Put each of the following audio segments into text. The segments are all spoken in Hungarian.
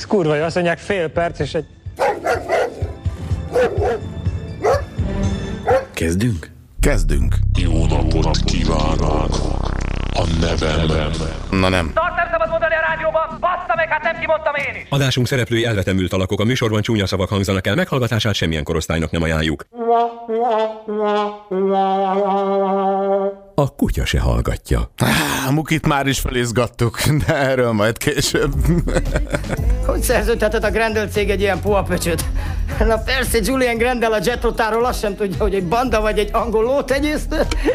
Ez kurva jó, azt mondják fél perc és egy... Kezdünk? Kezdünk. Jó napot kívánok! A nevem. Na nem. Tart nem szabad mondani a rádióban, bassza meg, hát nem kimondtam én is! Adásunk szereplői elvetemült alakok, a műsorban csúnya szavak hangzanak el, meghallgatását semmilyen korosztálynak nem ajánljuk. A kutya se hallgatja. Mukit már is felizgattuk, de erről majd később. Hogy szerződheted a Grendel cég egy ilyen puhapöcsöt? Na persze, Julian Grendel a Jetrotáról azt sem tudja, hogy egy banda vagy egy angol lótenyésztő.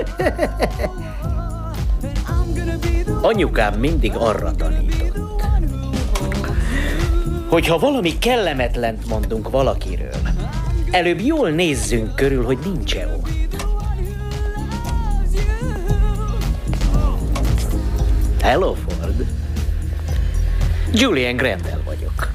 Anyukám mindig arra tanított, hogyha valami kellemetlent mondunk valakiről, előbb jól nézzünk körül, hogy nincs-e ott. Hello, Ford. Julian Grendel vagyok.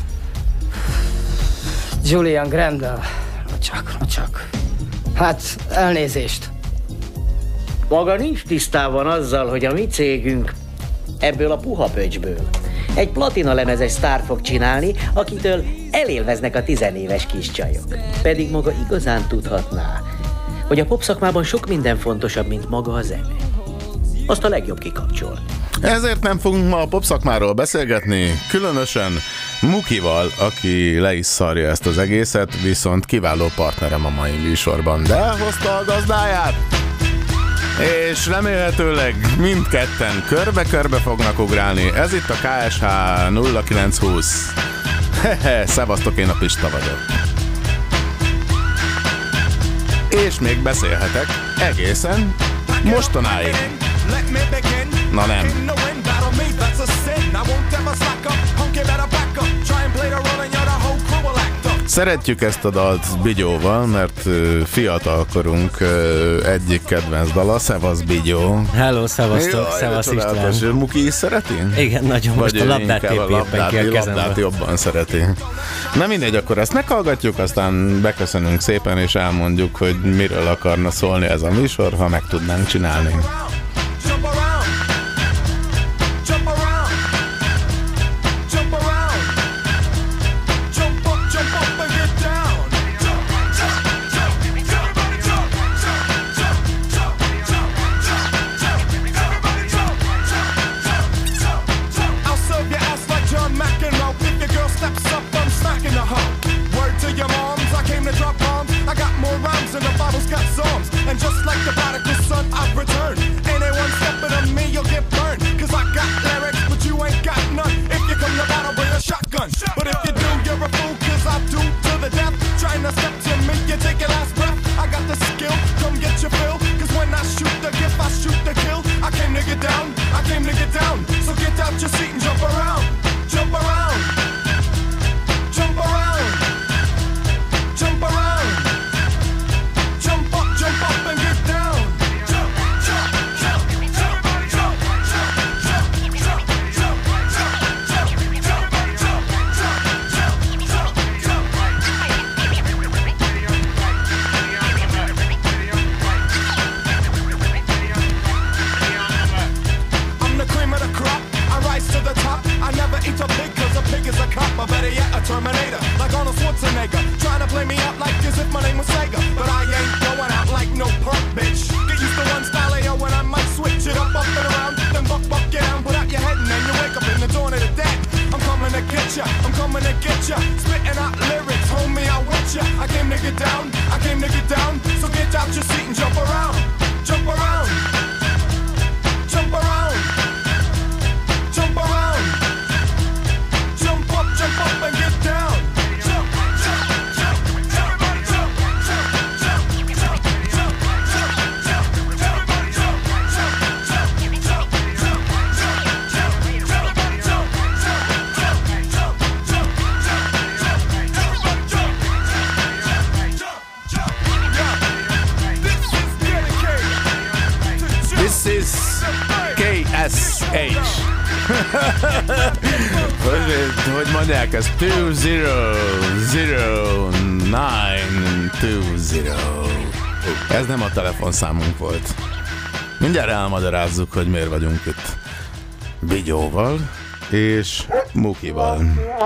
Julian Grendel. Na csak. Hát, elnézést. Maga nincs tisztában azzal, hogy a mi cégünk ebből a puha pöcsből egy platina lemezes sztárt fog csinálni, akitől elélveznek a tizenéves kis csajok. Pedig maga igazán tudhatná, hogy a popszakmában sok minden fontosabb, mint maga a zene. Azt a legjobb kikapcsol. Ezért nem fogunk ma a popszakmáról beszélgetni, különösen Mukival, aki le is szarja ezt az egészet, viszont kiváló partnerem a mai műsorban, de elhozta a gazdáját, és remélhetőleg mindketten körbe-körbe fognak ugrálni. Ez itt a KSH 0920. Szevasztok, én a Pista vagyok. És még beszélhetek egészen mostanáig. Na nem. Szeretjük ezt a dalt Bigyóval, mert fiatalkorunk egyik kedvenc dala, Szevasz Bigyó. Hello, szevasztok, szevasz István. Muki is szereti? Igen, nagyon, most a labdát épp éppen ki a kezembe. Labdát jobban szereti. Na mindegy, akkor ezt meghallgatjuk, aztán beköszönünk szépen, és elmondjuk, hogy miről akarna szólni ez a műsor, ha meg tudnánk csinálni. Hogy mondják, ez 200920. Ez nem a telefonszámunk volt. Mindjárt elmagyarázzuk, hogy miért vagyunk itt Bigyóval, és Mukival.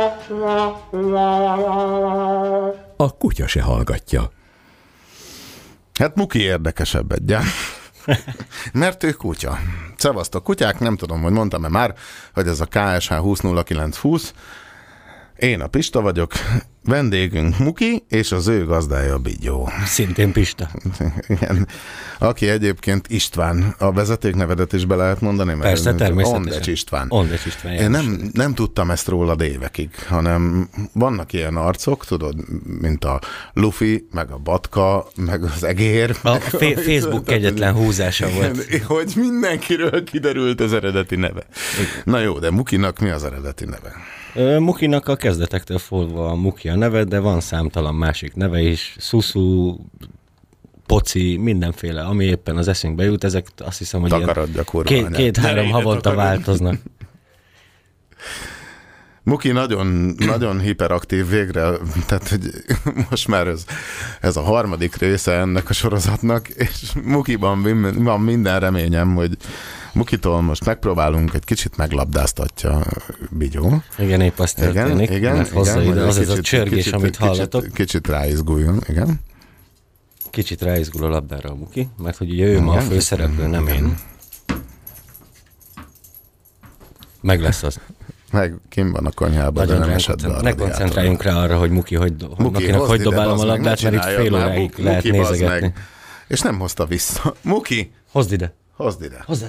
A kutya se hallgatja. Hát Muki érdekesebb egyen. Mert ő kutya. Szevasztok kutyák, nem tudom, hogy mondtam-e már, hogy ez a KSH 200920. Én a Pista vagyok, vendégünk Muki, és az ő gazdája Bigyó. Szintén Pista. Igen. Aki egyébként István. A vezetéknevedet is be lehet mondani? Mert persze, természetesen. Ondecs István. Ondecs István. Én nem tudtam ezt rólad évekig, hanem vannak ilyen arcok, tudod, mint a Luffy, meg a Batka, meg az Egér. A Facebook egyetlen húzása volt. Hogy mindenkiről kiderült az eredeti neve. Na jó, de Mukinak mi az eredeti neve? Mukinak a kezdetektől fogva a Muki a neve, de van számtalan másik neve is. Susu, Poci, mindenféle, ami éppen az eszünkbe jut, ezek azt hiszem, hogy két-három havonta változnak. Muki nagyon hiperaktív végre, tehát hogy most már ez a harmadik része ennek a sorozatnak, és Mukiban van minden reményem, hogy Mukitól most megpróbálunk, egy kicsit meglabdáztatja Bigyó. Igen, épp azt történik, mert hozzá ide az ez a csörgés, amit hallatok. Kicsit ráizguljon, igen. Kicsit ráizgul a labdára a Muki, mert hogy ugye ő ma a főszereplő, nem én. Meg lesz az. Meg kim van a konyhában, de nem esett be. Ne koncentráljunk rá arra, hogy Muki hogy dobálom a labdát, mert itt fél óráig lehet nézegetni. És nem hozta vissza. Muki! Hozd ide. Hozd ide. Hozzá.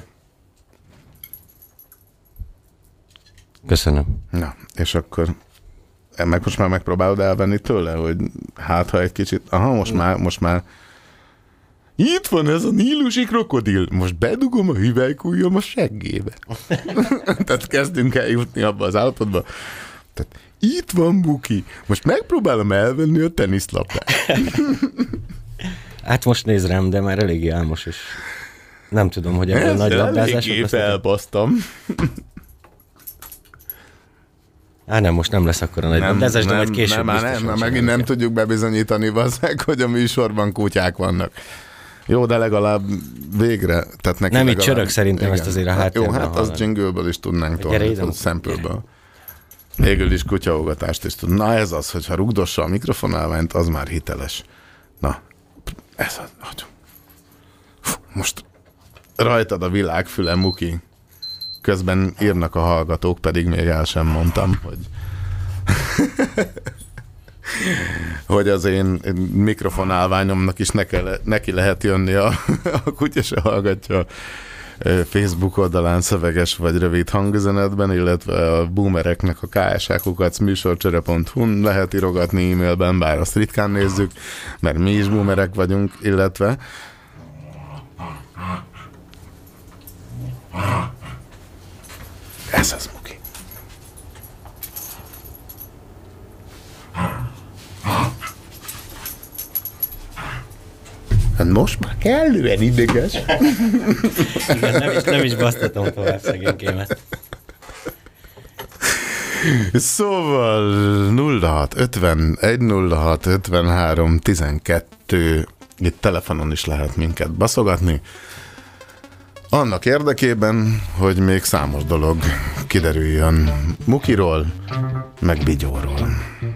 Köszönöm. Na, és akkor most már megpróbálod elvenni tőle, hogy hát ha egy kicsit, most már itt van ez a nílusi krokodil, most bedugom a hüvelykujjam a seggébe. Tehát kezdünk el jutni abba az állapotba. Tehát itt van Muki, most megpróbálom elvenni a teniszlabdát. Hát most néz rám, de már eléggé álmos, és nem tudom, hogy ebből nagy labdázások. Eléggé felbasztam. Nem, most nem lesz akkor a nagy labdázás, de majd később nem, megint nem tudjuk bebizonyítani, hogy a műsorban kutyák vannak. Jó, de legalább végre. Tehát neki nem, itt csörög szerintem, igen. Ezt azért a háttérben jó, hát az jingle-ből is tudnánk tolni, szempőből. Végül is kutyaugatást is tud. Na ez az, hogyha rugdossa a mikrofonálványt, az már hiteles. Na, ez az. Most rajtad a világfüle, Muki. Közben írnak a hallgatók, pedig még el sem mondtam, hogy az én mikrofonálványomnak is neki lehet jönni a kutya se hallgatja Facebook oldalán szöveges vagy rövid hangüzenetben, illetve a boomereknek a ksh@műsorcsere.hu-n lehet írogatni e-mailben, bár azt ritkán nézzük, mert mi is boomerek vagyunk, illetve ez az, Muki. Hát most már kellően ideges. Igen, nem is basztatom tovább szegénykémet. Szóval 06 51 06 53 12 itt telefonon is lehet minket baszogatni. Annak érdekében, hogy még számos dolog kiderüljön Mukiról, meg Bigyóról.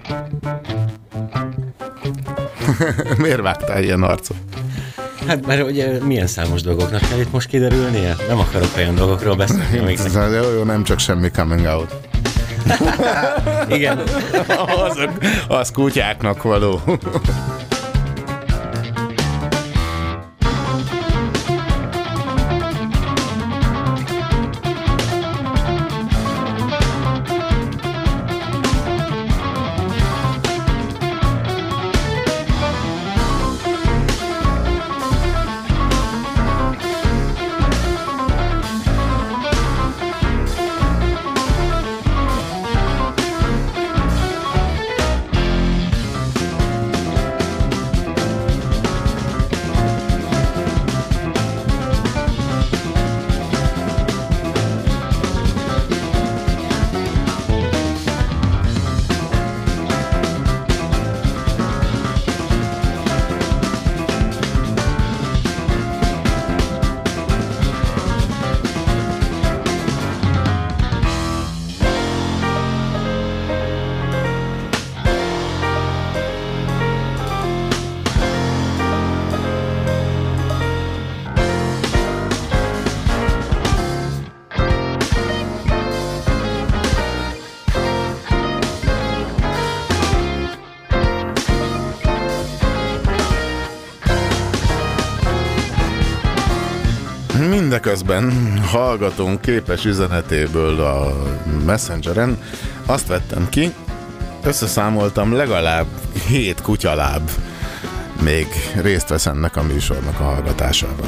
Miért vágtál ilyen arcot? Hát mert ugye milyen számos dolgoknak kell itt most kiderülnie? Nem akarok olyan dolgokról beszélni, amiknek... Jó, nem csak semmi coming out. Igen. Az kutyáknak való. de közben hallgatunk képes üzenetéből a Messengeren, azt vettem ki, összeszámoltam legalább 7 kutyaláb még részt vesz ennek a műsornak a hallgatásában.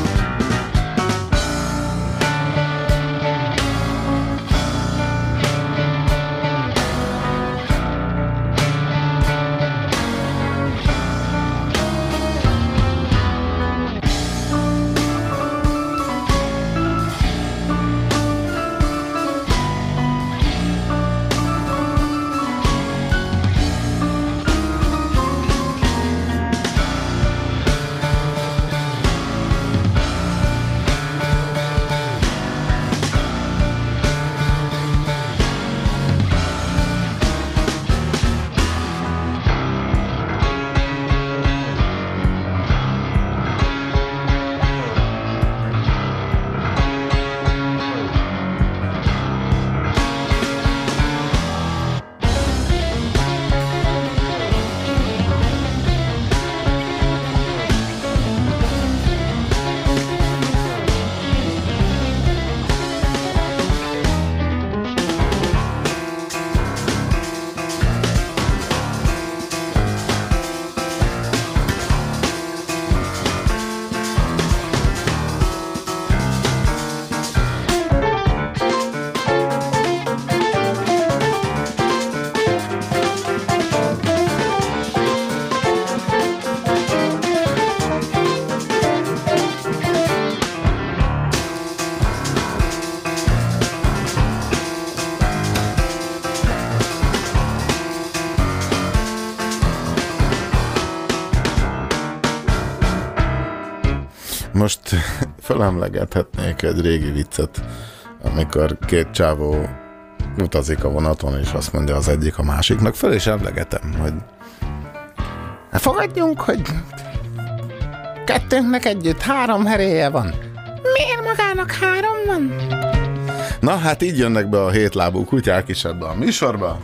Most felemlegethetnék egy régi viccet, amikor két csávó utazik a vonaton, és azt mondja az egyik a másiknak, föl is emlegetem, hogy fogadjunk, hogy kettőnknek együtt 3 heréje van. Miért magának 3 van? Na, hát így jönnek be a 7 lábú kutyák is ebbe a műsorba.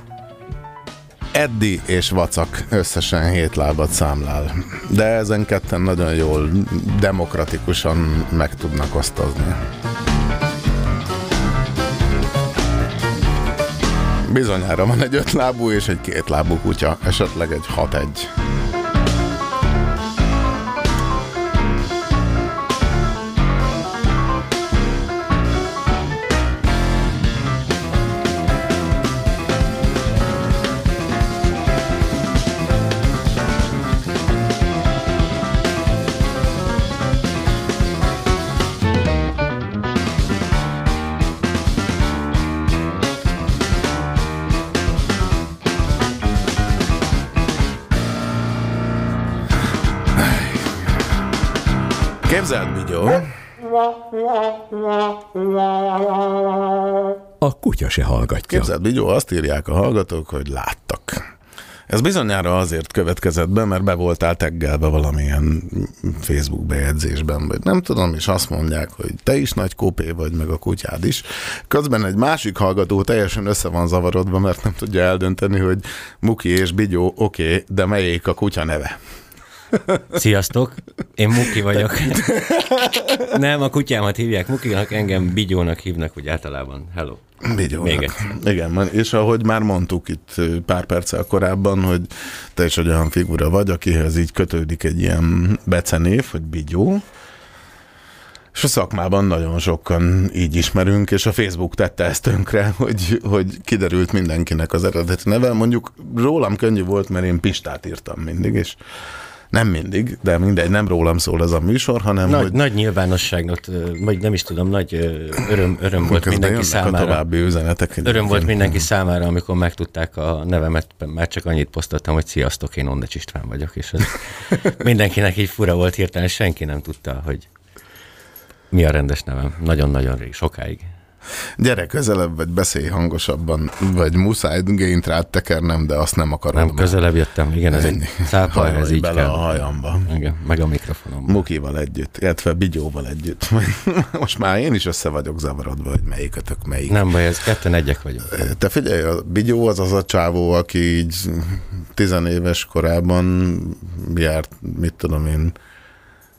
Eddi és Vacak összesen 7 lábat számlál, de ezen ketten nagyon jól, demokratikusan meg tudnak osztozni. Bizonyára van egy 5 lábú és egy 2 lábú kutya, esetleg egy 6-1. Képzeld, Bigyó! A kutya se hallgatja. Képzeld, Bigyó, azt írják a hallgatók, hogy láttak. Ez bizonyára azért következett be, mert be voltál teggelve valamilyen Facebook bejegyzésben, vagy nem tudom, és azt mondják, hogy te is nagy kópé vagy, meg a kutyád is. Közben egy másik hallgató teljesen össze van zavarodva, mert nem tudja eldönteni, hogy Muki és Bigyó oké, de melyik a kutya neve. Sziasztok, én Muki vagyok. Nem, a kutyámat hívják Mukinak, engem Bigyónak hívnak úgy általában. Hello. Bigyónak. Igen, és ahogy már mondtuk itt pár perccel korábban, hogy te is egy olyan figura vagy, akihez így kötődik egy ilyen becenév, hogy Bigyó. És a szakmában nagyon sokan így ismerünk, és a Facebook tette ezt tönkre, hogy kiderült mindenkinek az eredeti neve. Mondjuk rólam könnyű volt, mert én Pistát írtam mindig, és nem mindig, de mindegy, nem rólam szól ez a műsor, hanem nagy nyilvánosságnak, vagy nem is tudom, nagy öröm volt mindenki számára. További üzenetek. Öröm volt mindenki számára, amikor megtudták a nevemet, már csak annyit posztoltam, hogy sziasztok, én Ondecs István vagyok, és ez mindenkinek így fura volt hirtelen, senki nem tudta, hogy mi a rendes nevem. Nagyon-nagyon rég, sokáig. Gyere közelebb, vagy beszélj hangosabban, vagy muszáj gént rád tekernem, de azt nem akarom. Nem, közelebb jöttem, igen, ez egy cápa, ez így bele kell. A hajamba. Igen, meg a mikrofonomban. Mukival együtt, illetve Bigyóval együtt. Most már én is össze vagyok zavarodva, hogy melyikötök melyik. Nem baj, ez ketten egyek vagyunk. Te figyelj, a Bigyó az a csávó, aki így 10 éves korában járt, mit tudom én,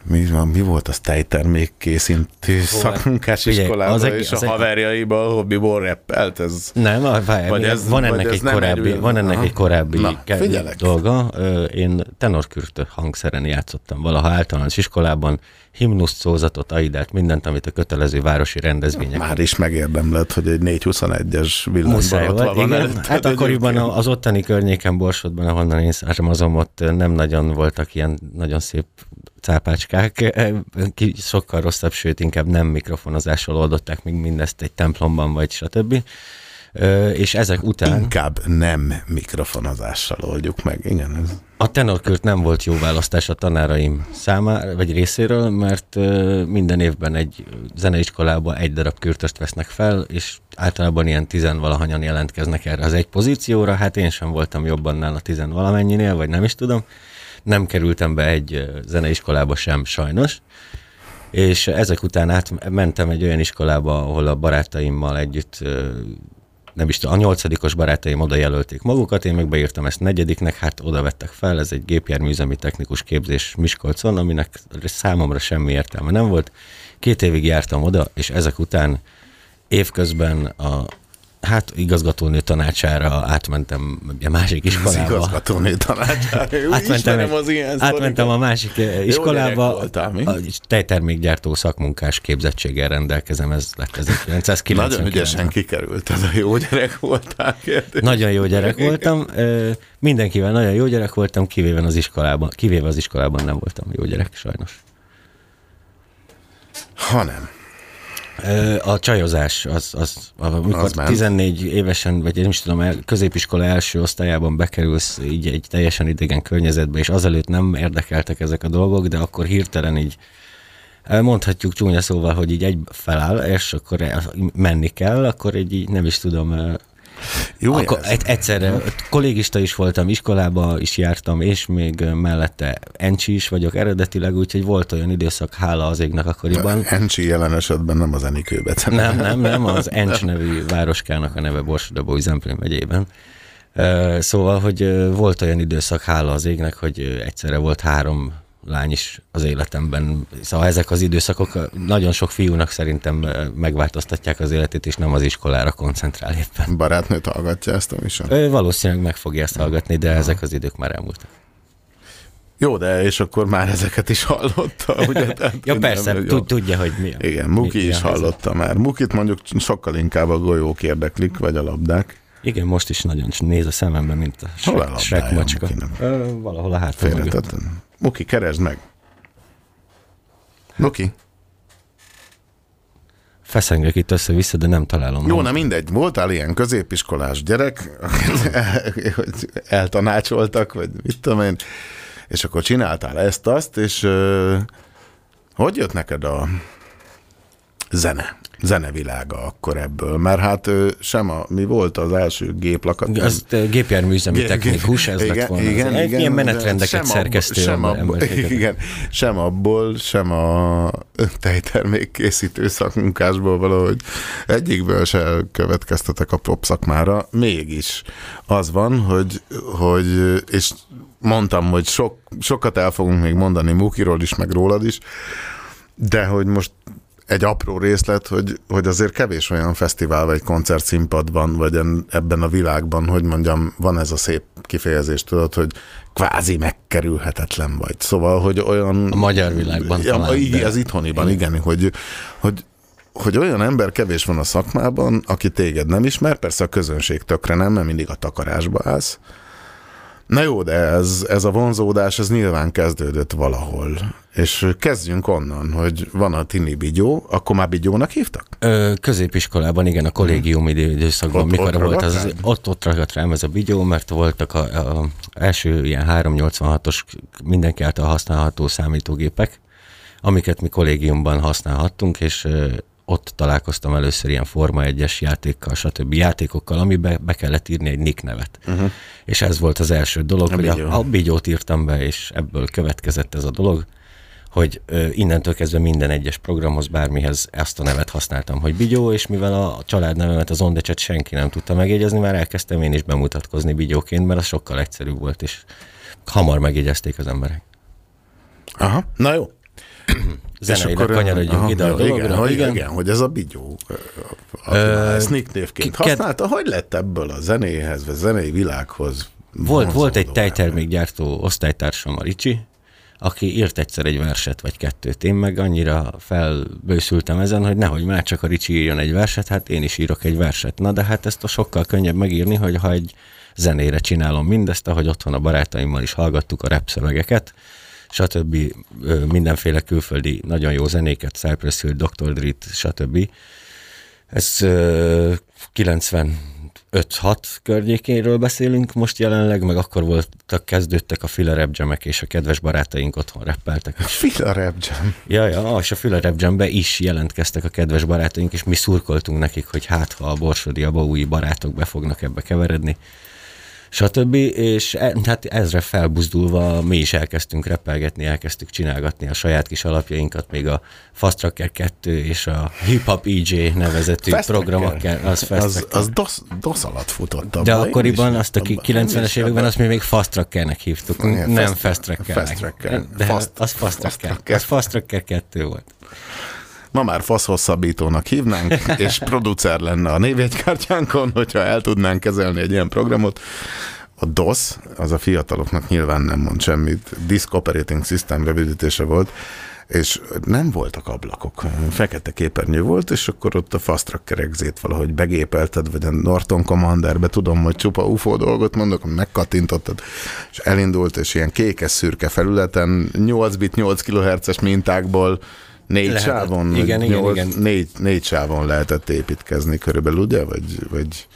mi volt az tejtermékkészítő szakmunkás iskolában, és a haverjaiban hobbiból reppelt? Ez... Nem, van ennek egy korábbi dolga. Én tenorkürtő hangszeren játszottam valaha általános iskolában, himnuszt, szózatot, aidát, mindent, amit a kötelező városi rendezvények. Már is megérdemlett, hogy egy 421-es villanyban van előtt. Hát akkoriban az ottani környéken, Borsodban, ahonnan én származom, ott nem nagyon voltak ilyen nagyon szép cápácskák, sokkal rosszabb, sőt inkább nem mikrofonozással oldották még mindezt egy templomban, vagy stb. És ezek után... Inkább nem mikrofonozással oldjuk meg, igen. Ez... A tenorkürt nem volt jó választás a tanáraim számára, vagy részéről, mert minden évben egy zeneiskolában egy darab kürtöst vesznek fel, és általában ilyen 10-valahanyan jelentkeznek erre az egy pozícióra, hát én sem voltam jobban nála 10-valamennyinél, vagy nem is tudom. Nem kerültem be egy zeneiskolába sem, sajnos. És ezek után mentem egy olyan iskolába, ahol a barátaimmal együtt, nem is tudom, a 8-os barátaim oda jelölték magukat, én meg beírtam ezt 4-nek, hát oda vettek fel, ez egy gépjárműüzemi technikus képzés Miskolcon, aminek számomra semmi értelme nem volt. 2 évig jártam oda, és ezek után évközben igazgatónő tanácsára átmentem a másik iskolába. Az igazgatónő tanácsára. Átmentem a másik iskolába. A tejtermékgyártó szakmunkás képzettséggel rendelkezem, ez lett 1990. Nagyon ügyesen kikerült, ez a jó gyerek voltál. Nagyon jó gyerek voltam. Mindenkivel nagyon jó gyerek voltam, kivéve az iskolában nem voltam jó gyerek, sajnos. Hanem. A csajozás, amikor 14 évesen, vagy én is tudom, középiskola első osztályában bekerülsz így egy teljesen idegen környezetbe, és azelőtt nem érdekeltek ezek a dolgok, de akkor hirtelen így mondhatjuk csúnya szóval, hogy így egy feláll, és akkor menni kell, akkor így nem is tudom... Jó, akkor egyszerre kollégista is voltam, iskolába is jártam, és még mellette encsi is vagyok eredetileg, úgyhogy volt olyan időszak, hála az égnek akkoriban. Encsi jelen esetben nem az Enikőbe. Nem, az Encs nevű városkának a neve Borsod-Abaúj-Zemplén megyében. Szóval, hogy volt olyan időszak, hála az égnek, hogy egyszerre volt 3 lány is az életemben. Szóval ezek az időszakok nagyon sok fiúnak szerintem megváltoztatják az életét, és nem az iskolára koncentrál éppen. Barátnőt hallgatja ezt a műsort? Valószínűleg meg fogja ezt hallgatni, de ezek az idők már elmúltak. Jó, de és akkor már ezeket is hallotta, ugye? Ja persze, tudja, hogy mi. Igen, Muki is hallotta már. Mukit mondjuk sokkal inkább a golyók érdeklik, vagy a labdák. Igen, most is nagyon néz a szemembe, mint a Shrek macska. Valahol a hátra mögött. Muki, keresd meg. Muki. Feszengek itt össze-vissza, de nem találom. Jó, na mindegy. Voltál ilyen középiskolás gyerek, hogy eltanácsoltak, vagy mit tudom én, és akkor csináltál ezt-azt, és hogy jött neked a zenevilága akkor ebből? Mert hát mi volt az első géplakat? Az gépjárműüzemi technikus, ez lett volna. Igen, ilyen menetrendeket szerkesztő embereket. Igen, sem abból, sem a tejtermékkészítő szakmunkásból valahogy egyikből se következtetek a pop szakmára. Mégis az van, hogy és mondtam, hogy sokat el fogunk még mondani Mukiról is, meg rólad is, de hogy most egy apró részlet, hogy azért kevés olyan fesztivál vagy koncertszínpad van, vagy ebben a világban, hogy mondjam, van ez a szép kifejezés, tudod, hogy kvázi megkerülhetetlen vagy. Szóval, hogy olyan... A magyar világban talán. Az itthoniban, igen, hogy olyan ember kevés van a szakmában, aki téged nem ismer, persze a közönség tökre nem, mert mindig a takarásba állsz. Na jó, de ez a vonzódás, ez nyilván kezdődött valahol. És kezdjünk onnan, hogy van a tini bigyó, akkor már bigyónak hívtak? Középiskolában, igen, a kollégium időszakban, mikor volt ott ragadt rám ez a bigyó, mert voltak az első ilyen 386-os mindenki által használható számítógépek, amiket mi kollégiumban használhattunk, és ott találkoztam először ilyen Forma 1-es játékkal, stb. Játékokkal, amiben be kellett írni egy nick nevet. És ez volt az első dolog, hogy a bigyót írtam be, és ebből következett ez a dolog, hogy innentől kezdve minden egyes programhoz, bármihez ezt a nevet használtam, hogy bigyó, és mivel a családnevemet, az Ondecset senki nem tudta megjegyezni, már elkezdtem én is bemutatkozni bigyóként, mert az sokkal egyszerűbb volt, és hamar megjegyezték az emberek. Aha, na jó. Zeneire kanyarodjunk ide a dologra. Igen, hogy ez a Bigyó, ezt nicknévként használta, hogy lett ebből a zenéhez, vagy zenei világhoz? Volt egy tejtermékgyártó osztálytársam, a Ricsi, aki írt egyszer egy verset, vagy kettőt. Én meg annyira felbőszültem ezen, hogy nehogy már csak a Ricsi írjon egy verset, hát én is írok egy verset. Na de hát ezt sokkal könnyebb megírni, hogy ha egy zenére csinálom mindezt, ahogy otthon a barátaimmal is hallgattuk a rap szövegeket, stb. Mindenféle külföldi nagyon jó zenéket, Cypress Hill, Dr. Dre-t, stb. Ez 95-6 környékéről beszélünk most jelenleg, meg akkor kezdődtek a Fila Rap Jamek, és a kedves barátaink otthon rappeltek. Fila Rap Jam? Ja, és a Fila Rap Jambe is jelentkeztek a kedves barátaink, és mi szurkoltunk nekik, hogy hát ha a Borsodi, a Baui barátok be fognak ebbe keveredni, stb. És hát ezre felbuzdulva mi is elkezdtünk rappelgetni, elkezdtük csinálgatni a saját kis alapjainkat, még a Fast Tracker 2 és a Hip Hop EJ nevezetű programokkel. Az DOS alatt futott. De akkoriban azt a 90-es években azt mi még Fast Trackernek hívtuk, nem Fast Trackernek. De az Fast Tracker. Az Fast Tracker 2 volt. Ma már faszhosszabbítónak hívnánk, és producer lenne a névjegykártyánkon, hogyha el tudnánk kezelni egy ilyen programot. A DOS, az a fiataloknak nyilván nem mond semmit, Disk Operating System rövidítése volt, és nem voltak ablakok. Fekete képernyő volt, és akkor ott a Fast Tracker exét valahogy begépelted, vagy a Norton Commanderbe, tudom, hogy csupa UFO dolgot mondok, megkattintottad, és elindult, és ilyen kékes-szürke felületen 8 bit, 8 kHz-es mintákból 4 sávon? Igen. 4 sávon lehetett építkezni körülbelül, ugye? Vagy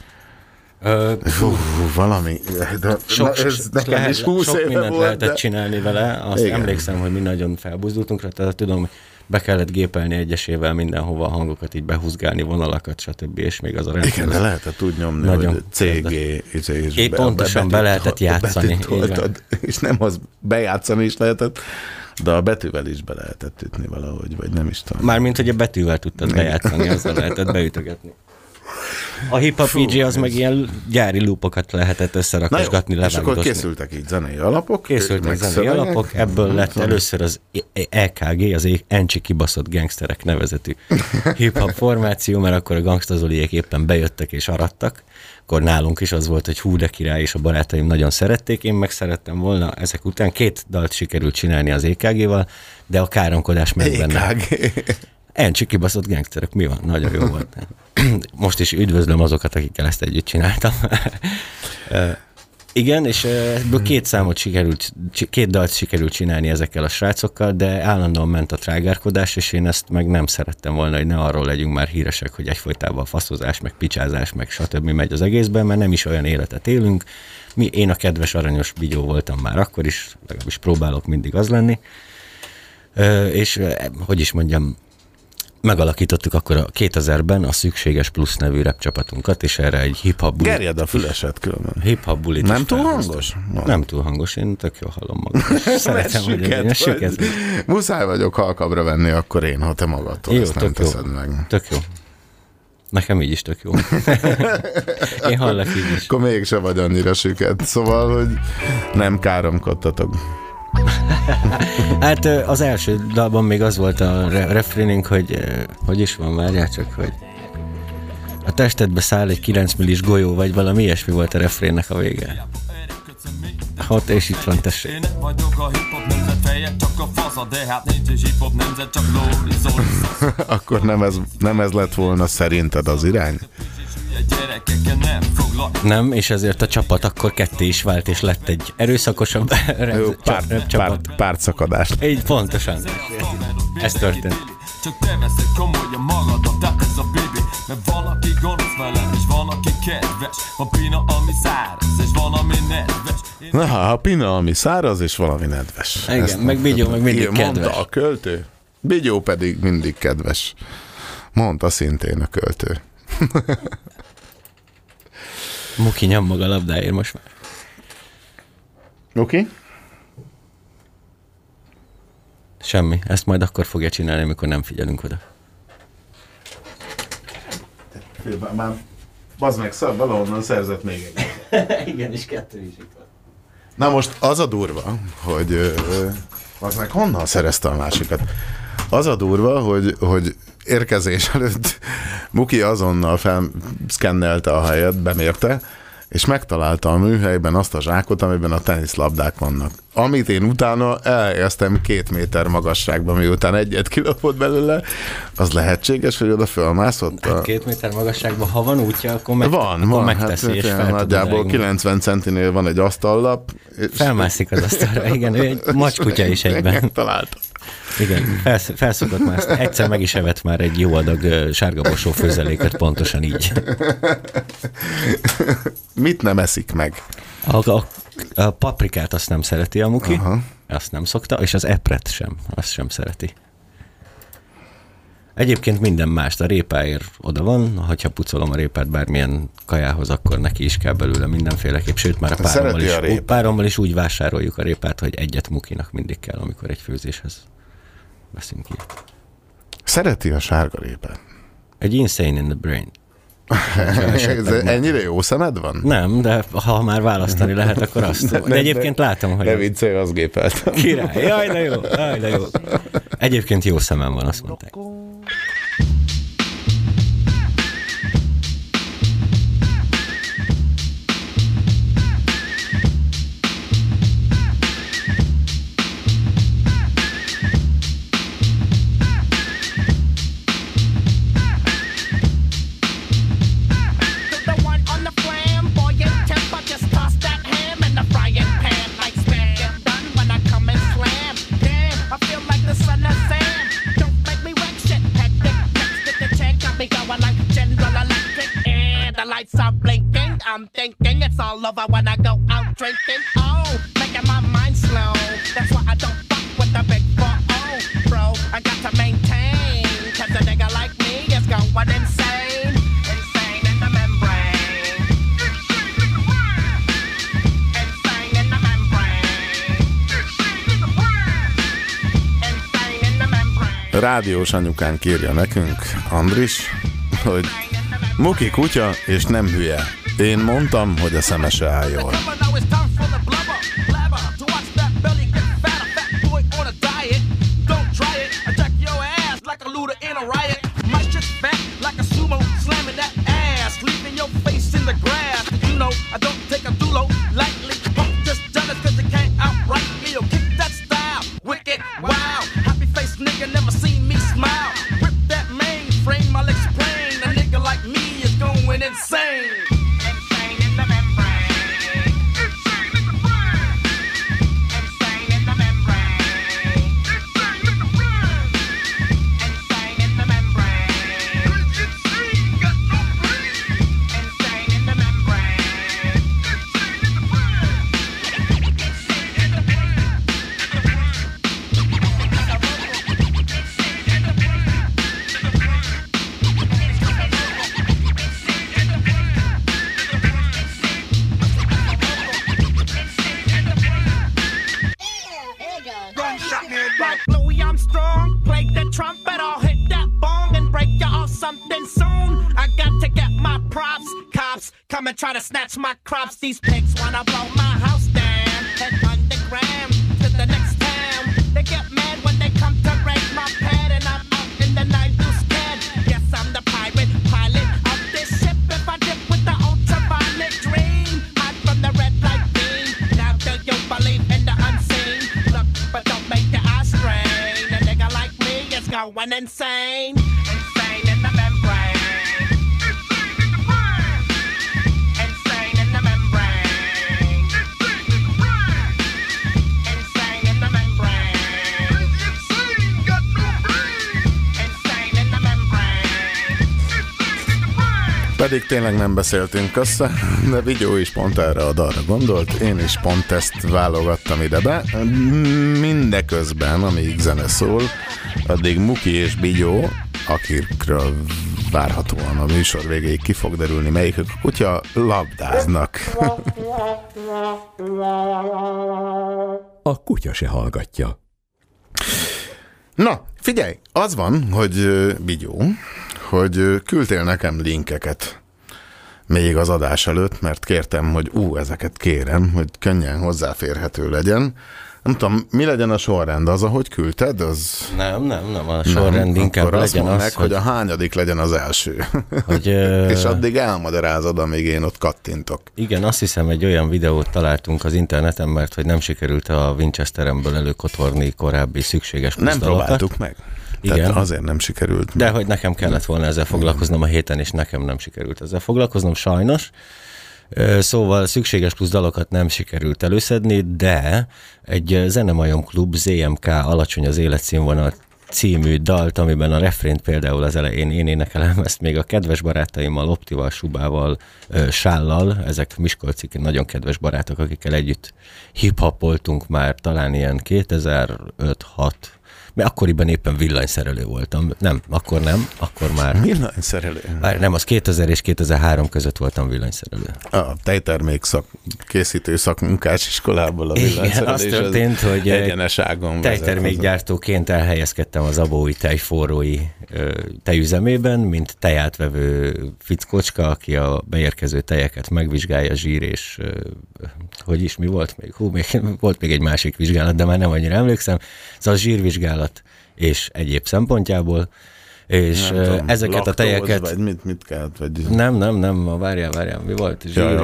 valami. Nekem is 20 sok mindent volt, lehetett csinálni vele. Azt igen. Emlékszem, hogy mi nagyon felbuzdultunk rá, tehát tudom, be kellett gépelni egyesével mindenhova a hangokat, így behúzgálni vonalakat, stb. És még az a rendszer. Igen, de lehetett úgy nyomni, nagyon hogy CG. És pontosan be lehetett játszani. És nem az bejátszani is lehetett, de a betűvel is be lehetett ütni valahogy, vagy nem is tudom. Mármint, hogy a betűvel tudtad bejátszani, azzal lehetett beütögetni. A hip-hop EJ az meg ilyen gyári loopokat lehetett összerakosgatni, levágdosni. És akkor készültek így zenei alapok. Készültek zenei alapok, ebből lett először az EKG, az Encsi kibaszott gangsterek nevezetű hip-hop formáció, mert akkor a gangstazoliék éppen bejöttek és arattak. Akkor nálunk is az volt, hogy hú de király, és a barátaim nagyon szerették, én meg szerettem volna. Ezek után 2 dalt sikerült csinálni az EKG-val, de a káromkodás meg benne. Encsi kibaszott gangsterek, mi van? Nagyon jó volt. Most is üdvözlöm azokat, akikkel ezt együtt csináltam. Igen, és ebből 2 dalt sikerült csinálni ezekkel a srácokkal, de állandóan ment a trágárkodás, és én ezt meg nem szerettem volna, hogy ne arról legyünk már híresek, hogy egyfolytában faszozás, meg picsázás, meg stb. Megy az egészben, mert nem is olyan életet élünk. Én a kedves aranyos Bigyó voltam már akkor is, legalábbis próbálok mindig az lenni. És hogy is mondjam, megalakítottuk akkor a 2000-ben a Szükséges Plusz nevű rap csapatunkat, és erre egy hip-hop bulit. Gerjed a füleset különben. Hip-hop bulit. Nem túl hangos? Nem túl hangos, én tök jól hallom magam. Szeretem, hogy süket. Muszáj vagyok halkabbra venni akkor én, ha te magadtól jó, ezt nem teszed meg. Tök jó. Nekem így is tök jó. Én hallak így is. Akkor mégse vagy annyira süket. Szóval, hogy nem káromkodtatok. Hát az első dalban még az volt a refrénünk, hogy is van, várjál csak, hogy a testedbe száll egy 9 millis golyó, vagy valami ilyesmi volt a refrénnek a vége. Ott és itt van, tessék. Akkor nem ez lett volna szerinted az irány? Nem, és ezért a csapat akkor ketté is vált, és lett egy erőszakosabb pártszakadás. Így pontosan. Ez történt. Csak te veszed komolyan magadat, tehát ez a bébé. Mert valaki gonosz velem, és van, aki kedves. Van pina, ami száraz, és van, ami nedves. Na, a pina, ami száraz, és valami nedves. Igen, ezt meg Bigyó meg mindig kedves. Mondta a költő, Bigyó pedig mindig kedves. Mondta szintén a költő. Muki nyom maga labdáért most már. Oké. Semmi. Ezt majd akkor fogja csinálni, amikor nem figyelünk oda. Már bazd meg, valahonnan szerzett még egy. Igen, és 2 is itt van. Na most az a durva, hogy az meg honnan szerezte a másikat. Az a durva, hogy érkezés előtt Muki azonnal felszkennelte a helyet, bemérte, és megtalálta a műhelyben azt a zsákot, amiben a teniszlabdák vannak. Amit én utána elhelyeztem 2 méter magasságban, miután egyet kilopott belőle, az lehetséges, hogy oda fölmászott? Hát 2 méter magasságban, ha van útja, akkor megteszi, hát, és nagyjából 90 centinél van egy asztallap. Felmászik az asztalra, igen, ő egy macskutya is egyben. Találta. Igen, felszokott mászni. Egyszer meg is evett már egy jó adag sárgabosó főzeléket, pontosan így. Mit nem eszik meg? A paprikát azt nem szereti a Muki, azt nem szokta, és az epret sem, azt sem szereti. Egyébként minden mást, a répáért oda van, ha pucolom a répát bármilyen kajához, akkor neki is kell belőle mindenféleképp, sőt már a párommal is úgy vásároljuk a répát, hogy egyet Mukinak mindig kell, amikor egy főzéshez veszünk ki. Szereti a sárgarépát? Egy insane in the brain. Ennyire jó szemed van? Nem, de ha már választani lehet, akkor azt. De egyébként látom, hogy... Ne viccelj, azt gépeltem. Király, jaj, de jó. Egyébként jó szemem van, azt mondták. I'm thinking it's all over when I go out drinking. Oh, making my mind slow. That's why I don't fuck with the big 4-0, bro. I got to maintain, cause a nigga like me is going insane. Insane in the membrane. Insane in the membrane. Insane in the membrane. Rádiós anyukánk írja nekünk, Andris, hogy Muki kutya és nem hülye. Én mondtam, hogy a szeme se áll jól. Try to snatch my crops. These pigs wanna blow my house down. Head underground to the next town. They get mad when they come to raid my pad, and I'm out in the night too scared. Yes, I'm the pirate pilot of this ship. If I dip with the ultraviolet dream, hide from the red light beam. Now do you believe in the unseen? Look, but don't make your eyes strain. A nigga like me is going insane. Insane in the membrane. Pedig tényleg nem beszéltünk össze, de Vigyó is pont erre a dalra gondolt, én is pont ezt válogattam ide be. Mindeközben, amíg zene szól, addig Muki és Vigyó, akikről várhatóan a műsor végéig ki fog derülni, melyikük a kutya, labdáznak. A kutya se hallgatja. Na, figyelj, az van, hogy Vigyó, hogy küldtél nekem linkeket még az adás előtt, mert kértem, hogy ezeket kérem, hogy könnyen hozzáférhető legyen. Nem tudom, mi legyen a sorrend? Az, ahogy küldted? Az... Nem, a sorrend inkább legyen az, hogy a hányadik legyen az első. Hogy, és addig elmagyarázod, amíg én ott kattintok. Igen, azt hiszem, egy olyan videót találtunk az interneten, mert hogy nem sikerült a Winchesteremből előkotorni korábbi szükséges pusztalokat. Nem próbáltuk meg. Igen. Tehát azért nem sikerült. De hogy nekem kellett volna ezzel foglalkoznom a héten, és nekem nem sikerült ezzel foglalkoznom, sajnos. Szóval szükséges plusz dalokat nem sikerült előszedni, de egy zenemajom klub, ZMK Alacsony az életszínvonal című dalt, amiben a refrént például az elején én énekelem, ezt még a kedves barátaimmal, Optival, Subával, Sállal, ezek miskolci nagyon kedves barátok, akikkel együtt hip-hopoltunk már talán ilyen 2005-6, mert akkoriban éppen villanyszerelő voltam. Nem, akkor már... Villanyszerelő? Nem, az 2000 és 2003 között voltam villanyszerelő. A tejtermék készítő szakmunkás iskolából a villanyszerelés. Igen, az történt, hogy egyeneságon tejtermékgyártóként elhelyezkedtem az Abói tejforrói tejüzemében, mint tejátvevő fickócska, aki a beérkező tejeket megvizsgálja, zsír és hogy is, mi volt még? Volt még egy másik vizsgálat, de már nem annyira emlékszem. Szóval a zsírvizsgálat és egyéb szempontjából, és tudom, ezeket laktóz, a tejeket... Vagy mit kellett? Vagy... Nem, várjál, mi volt? Zsír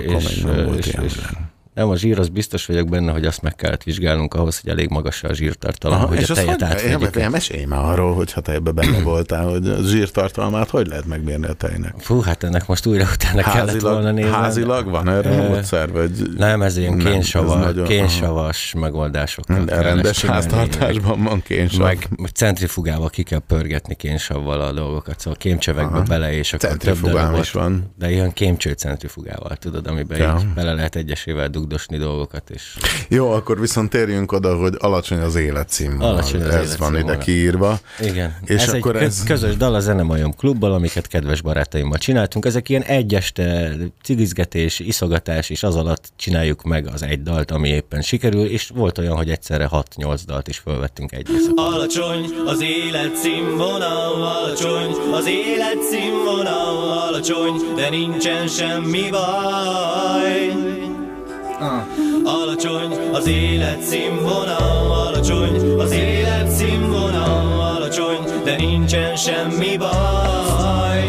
és nem, a zsír, az biztos vagyok benne, hogy azt meg kellett vizsgálnunk ahhoz, hogy elég magas a zsírtartalom, hogy a tejet átvegyük. Mesélj már arról, hogyha te ebbe benne voltál, hogy a zsírtartalmát hogy lehet megmérni a tejnek? Fú, hát ennek most újra utána kellett volna nézni. Házilag van erre módszer? Nem, ez ilyen kénsavas megoldásokkal. Rendes háztartásban van kénsav. Meg centrifugával ki kell pörgetni kénsavval a dolgokat, szóval kémcsövekbe bele, és akkor több darabot. Is van. De ilyen kémcső centrifugával, tudod, amiben így bele lehet egyesével dugdosni dolgokat is. Jó, akkor viszont térjünk oda, hogy alacsony az életszínvonal. Ez van ide kiírva. Igen. És ez akkor egy közös dal a Zenemajom klubbal, amiket kedves barátaimmal csináltunk. Ezek ilyen egy este cigizgetés, iszogatás, és az alatt csináljuk meg az egy dalt, ami éppen sikerül, és volt olyan, hogy egyszerre 6-8 dalt is fölvettünk egy éjszakon. Alacsony az életszínvonal, alacsony az életszínvonal, alacsony, de nincsen semmi baj. Alacsony az életszínvonal, alacsony az életszínvonal, alacsony, de nincsen semmi baj.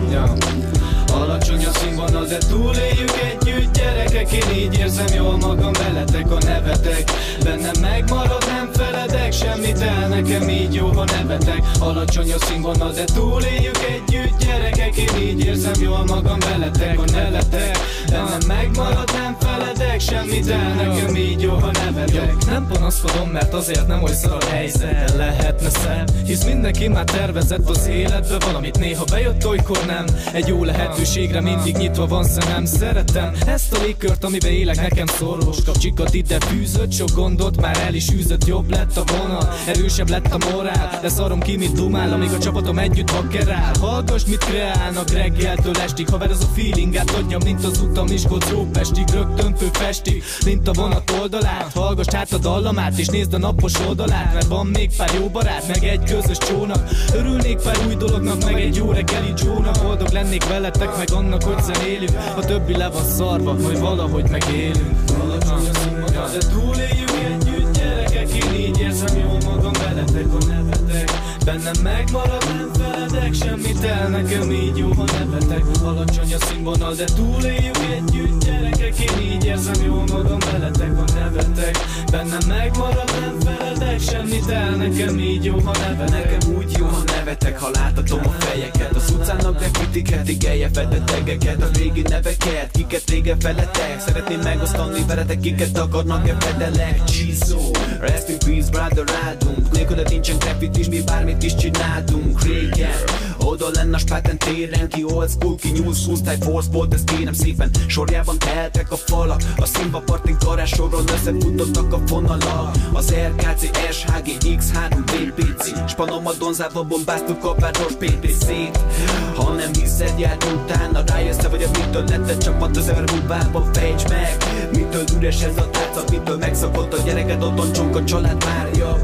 Alacsony a színvonal, de túléljük együtt, gyerekek, én így érzem jól magam veletek, a nevetek bennem megmarad, nem feledek, semmit el nekem így jó, ha nevetek. Alacsony a színvonal, de túléljük együtt, gyerekek, én így érzem jól magam veletek, a nevetek bennem megmarad, nem feledek, semmit el nekem így jó, ha nevetek. Nem panaszkodom, mert azért nem oly szar a helyzet, de lehetne szebb, hisz mindenki már tervezett az életbe valamit, néha bejött, olykor nem. Egy jó lehetőségre mindig nyitva van szemem, szeretem ezt a légkört, amiben élek, nekem szoros kapcsikat ide fűzött, sok gondot már el is űzött, jobb lett a vonal, erősebb lett a morál, de szarom ki, mit dumál, amíg a csapatom együtt vakkerál. Hallgass, mit kreálnak reggeltől estig, haver, ez a feeling átadja, mint az utam Miskolcról Pestig, rögtön főfestig, mint a vonat oldalát. Hallgass hát a dallamát, és nézd a napos oldalát, mert van még pár jó barát, meg egy közös csónak. Örülnék pár új dolognak, meg egy jó reggeli csónak. Boldog lennék veletek, meg annak, hogy zenélünk, a többi le van szarva, hogy valahogy megélünk. Alacsony a színvonal, de túléljük együtt, gyerekek, én így érzem jól magam veletek, a nevetek bennem megmarad, nem feledek, semmit el nekem így jó, ha nevetek. Alacsony a színvonal, de túléljük együtt, gyerekek, én így érzem jól magam veletek, a nevetek bennem megmarad, nem feledek, semmit el nekem így jó, ha nevetek. Nekem úgy jó, ha nevetek, ha láthatom a fejeket, az utcának graffitiket, igelje fedett tegeket, a régi neveket, kiket régen feletek. Szeretném megosztani veletek, kiket akarnak-e fedelek. Csizó, rest in peace, brother, áldunk. Nélküled nincsen graffitis, mi bármit is csináltunk. Régen, oda lenne a Spaten téren, ki old school, ki new school, style force volt, ezt kérem szépen. Sorjában teltek a falak, a színba partin garázsorról összefutottak a fonalak. Az RKC, SHG, X3, BPC, spanom a Donzával bombáztuk a város PPC-t. Ha nem hiszed, jár utána, rájössz-e, vagy a mitől lett egy csapat az Európában, fejtsd meg. Mitől üres ez a tárca, mitől megszakott a gyereked, otthon csonk a család várja a bátyja.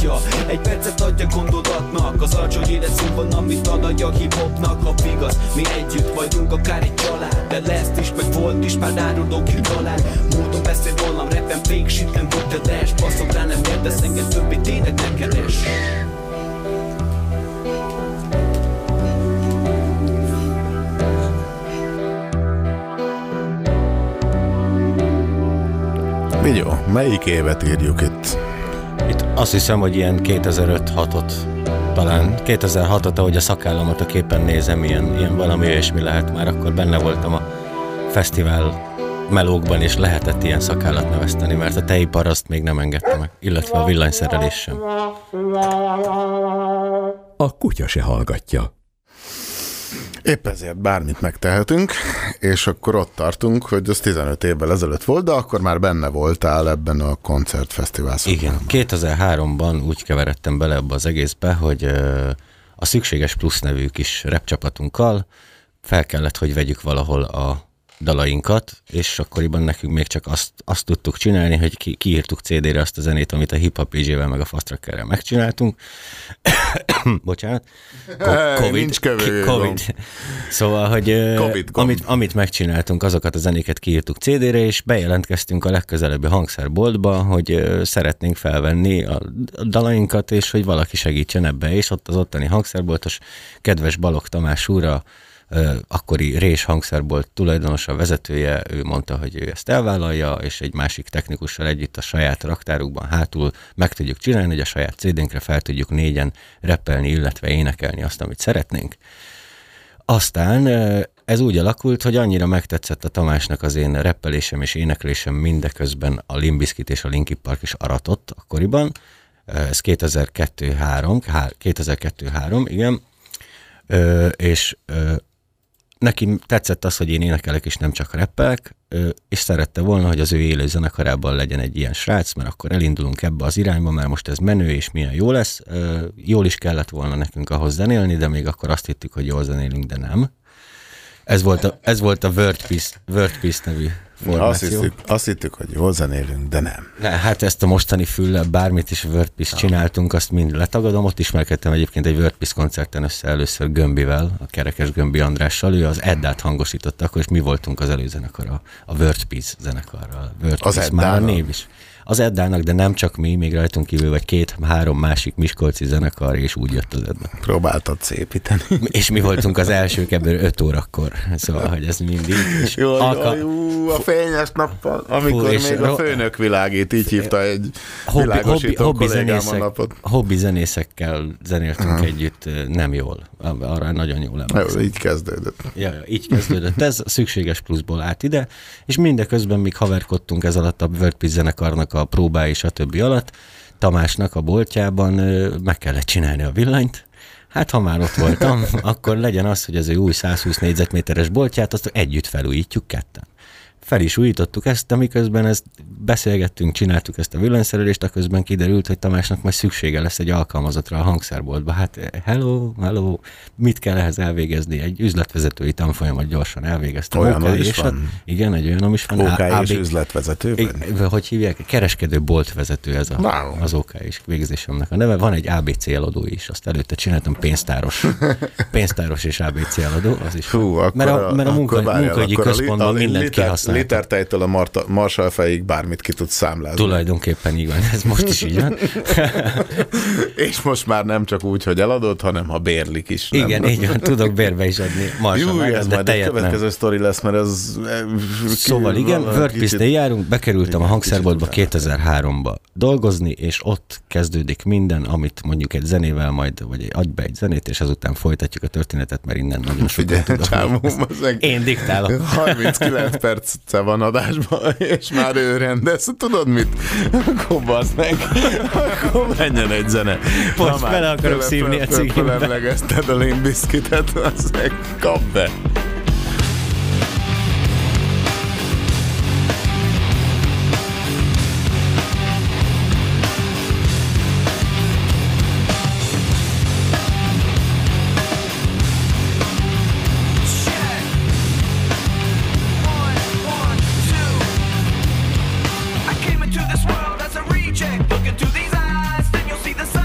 mutatja. Egy percet adja gondolatnak, az alacsony életszínvonal, amit találja hip-hopnak. Ha igaz, mi együtt vagyunk, akár egy család, de lesz is, meg volt is, már áruló ki talán. Módon beszél rólam, rappen fake shit, nem tudtadás. Baszok rá, nem értesz engem, többé tényleg nem keres. Jó, melyik évet írjuk itt? Itt azt hiszem, hogy ilyen 2005-6-ot, talán 2006-ot, ahogy a szakállamat a képen nézem, ilyen valami olyasmi lehet. Már akkor benne voltam a fesztivál melókban, és lehetett ilyen szakállat növeszteni, mert a tejipar azt még nem engedte meg, illetve a villanyszerelés sem. A kutya se hallgatja. Épp ezért bármit megtehetünk, és akkor ott tartunk, hogy ez 15 évvel ezelőtt volt, de akkor már benne voltál ebben a koncertfesztivál szakmában. Igen, 2003-ban úgy keveredtem bele ebbe az egészbe, hogy a Szükséges Plusz nevű kis rap csapatunkkal fel kellett, hogy vegyük valahol a dalainkat, és akkoriban nekünk még csak azt tudtuk csinálni, hogy kiírtuk CD-re azt a zenét, amit a Hip Hop PJ-vel meg a Fast Trackerrel megcsináltunk. Bocsánat. Covid. Szóval, hogy amit megcsináltunk, azokat a zenéket kiírtuk CD-re, és bejelentkeztünk a legközelebbi hangszerboltba, hogy szeretnénk felvenni a dalainkat, és hogy valaki segítsen ebbe, és ott az ottani hangszerboltos kedves Balogh Tamás úr, akkori Rés hangszerbolt tulajdonosa, vezetője, ő mondta, hogy ő ezt elvállalja, és egy másik technikussal együtt a saját raktárukban hátul meg tudjuk csinálni, hogy a saját CD-nkre fel tudjuk 4-en rappelni, illetve énekelni azt, amit szeretnénk. Aztán ez úgy alakult, hogy annyira megtetszett a Tamásnak az én rappelésem és éneklésem, mindeközben a Limp Bizkit és a Linkin Park is aratott akkoriban. Ez 2002-3, igen. És neki tetszett az, hogy én énekelek és nem csak rappelek, és szerette volna, hogy az ő élő zenekarában legyen egy ilyen srác, mert akkor elindulunk ebbe az irányba, mert most ez menő és milyen jó lesz. Jól is kellett volna nekünk ahhoz zenélni, de még akkor azt hittük, hogy jól zenélünk, de nem. Ez volt a Word Peace nevű formáció. Azt hittük, hogy jól zenélünk, de nem. Hát ezt a mostani füllel bármit is Word Peace csináltunk, azt mind letagadom. Ott ismerkedtem egyébként egy Word Peace koncerten össze először Gömbivel, a Kerekes Gömbi Andrással. Ő az Eddát hangosította, akkor és mi voltunk az előzenekar, a Word Peace zenekarral. Word az Peace már a név is. Az Eddának, de nem csak mi, még rajtunk kívül vagy 2-3 másik miskolci zenekar, és úgy jött az Edda. Próbáltad szépíteni. És mi voltunk az elsők ebből 5 órakor. Szóval, hogy ez mindig. Jó, a fényes nappal, amikor még a főnök világít, így hívta egy világosító kollégám a napot. Hobbi zenészekkel zenéltünk együtt, nem jól. Arra nagyon jól emlékszem. Így kezdődött. Ja, így kezdődött. Ez a Szükséges Pluszból át ide, és mindeközben még haverkodtunk ez alatt a Word Peace zenekarnak a próbái és a többi alatt. Tamásnak a boltjában meg kellett csinálni a villanyt. Hát ha már ott voltam, akkor legyen az, hogy az ő új 120 négyzetméteres boltját, azt együtt felújítjuk ketten. Fel is újítottuk ezt, amiközben ezt beszélgettünk, csináltuk ezt a villanyszerelést, aközben kiderült, hogy Tamásnak majd szüksége lesz egy alkalmazottra a hangszerboltba. Hát hello, mit kell ehhez elvégezni? Egy üzletvezetői tanfolyamat gyorsan elvégeztem. Olyan is van? Igen, egy olyan is van. OK és üzletvezetőben? Hogy hívják? Kereskedő boltvezető ez az OK és végzésemnek a neve. Van egy ABC eladó is, azt előtte csináltam pénztáros és ABC eladó, az is. Mert a munkahogyi központban mindent kihasználtam. Litertejtől a Marshall-fejig bármit ki tudsz számlázni. Tulajdonképpen így van, ez most is így van. És most már nem csak úgy, hogy eladod, hanem ha bérlik is. Igen, nem? Így van, tudok bérbe is adni. Ez majd egy következő sztori lesz, mert ez... Szóval igen, Word Peace-nél járunk, bekerültem a hangszerboltba 2003-ba dolgozni, és ott kezdődik minden, amit mondjuk egy zenével majd, vagy adj be egy zenét, és azután folytatjuk a történetet, mert innen nagyon sokat tudok. Én diktálok. 39 perce van adásban, és már ő rendez. Tudod mit? Akkor bazd meg. Akkor menjen egy zene. Most bele akarok szívni a cigimbe. Fölemlegezted a Limp Bizkitet, az meg kap be. Look into these eyes, then you'll see the sun.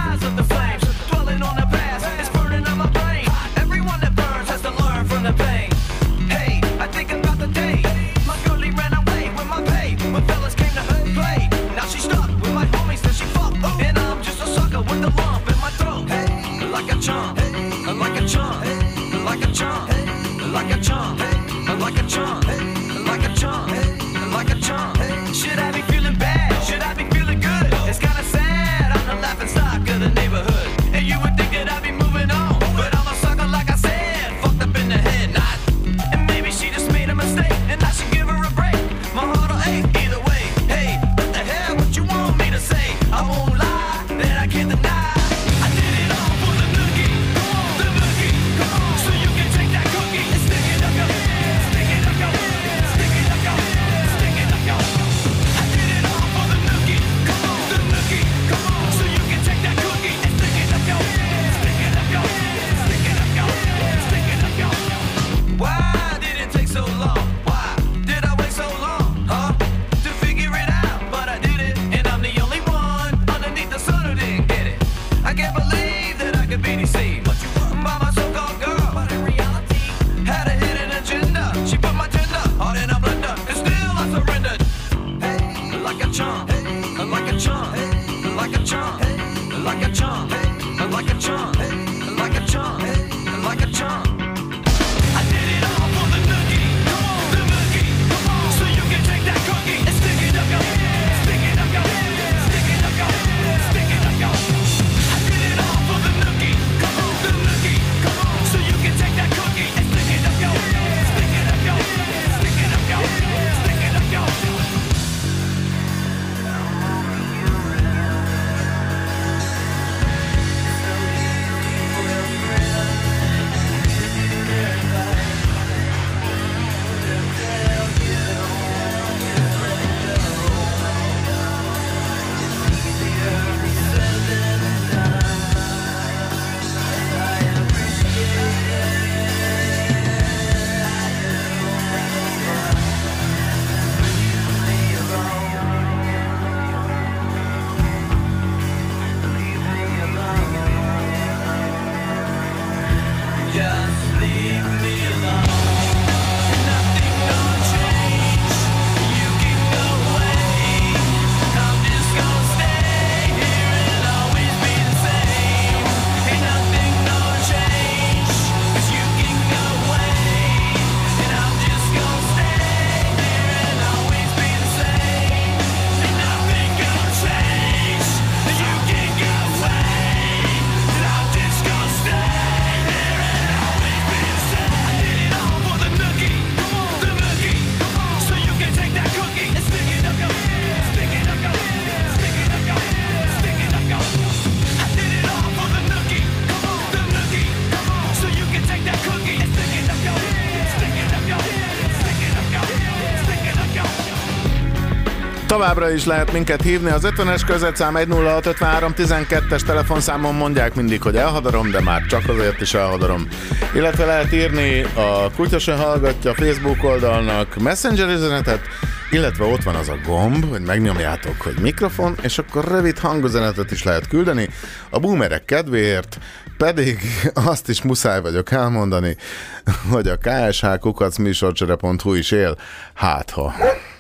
Továbbra is lehet minket hívni, az 50-es közvetszám 1065312-es telefonszámon mondják mindig, hogy elhadarom, de már csak azért is elhadarom. Illetve lehet írni a Kutya se hallgatja Facebook oldalnak Messenger üzenetet, illetve ott van az a gomb, hogy megnyomjátok, hogy mikrofon, és akkor rövid hangüzenetet is lehet küldeni. A boomerek kedvéért pedig azt is muszáj vagyok elmondani, hogy a ksh@műsorcsere.hu is él, hát ha.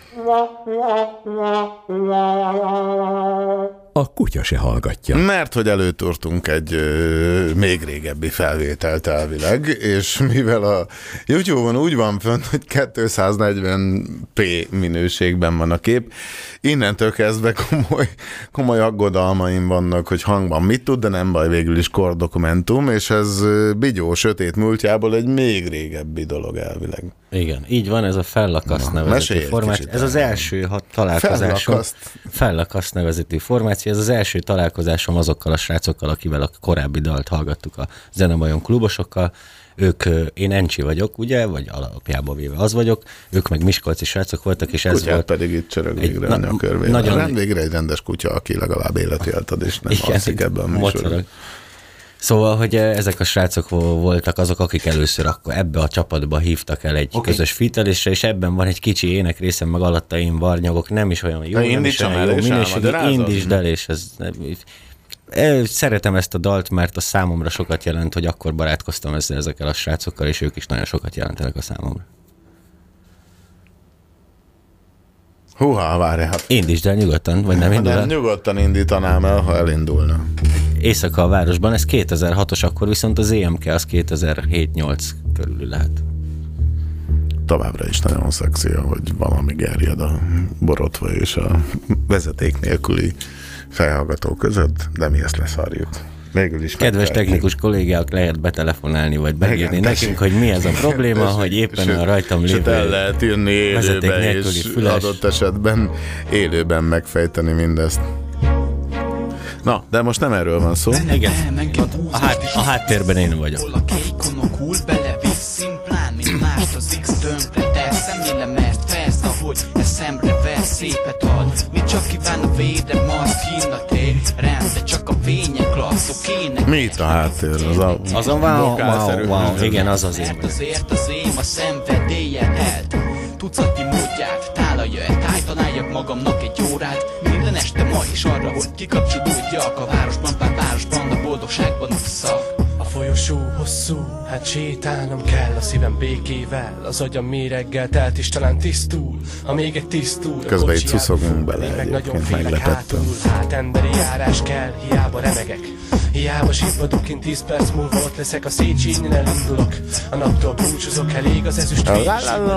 A kutya se hallgatja. Mert hogy előtúrtunk egy még régebbi felvételt elvileg, és mivel a YouTube-on úgy van fönn, hogy 240p minőségben van a kép, innentől kezdve komoly aggodalmaim vannak, hogy hangban mit tud, de nem baj, végül is kordokumentum, és ez Bigyó sötét múltjából egy még régebbi dolog elvileg. Igen, így van, ez a fellakaszt nevezetű formáció. Ez az első találkozásom. Fellakaszt nevezetű formáció. Ez az első találkozásom azokkal a srácokkal, akivel a korábbi dalt hallgattuk, a Zenebajom klubosokkal. Ők, én Encsi vagyok, ugye, vagy alapjából véve az vagyok, ők meg miskolci srácok voltak, és ez Kutyát volt... pedig itt csörög végre a körvében. Nagyon... Végre egy rendes kutya, aki legalább életi által, és nem alszik ebben a műsorban. Szóval, hogy ezek a srácok voltak azok, akik először akkor ebbe a csapatba hívtak el egy közös fitelésre, és ebben van egy kicsi ének részem, meg alatta én varnyagok, nem is olyan jó, nem is olyan jó minőségű, indítsd el, és ez... Szeretem ezt a dalt, mert a számomra sokat jelent, hogy akkor barátkoztam ezekkel a srácokkal, és ők is nagyon sokat jelentenek a számomra. Húha, várj, hát... Indítsd el nyugodtan, vagy nem indul el? Nyugodtan indítanám el, ha elindulna. Éjszaka a városban, ez 2006-os, akkor viszont az EMK az 2007-8 körül lehet. Továbbra is nagyon szexi, hogy valami gerjed a borotva és a vezeték nélküli fejhallgató között, de mi ezt leszarjuk. Végül is kedves technikus kollégák, lehet betelefonálni, vagy megírni nekünk, hogy mi ez a probléma, hogy éppen a rajtam lévő el lehet írni élőben, és adott esetben élőben megfejteni mindezt. Na, de most nem erről van szó. Igen, a háttérben én vagyok. A kékonok hull belevisz szimplán, mint mást az X tönkre tesz. Remélem mert felsz, ahogy eszemre vesz, szépet ad. Mi csak kíván a védre, maszk hívna tér. Rend, csak a fények lasszok ének. Mi itt a háttér? Az a wow, igen, az az én. Azért az én a szenvedélyen elt. Tucati módját, tálalja el, tájtanáljak magamnak egy órát. Minden este ma is arra, hogy kikapcsolódjak. A városban, pár városban, a boldogságban ússzak. A folyosó hosszú, hát sétálnom kell a szívem békével. Az agyam méreggel telt is talán tisztul. Ha még egy tisztul, közben itt szuszogunk bele, egyébként meglepettem. Hát emberi járás kell, hiába remegek. Hiába sívadok, én 10 perc múlva ott leszek a Széchenyen, elindulok. A naptól búcsúzok, elég az ezüst végy.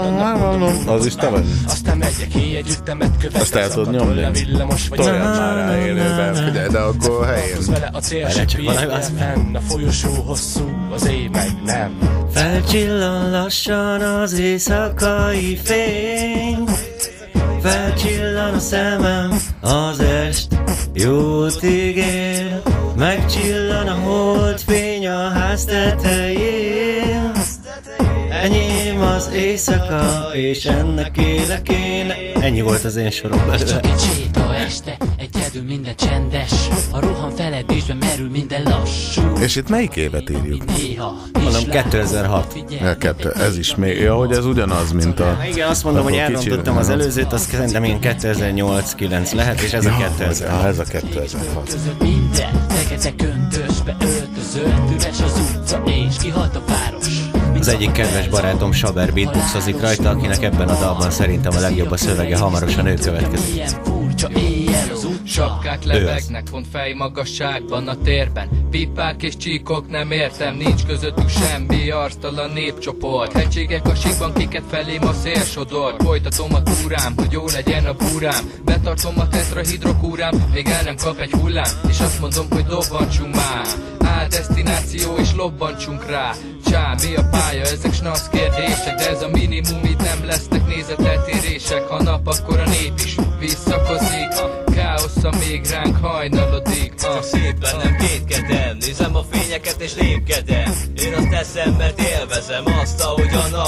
Az is te vagy? Aztán megyek éjegyüttemet követve. Azt el tudod nyomni? Toljad már rá élőben, figyelj, de akkor helyén. Vele a célség fenn, a folyosó hosszú, az éj meg nem. Felcsillan lassan az éjszakai fény, felcsillan a szemem, az est jót ígér, megcsillan a holdfény a ház tetején. Enyém az éjszaka, és ennek élek én. Ennyi volt az én sorom belőle. Csak egy séta este, egyedül minden csendes. A rohan feledésben merül minden lassú. És itt melyik évet írjuk? Mondom 2006. Ez is még, ja, hogy ez ugyanaz, mint a... Igen, azt mondom, hogy elrontottam az előzőt, azt szerintem én 2008-9 lehet, és ez a 2006. Ez a 2006. Minden fekete köntösbe öltözött, üres az utca, és kihalt a város. Az egyik kedves barátom Saber beatboxozik rajta, akinek ebben a dalban szerintem a legjobb a szövege, hamarosan ő következik. Ilyen furcsa éjjel az sapkák lebegnek, pont fejmagasságban a térben. Pipák és csíkok, nem értem, nincs közöttük semmi, arctalan népcsoport. Hegységek a síkban, kiket felém a szél sodor. Folytatom a túrám, hogy jó legyen a búrám. Betartom a tetrahidrokúrám, még el nem kap egy hullám. És azt mondom, hogy dobbantsunk már. Á, destináció és lobbantsunk rá. Csá, mi a pálya, ezek snasz kérdések. De ez a minimum, itt nem lesznek nézeteltérések. Ha nap, akkor a nép is visszakozik. Káosza még ránk hajnalodik. Csak szépen nem kétkedem, nézem a fényeket és lépkedem. Én azt teszem, mert élvezem azt, ahogyan a nap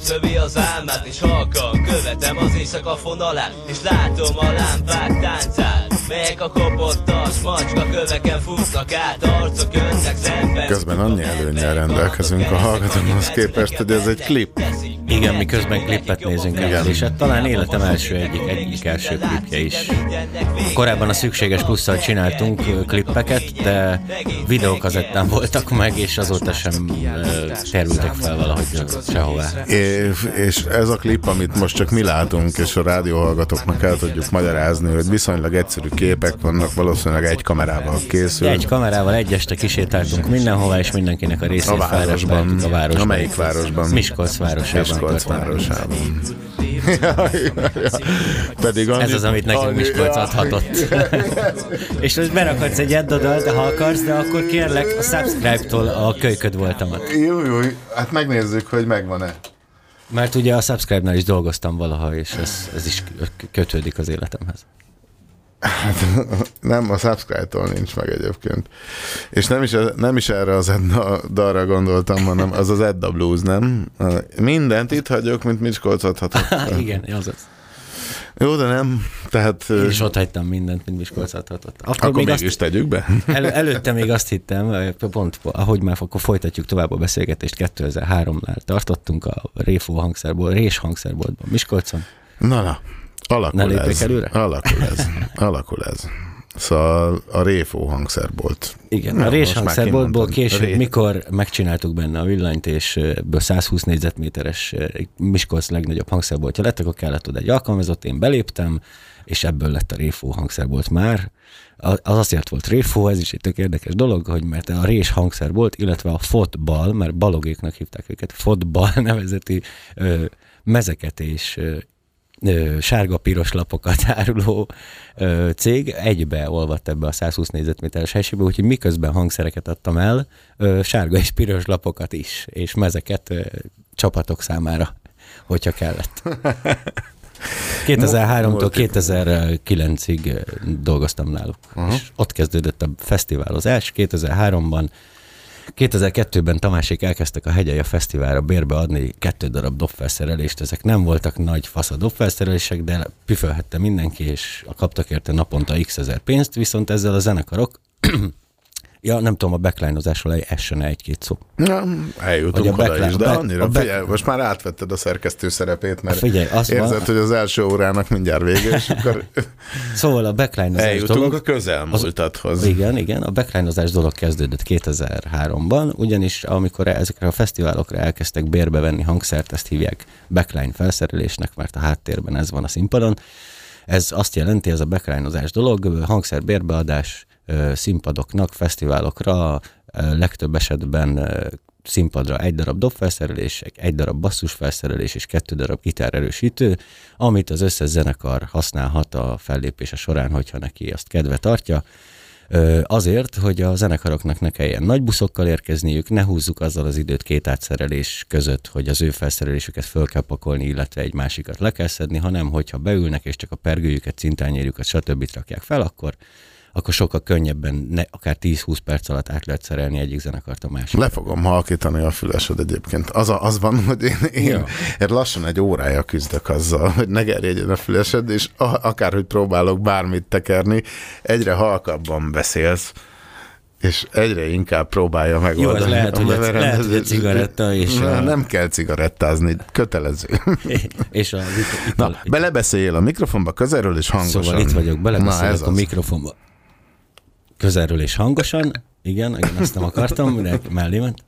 szövi az álmát, és halkan követem az éjszaka fonalát, és látom a lámpák táncát. Melyek a kopottas macska köveken futnak át, arcok jönnek szemben. Közben annyi előnnyel rendelkezünk a hallgatókhoz képest, hogy ez egy klip. Igen, mi közben klippet nézünk el, és hát talán életem egyik első klipje is. Korábban a Szükséges Plusszal csináltunk klippeket, de videókazettán voltak meg, és azóta sem terültek fel valahogy sehová. És ez a klip, amit most csak mi látunk, és a rádióhallgatóknak el tudjuk magyarázni, hogy viszonylag egyszerű képek vannak, valószínűleg egy kamerával készül. Egy kamerával egy este kisétáltunk mindenhova, és mindenkinek a részét felresbeltük a városban. A melyik városban? Miskolc városában. Pedig ez az, amit nekünk Miskolc adhatott. És most berakadsz egy addodalt, ha akarsz, de akkor kérlek a Subscribe-tól a kölyköd voltamat. Jó, hát megnézzük, hogy megvan-e. Mert ugye a Subscribe-nál is dolgoztam valaha, és ez is kötődik az életemhez. Hát, nem, a Subscribe-tól nincs meg egyébként. És nem is erre az Edda dalra gondoltam, hanem az Edda Blues, nem? Mindent itt hagyok, mint Miskolc adhatott. Igen, azaz. Jó, de nem, tehát... Én is ott hagytam mindent, mint Miskolc adhatott. Akkor még mégis tegyük be? Előtte még azt hittem, pont ahogy már akkor folytatjuk tovább a beszélgetést, 2003-nál tartottunk a Rés hangszerboltban Miskolcon. Na. Alakul ez. Szóval a Réfó hangszerbolt. Igen, a Rés hangszerboltból később, mikor megcsináltuk benne a villanyt, és ebből 120 négyzetméteres Miskolc legnagyobb hangszerboltja lett, akkor kellett oda egy alkalmazott, én beléptem, és ebből lett a Réfó hangszerbolt már. Az azért volt Réfó, ez is egy tök érdekes dolog, hogy mert a Rés hangszerbolt, illetve a fotbal, mert balogéknak hívták őket, fotbal nevezeti mezeket és sárga-piros lapokat áruló cég egybe olvadt ebbe a 120 négyzetméteres helységbe, úgyhogy miközben hangszereket adtam el, sárga és piros lapokat is, és mezeket csapatok számára, hogyha kellett. 2003-tól 2009-ig dolgoztam náluk, és ott kezdődött a fesztiválozás. 2003-ban 2002-ben Tamásék elkezdtek a Hegyalja Fesztiválra bérbe adni 2 darab dobfelszerelést. Ezek nem voltak nagy fasz a dobfelszerelések, de püfölhette mindenki, és kaptak érte naponta x ezer pénzt, viszont ezzel a zenekarok, nem tudom, a backline-ozásról essen egy-két szó. Eljutunk oda is, de annyira figyelj, most már átvetted a szerkesztő szerepét, mert érzed, hogy az első órának mindjárt vége, és akkor szóval a backline-ozás eljutunk dolog, a közelmúltathoz. Igen, a backline-ozás dolog kezdődött 2003-ban, ugyanis amikor ezekre a fesztiválokra elkezdtek bérbe venni hangszert, ezt hívják backline felszerelésnek, mert a háttérben ez van a színpadon. Ez azt jelenti, ez a backline-ozás dolog, hangszer bérbeadás, színpadoknak, fesztiválokra, legtöbb esetben színpadra 1 darab dobfelszerelés, 1 darab basszusfelszerelés és 2 darab gitárerősítő, amit az összes zenekar használhat a fellépése során, hogyha neki azt kedve tartja. Azért, hogy a zenekaroknak ne kelljen nagy buszokkal érkezniük, ne húzzuk azzal az időt 2 átszerelés között, hogy az ő felszerelésüket föl kell pakolni, illetve egy másikat le kell szedni, hanem hogyha beülnek és csak a pergőjüket, cintányérjukat, stb. Rakják fel, akkor sokkal könnyebben, akár 10-20 perc alatt át lehet szerelni egyik zenekart a másik. Le fogom halkítani a fülesed egyébként. Az van, hogy én lassan 1 órája küzdök azzal, hogy ne gerjedjen a fülesed, és akárhogy próbálok bármit tekerni, egyre halkabban beszélsz, és egyre inkább próbálja megoldani. Jó, ez lehet, hogy a cigaretta és... Nem kell cigarettázni, kötelező. És belebeszéljél a mikrofonba közelről és hangosan. Szóval itt vagyok, belebeszélek a mikrofonba. Közelről és hangosan. Igen, ezt nem akartam, de mellé ment.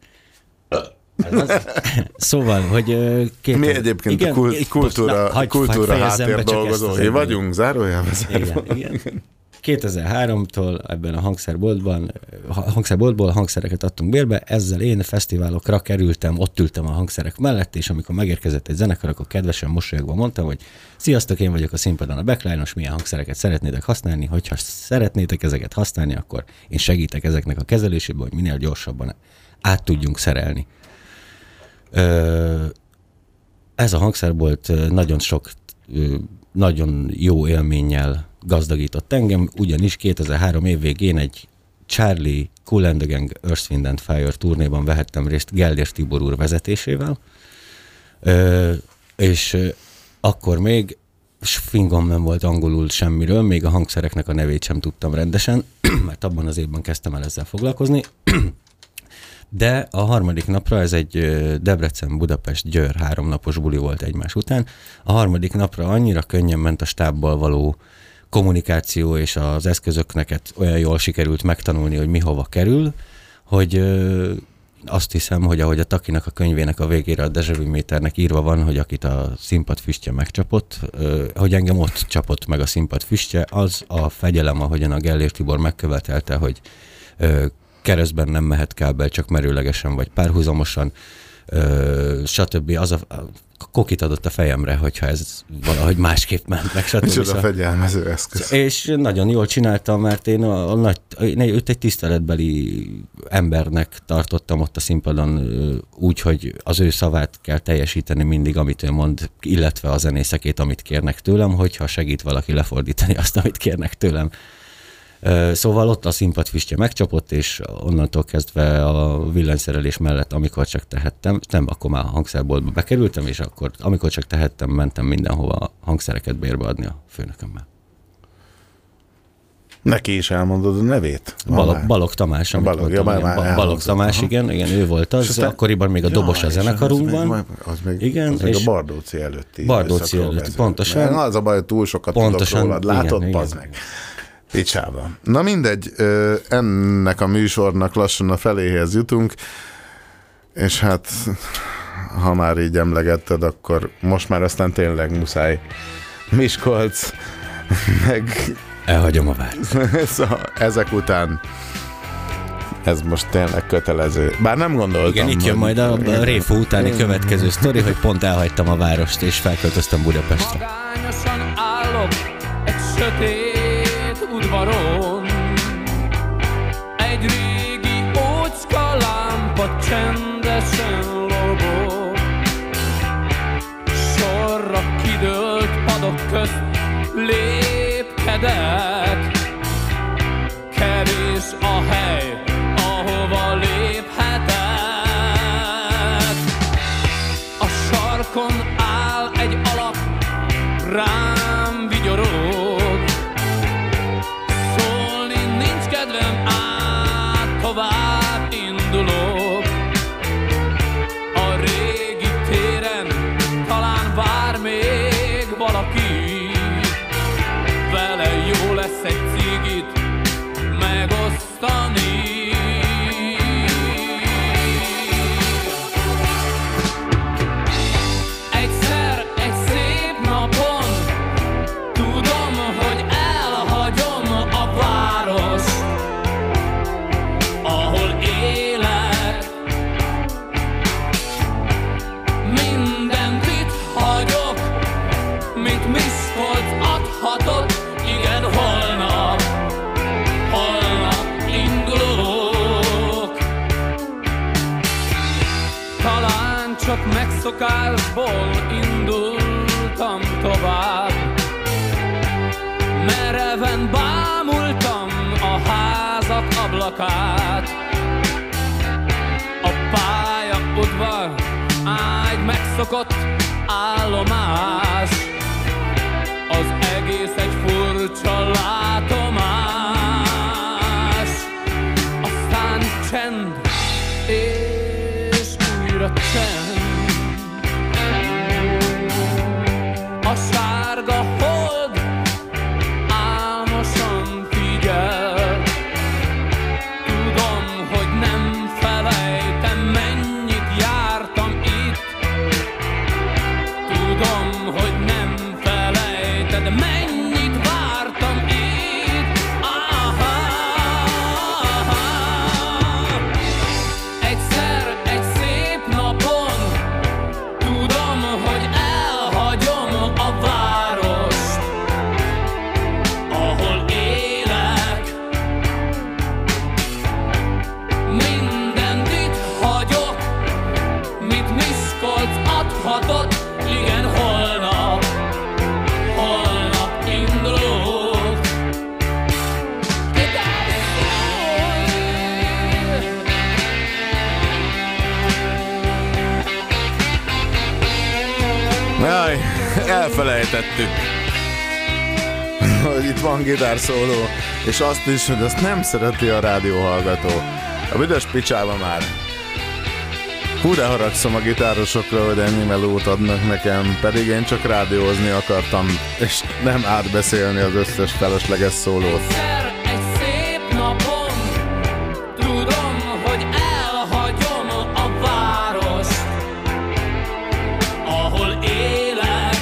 Szóval, hogy... Mi egyébként igen, kultúra háttér dolgozói vagyunk, zárójelben. Igen. 2003-tól ebben a hangszerboltból hangszereket adtunk bérbe, ezzel én fesztiválokra kerültem, ott ültem a hangszerek mellett, és amikor megérkezett egy zenekar, akkor kedvesen mosolyogva mondtam, hogy sziasztok, én vagyok a színpadon a backline-os, milyen hangszereket szeretnétek használni, hogyha szeretnétek ezeket használni, akkor én segítek ezeknek a kezelésében, hogy minél gyorsabban át tudjunk szerelni. Ez a hangszerbolt nagyon jó élménnyel gazdagított engem, ugyanis 2003 év végén egy Charlie Kool and the Gang Earth, Wind and Fire turnéban vehettem részt Gellért Tibor úr vezetésével, És akkor még fingom nem volt angolul semmiről, még a hangszereknek a nevét sem tudtam rendesen, mert abban az évben kezdtem el ezzel foglalkozni. De a harmadik napra, ez egy Debrecen-Budapest-Győr 3 napos buli volt egymás után, a harmadik napra annyira könnyen ment a stábbal való kommunikáció, és az eszközöknek olyan jól sikerült megtanulni, hogy mi hova kerül, hogy azt hiszem, hogy ahogy a Takinak a könyvének a végére a Déjà Vu méternek írva van, hogy akit a színpad füstje megcsapott, hogy engem ott csapott meg a színpad füstje, az a fegyelem, ahogyan a Gellér Tibor megkövetelte, hogy keresztben nem mehet kábel, csak merőlegesen vagy párhuzamosan, stb. Az a kokit adott a fejemre, hogyha ez valahogy másképp ment meg, stb. Micsoda fegyelmező eszköz. És nagyon jól csináltam, mert én őt egy tiszteletbeli embernek tartottam ott a színpadon úgy, hogy az ő szavát kell teljesíteni mindig, amit ő mond, illetve a zenészekét, amit kérnek tőlem, hogyha segít valaki lefordítani azt, amit kérnek tőlem. Szóval ott a színpadfüstje megcsapott, és onnantól kezdve a villanyszerelés mellett, amikor csak tehettem, nem, akkor már a hangszerboltba bekerültem, és akkor, amikor csak tehettem, mentem mindenhova hangszereket bérbe adni a főnökömmel. Neki is elmondod a nevét? Balogh Tamás. Balogh Tamás, igen, ő volt az. Akkoriban még a dobos a zenekarunkban. Az még a Bardóci előtti. Bardóci előtti, pontosan. Az a baj, hogy túl sokat tudok rólad. Látod, bazd meg. Picsába. Na mindegy, ennek a műsornak lassan a feléhez jutunk, és hát, ha már így emlegetted, akkor most már aztán tényleg muszáj Miskolc, meg... Elhagyom a várt. Szóval ezek után ez most tényleg kötelező. Bár nem gondoltam. Igen, itt jön majd a Réfó utáni következő sztori, hogy pont elhagytam a várost, és felköltöztem Budapestre. Magányosan állok egy sötét udvaron, egy régi ócska lámpa csendesen lobog, sorra kidőlt padok közt lépkedek, kevés a hely, ahova léphetek. A sarkon áll egy alak, rám vigyorog, szólni nincs kedvem, át tovább indulok. A régi téren talán vár még valaki, vele jó lesz egy cigit megosztani. Egyszer egy szép napon tudom, hogy elhagyom a város, ahol élek. Mindent itt hagyok, mint Miskolc adhatott. Igen, holnap indulok. Talán csak megszokásból indultam tovább, mereven bámultam a házak ablakát. A pályaudvar ágy megszokott állomás, az egész egy furcsa látomás. Aztán csend, és újra csend. A sárga hold álmosan figyel. Tudom, hogy nem felejtem, mennyit jártam itt. Tudom, hogy nem felejtem, mennyit vártam. elfelejtettük, hogy itt van gitárszóló, és azt is, hogy azt nem szereti a rádióhallgató. A büdös picsába már. Hú, de haragszom a gitárosokra, hogy ennyi melót adnak nekem, pedig én csak rádiózni akartam, és nem átbeszélni az összes felesleges szólót. Egy szép napon tudom, hogy elhagyom a várost, ahol élek.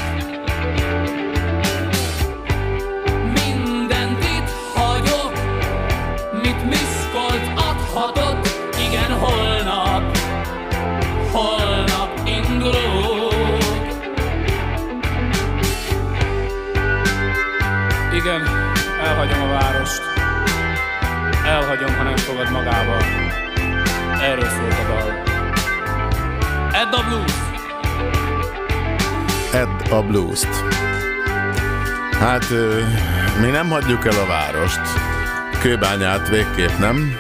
Mindent itt hagyok, mit Miskolc adhatott. Igen, holnap indulok. Igen, elhagyom a várost. Elhagyom, ha nem fogad magába. Erről szólt a dal. Edd a blues! Edd a blues-t. Hát, mi nem hagyjuk el a várost. Kőbányát végképp nem.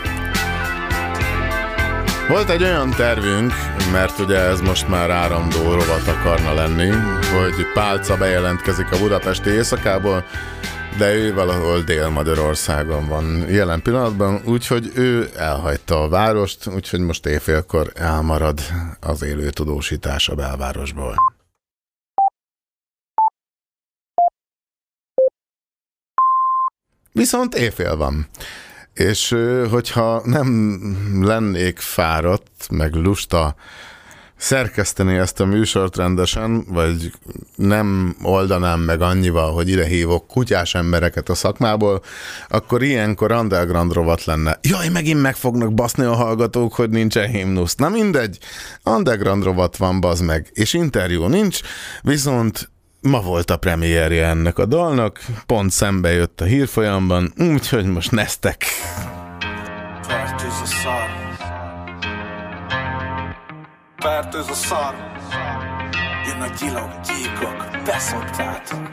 Volt egy olyan tervünk, mert ugye ez most már áramdó rovat akarna lenni, hogy Pálca bejelentkezik a budapesti éjszakából, de ő valahol Dél-Magyarországon van jelen pillanatban, úgyhogy ő elhagyta a várost, úgyhogy most éjfélkor elmarad az élő tudósítás a belvárosból. Viszont éjfél van. És hogyha nem lennék fáradt, meg lusta szerkeszteni ezt a műsort rendesen, vagy nem oldanám meg annyival, hogy ide hívok kutyás embereket a szakmából, akkor ilyenkor underground rovat lenne. Jaj, megint meg fognak baszni a hallgatók, hogy nincsen himnusz. Na mindegy, underground rovat van, bazd meg, és interjú nincs, viszont ma volt a premierje ennek a dalnak, pont szembe jött a hírfolyamban, úgyhogy most neztek. Fertőz a szar. Fertőz a szar. Jön a gyíkok, beszoktátok.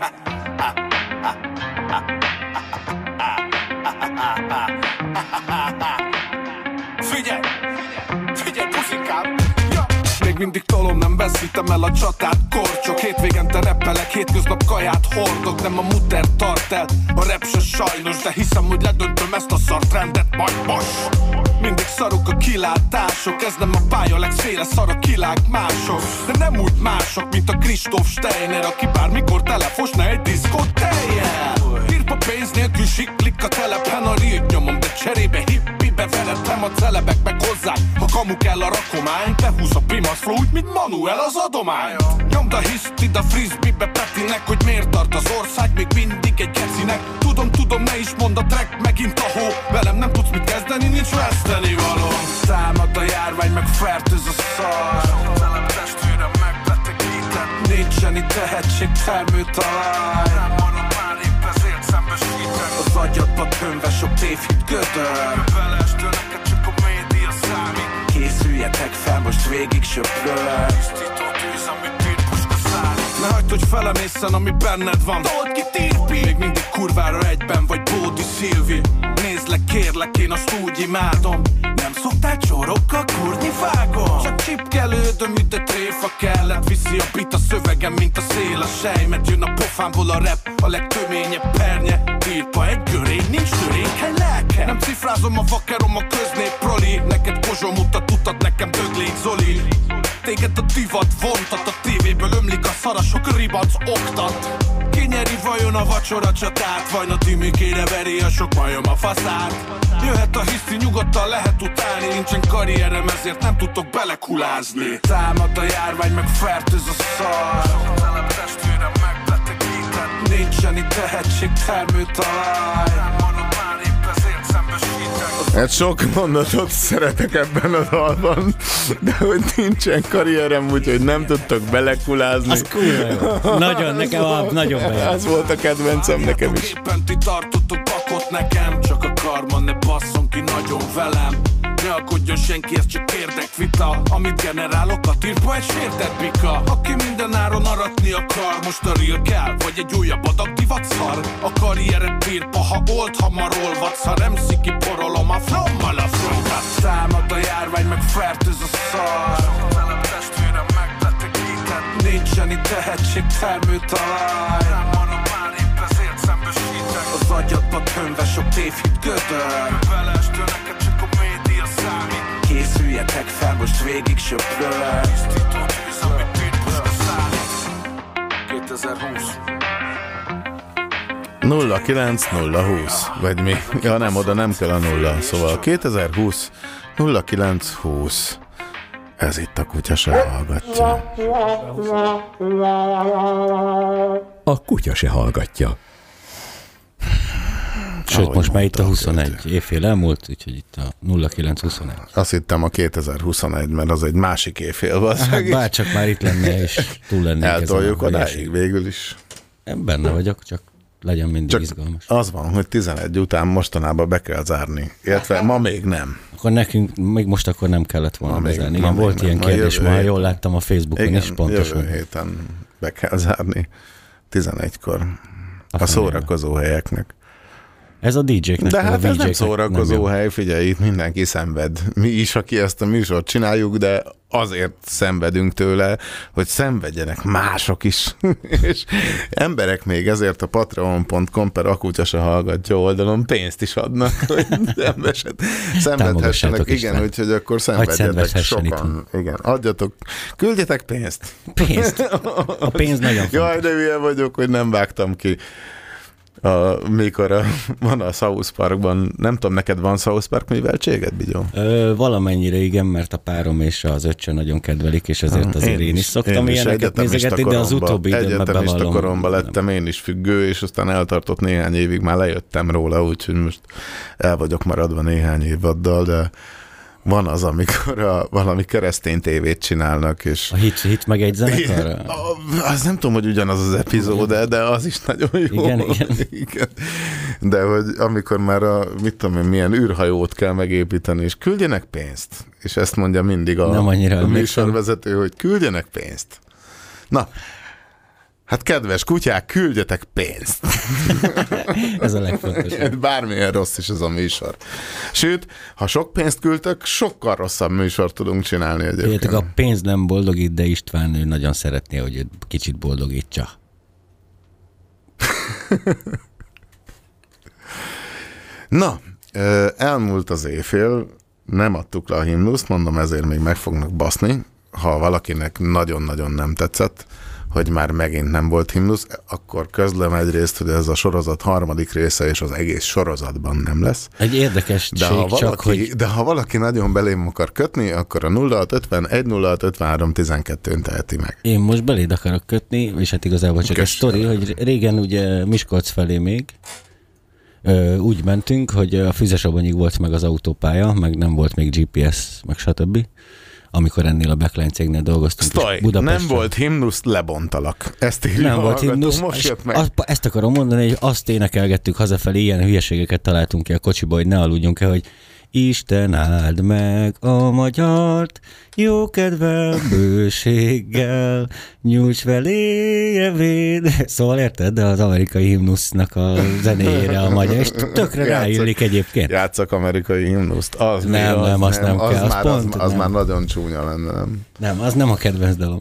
Figyelj! Figyelj, puszikám! Még mindig tolom, nem veszítem el a csatát, korcsok. Hétvégente reppelek, hétköznap kaját hordok. Nem a muter tart el, a rap se sajnos, de hiszem, hogy ledöntöm ezt a szartrendet majd most. Mindig szarok a kilátások, ez nem a pálya legszéle, szar a kilák mások. De nem úgy mások, mint a Kristóf Steiner, aki bármikor telefosna egy diszkót teljel. Írpa pénz nélkül siklik a telepen, a rírt nyomom, de cserébe hippibe veretem a celebek meg hozzák. Ha kamu kell a rakomány, behúz a Primas Flow, úgy mint Manuel az adomány. Nyomd a hisztid a frisbee-be Petinek, hogy miért tart az ország még mindig egy kecinek. Tudom, ne is mond a track, megint a hó. Velem nem tudsz mit kezdeni, nincs veszteni való. Támad a járvány, meg fertőz a szar. Velem testvérem megbetegített. Nincsen itt tehetség, termőtalaj. Nem marad már, épp ezért szembesítek. Az agyadba tömve sok tévhit gödör. Kövelestől neked csak a média számít. Készüljetek fel, most végig söpröl. Tisztító tűz, ami pirkuska szállít. Ne hagyd, hogy felemészen, ami benned van. Told ki Tirpi. Még mindig kurvára egyben vagy Bódi Szilvi. Nézlek, kérlek, én azt úgy imádom. Nem szoktál csórokkal kurni vágom. Csak csipkelődöm, mint a tréfa kellett. Viszi a bit a szövegem, mint a szél a sejmet. Jön a pofámból a rap, a legtöményebb pernye. Tirpa egy görény, nincs törékeny lelke. Nem cifrázom a vakerom, a köznép proli. Neked Pozsó mutat utat, nekem Döglék Zoli. Téged a divat vontat, a tévéből ömlik a szara, sok ribanc oktat. Ki nyeri vajon a vacsora csatát? Vajna Timikére veri a sok majom a faszát. Jöhet a hiszti, nyugodtan lehet utálni. Nincsen karrierem, ezért nem tudtok belekulázni. Támad a járvány, meg fertőz a szar. Velem testvérem megbetegített. Nincsen itt tehetség, termőtalaj. Nem marad már, épp ezért szembesítek. Hát sok mondatot szeretek ebben a dalban, de hogy nincsen karrierem, úgyhogy nem tudtok belekulázni. Az kurva. Nagyon, nekem nagyon bejön. Az volt a kedvencem nekem is. Éppen ti tartotok bakot nekem. Csak a karma ne basszon ki nagyon velem. Ne alkodjon senki, ez csak érdekvita. Amit generálok, a Tirpa egy sértett bika. Aki minden áron aratni akar, most a real kell, vagy egy újabb adag divat szar. A karrieret Tirpa, ha old, hamar olvadsz. Ha nem sziki porolom a flommal a flókat. Támad a járvány, meg fertőz a szar. Velem testvérem megbetegített. Nincsen itt tehetség termőtalaj. Nem van a pár, épp ezért szembesítek. Az agyadba tömve sok tévhit gödör. Művelestől neked csak a média számít. Készüljetek fel, most végig söpröl. Tisztító tűz, amit pitbullba szállít. 2020 09020, vagy mi? Ja nem, oda nem kell a 0, szóval 2020 0920. Ez itt a Kutya se hallgatja. A Kutya se hallgatja. Sőt, ahogy most már itt a 21 évfél elmúlt, úgyhogy itt a 0921. Azt hittem a 2021, mert az egy másik évfél volt. Hát bárcsak már itt lenne, és túl lennék. Eltoljuk odáig végül is. Én benne vagyok, csak legyen mindig csak izgalmas. Az van, hogy 11 után mostanában be kell zárni. Illetve ma még nem. Akkor nekünk még most akkor nem kellett volna bezárni. Igen, volt ilyen kérdés, ma jól láttam a Facebookon igen, is pontosan. Jövő héten be kell zárni 11-kor a szórakozó helyeknek. Ez a DJ-knek. De hát ez nem szórakozó hely, figyelj, itt mindenki szenved. Mi is, aki ezt a műsort csináljuk, de azért szenvedünk tőle, hogy szenvedjenek mások is. És emberek még ezért a patreon.com/akutya hallgatja oldalon pénzt is adnak, hogy szenvedhessenek. Igen, úgyhogy akkor szenvedjetek sokan. Igen, adjatok, küldjetek pénzt. Pénzt? A pénz nagyon fontos. Jaj, de hülye vagyok, hogy nem vágtam ki. Mikor van a South Parkban, nem tudom, neked van South Park műveltséged, Bigyó? Valamennyire igen, mert a párom és az öccse nagyon kedvelik, és ezért azért én is szoktam ilyeneket nézegetni, de az utóbbi időben bevallom. Egyetemista koromban lettem én is függő, és aztán eltartott néhány évig, már lejöttem róla, úgyhogy most el vagyok maradva néhány évaddal, de van az, amikor valami keresztény tévét csinálnak, és... A hit meg egy zenekarra? Az nem tudom, hogy ugyanaz az epizód, de az is nagyon jó. Igen. De hogy amikor már mit tudom én, milyen űrhajót kell megépíteni, és küldjenek pénzt. És ezt mondja mindig a műsorvezető, hogy küldjenek pénzt. Na, hát kedves kutyák, küldjetek pénzt! Ez a legfontosabb. Bármilyen rossz is ez a műsor. Sőt, ha sok pénzt küldtök, sokkal rosszabb műsort tudunk csinálni egyébként. Értek, a pénz nem boldogít, de István ő nagyon szeretné, hogy őt kicsit boldogítsa. Na, elmúlt az éjfél, nem adtuk le a himnuszt, mondom, ezért még meg fognak baszni. Ha valakinek nagyon-nagyon nem tetszett, hogy már megint nem volt himnusz, akkor közlöm egyrészt, hogy ez a sorozat harmadik része, és az egész sorozatban nem lesz. Egy érdekesség csak, hogy... De ha valaki nagyon belém akar kötni, akkor a 0650 10653 12-n teheti meg. Én most beléd akarok kötni, és hát igazából csak egy sztori, hogy régen ugye Miskolc felé még úgy mentünk, hogy a Füzesabonyig volt meg az autópálya, meg nem volt még GPS, meg stb. Amikor ennél a backline cégnél dolgoztunk. Sztaj, nem volt himnusz, lebontalak. Ezt írja nem volt himnusz, most jött meg. Ezt akarom mondani, hogy azt énekelgettük hazafelé, ilyen hülyeségeket találtunk ki a kocsiba, hogy ne aludjunk el, hogy Isten áld meg a magyart, jó kedvel, bőséggel, nyújts veléje véd. Szóval érted, de az amerikai himnusznak a zenéjére a magyar, és tökre ráillik egyébként. Játsszak amerikai himnuszt. Az nem, azt nem kell. Az már nagyon csúnya lenne, nem? Nem, az nem a kedvenc dalom.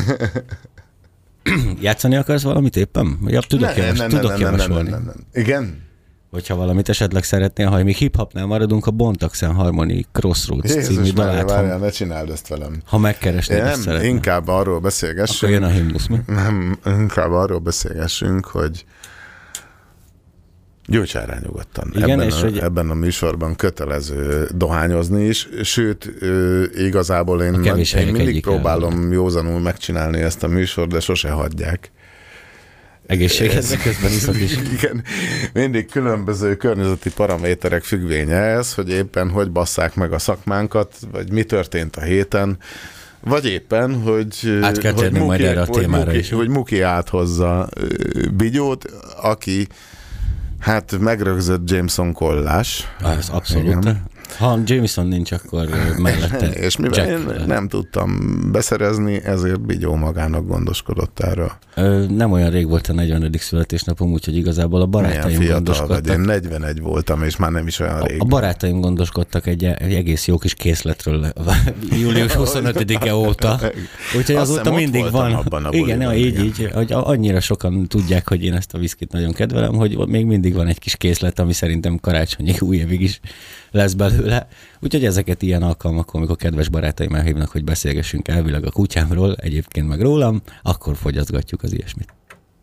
Játszani akarsz valamit éppen? Ja, tudok javasolni. Igen? Hogyha valamit esetleg szeretnél, ha még hip-hopnál maradunk, a Bontaxen Harmony Crossroads című dalát. Várjál, ne csináld ezt velem. Ha megkeresnéd, ezt szeretném. Inkább arról beszélgessünk. Akkor jön a himnusz, mi? Nem, inkább arról beszélgessünk, hogy gyújtsál rá nyugodtan. Igen, ebben a műsorban kötelező dohányozni is, sőt, igazából én mindig próbálom józanul megcsinálni ezt a műsort, de sose hagyják. Egészségedre közben iszok is. Igen, mindig különböző környezeti paraméterek függvénye ez, hogy éppen hogy basszák meg a szakmánkat, vagy mi történt a héten, vagy éppen, hogy át kell térni majd erre a témára is. Hogy Muki áthozza Bigyót, aki hát megrögzött Jameson kollás. Az abszolút. Igen. Ha Jameson nincs, akkor mellette és mivel én nem tudtam beszerezni, ezért Bigyó magának gondoskodott erről. Nem olyan rég volt a 40. születésnapom, úgyhogy igazából a barátaim gondoskodtak. Vagy, én 41 voltam, és már nem is olyan rég. A barátaim gondoskodtak egy egész jó kis készletről július 25-e óta. Úgyhogy azóta mindig van. Igen, így, hogy annyira sokan tudják, hogy én ezt a viszkit nagyon kedvelem, hogy még mindig van egy kis készlet, ami szerintem karácsonyig, új évig is lesz belőle. Úgyhogy ezeket ilyen alkalmakon, amikor kedves barátaim elhívnak, hogy beszélgessünk elvileg a kutyámról, egyébként meg rólam, akkor fogyaszgatjuk az ilyesmit.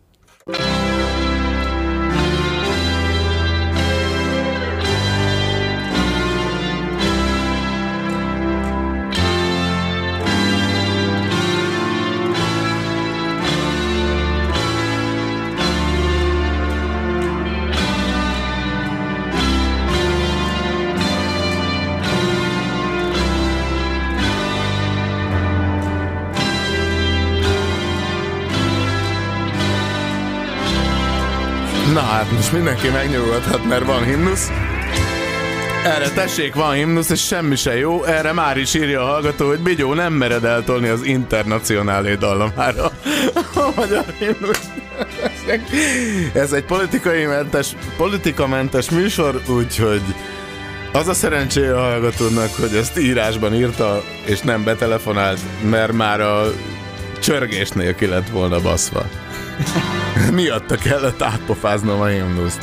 Na hát most mindenki megnyugodhat, mert van himnusz. Erre tessék, van himnusz, és semmi se jó. Erre már is írja a hallgató, hogy Bigyó nem mered eltolni az Internacionálé dallamára a magyar himnusz. Ez egy politikamentes műsor, úgyhogy az a szerencséje a hallgatónak, hogy ezt írásban írta, és nem betelefonált, mert már a csörgésnél ki lett volna baszva. Miatta kellett átpofáznom a himnuszt.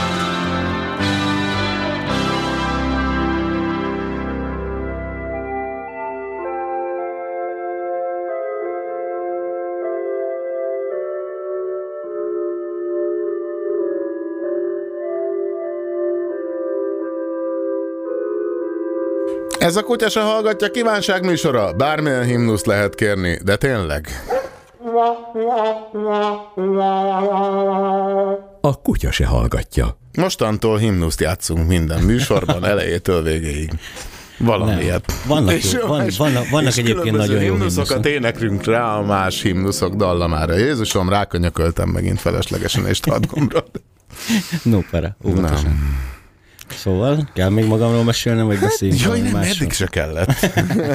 Ez a Kutya se hallgatja kívánság műsora. Bármilyen himnuszt lehet kérni, de tényleg. A Kutya se hallgatja. Mostantól himnuszt játszunk minden műsorban, elejétől végéig. Valamiért. Vannak egyébként nagyon jó himnuszokat éneklünk rá a más himnuszok dallamára. Jézusom, rákönyököltem megint feleslegesen, és tart gombrat. No para, óvatosan. Szóval, kell még magamról mesélnem, vagy beszéljünk? Jaj, nem, eddig se kellett.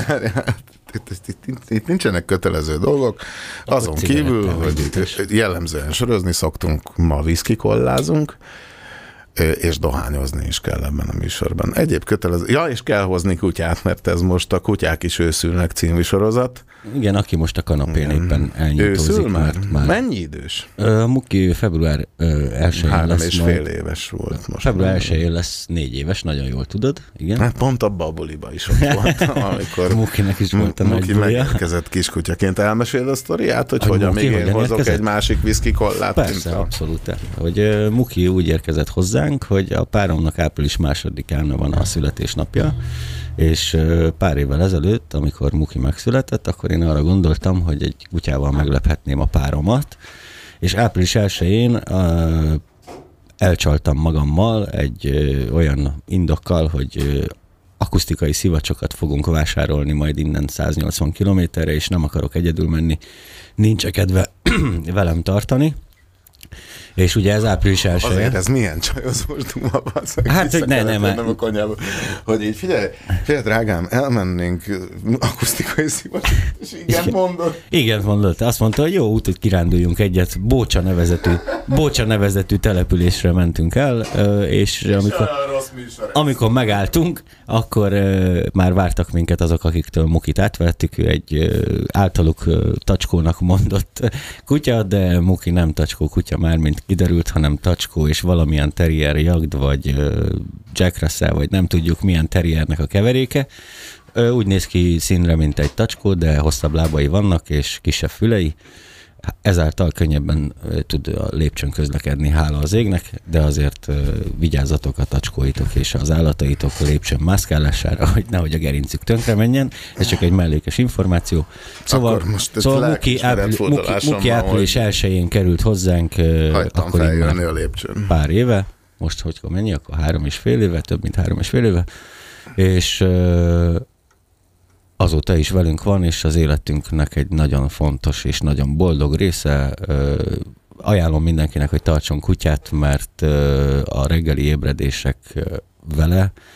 Itt nincsenek kötelező dolgok. Azon kívül, hogy jellemzően sörözni szoktunk, ma viszkikollázunk, és dohányozni is kell ebben a műsorban. Egyéb kötelező... Ja, és kell hozni kutyát, mert ez most a Kutyák is őszülnek című sorozat. Igen, aki most a kanapén éppen elnyitózik. Őszül már? Mennyi idős? Muki február 1-én lesz 3,5 éves volt most. Február 1-én lesz 4 éves, nagyon jól tudod. Igen. Hát pont abban a buliba is ott voltam, amikor Mukinek is volt a Muki megérkezett kiskutyaként. Elmesél a sztoriát, hogy hogyan még én hozok egy másik viszkikollát? Persze, abszolút. Hogy Muki úgy érkezett hozzánk, hogy a páromnak április 2-án van a születésnapja, és pár évvel ezelőtt, amikor Muki megszületett, akkor én arra gondoltam, hogy egy kutyával meglephetném a páromat, és április 1-én elcsaltam magammal egy olyan indokkal, hogy akusztikai szivacsokat fogunk vásárolni majd innen 180 kilométerre, és nem akarok egyedül menni, nincs kedve velem tartani. És ugye ez április 1-e. Azért ez milyen csajozós duma, hát, hogy nem a konyhába. Hogy így figyelj, drágám, elmennénk akusztikai szivacsot, és igen mondott. Azt mondta, hogy jó út, hogy kiránduljunk egyet. Bócsa nevezetű településre mentünk el, és amikor megálltunk, akkor már vártak minket azok, akiktől Mukit átvettük. Ő egy általuk tacskónak mondott kutya, de Muki nem tacskó kutya már, mint kiderült, hanem tacskó és valamilyen terrier jagd, vagy Jack Russell, vagy nem tudjuk milyen terriernek a keveréke. Úgy néz ki színre, mint egy tacskó, de hosszabb lábai vannak, és kisebb fülei. Ezáltal könnyebben tud a lépcsőn közlekedni, hála az égnek, de azért vigyázzatok a tacskóitok és az állataitok a lépcsőn mászkálására, hogy nehogy a gerincük tönkre menjen. Ez csak egy mellékes információ. Szóval Muki április 1-én került hozzánk, akkor a lépcsőn. Pár éve, most hogy mennyi, akkor 3,5 éve, több mint 3,5 éve, és azóta is velünk van, és az életünknek egy nagyon fontos és nagyon boldog része. Ajánlom mindenkinek, hogy tartson kutyát, mert a reggeli ébredések vele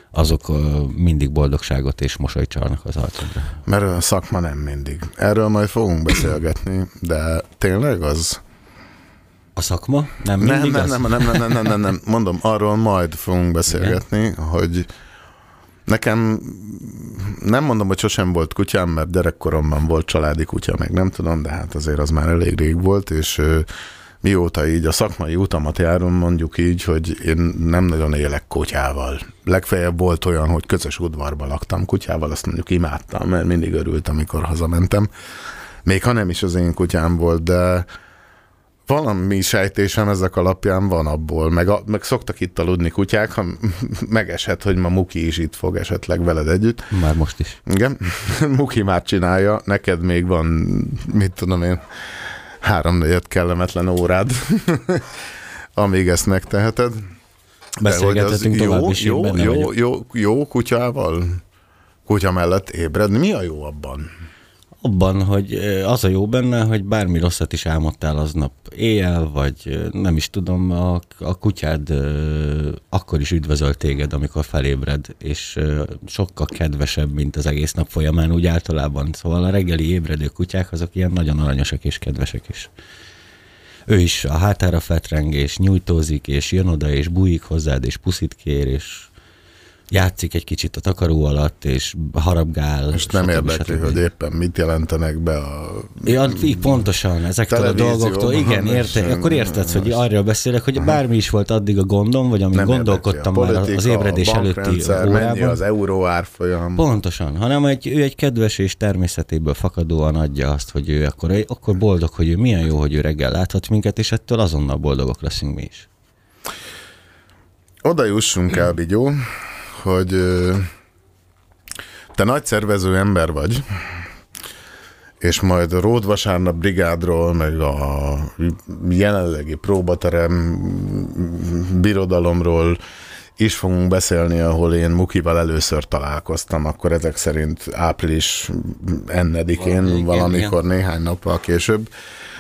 azok mindig boldogságot és mosolyt csalnak az arcodra. Mert a szakma nem mindig. Erről majd fogunk beszélgetni, de tényleg az... A szakma? Nem mindig nem. Mondom, arról majd fogunk beszélgetni, hogy nekem nem mondom, hogy sosem volt kutyám, mert gyerekkoromban volt családi kutya, meg nem tudom, de hát azért az már elég rég volt, és mióta így a szakmai utamat járom, mondjuk így, hogy én nem nagyon élek kutyával. Legfeljebb volt olyan, hogy közös udvarban laktam kutyával, azt mondjuk imádtam, mert mindig örültem, amikor hazamentem. Még ha nem is az én kutyám volt, de valami sejtésem ezek alapján van abból, meg szoktak itt aludni kutyák, ha megeshet, hogy ma Muki is itt fog esetleg veled együtt. Már most is. Igen, Muki már csinálja, neked még van, mit tudom én, 3-4 kellemetlen órád, amíg ezt megteheted. Beszélgethetünk tovább is, én benne vagyok. Jó kutyával? Kutya mellett ébredni? Mi a jó abban? Abban, hogy az a jó benne, hogy bármi rosszat is álmodtál aznap éjjel, vagy nem is tudom, a kutyád akkor is üdvözöl téged, amikor felébred, és sokkal kedvesebb, mint az egész nap folyamán úgy általában. Szóval a reggeli ébredő kutyák azok ilyen nagyon aranyosak és kedvesek is. Ő is a hátára fetreng, és nyújtózik, és jön oda, és bújik hozzád, és puszit kér, és játszik egy kicsit a takaró alatt, és harabgál. És nem érdekli, hogy éppen mit jelentenek be a... Ja, így pontosan, ezektől a dolgoktól. Igen, akkor érted, hogy arról beszélek, hogy bármi is volt addig a gondom, vagy amin gondolkodtam már az ébredés előtti órában. Mennyi az euró árfolyam. Pontosan, hanem ő egy kedves és természetéből fakadóan adja azt, hogy ő akkor boldog, hogy ő milyen jó, hogy ő reggel láthat minket, és ettől azonnal boldogok leszünk mi is. Oda jussunk el, Bigyó, hogy te nagy szervező ember vagy, és majd a Ródvasárnap brigádról, meg a jelenlegi próbaterem birodalomról is fogunk beszélni, ahol én Mukival először találkoztam, akkor ezek szerint április 4-én, valamikor néhány nappal később.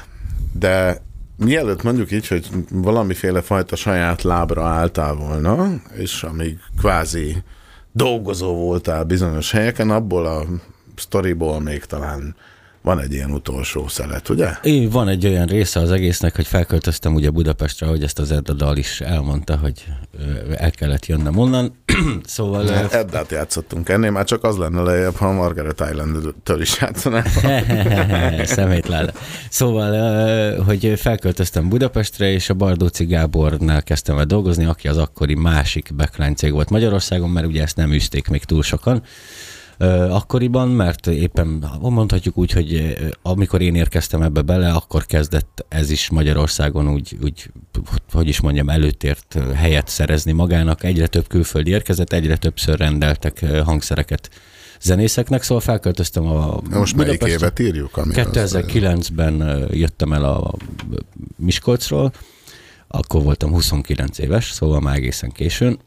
De mielőtt mondjuk így, hogy valamiféle fajta saját lábra álltál volna, és amíg kvázi dolgozó voltál bizonyos helyeken, abból a sztoriból még talán van egy ilyen utolsó szelet, ugye? Van egy olyan része az egésznek, hogy felköltöztem ugye Budapestre, hogy ezt az Edda Dal is elmondta, hogy el kellett jönnöm onnan. Szóval... Eddát játszottunk ennél, már csak az lenne lejjebb, ha a Margaret Island-től is játszanál. Szemétláda. Szóval, hogy felköltöztem Budapestre, és a Bardóci Gábornál kezdtem el dolgozni, aki az akkori másik backline cég volt Magyarországon, mert ugye ezt nem űzték még túl sokan akkoriban, mert éppen mondhatjuk úgy, hogy amikor én érkeztem ebbe bele, akkor kezdett ez is Magyarországon úgy hogy is mondjam, előtért helyet szerezni magának. Egyre több külföldi érkezett, egyre többször rendeltek hangszereket zenészeknek, szóval felköltöztem a most melyik évet írjuk? 2009-ben jöttem el a Miskolcról, akkor voltam 29 éves, szóval már egészen későn.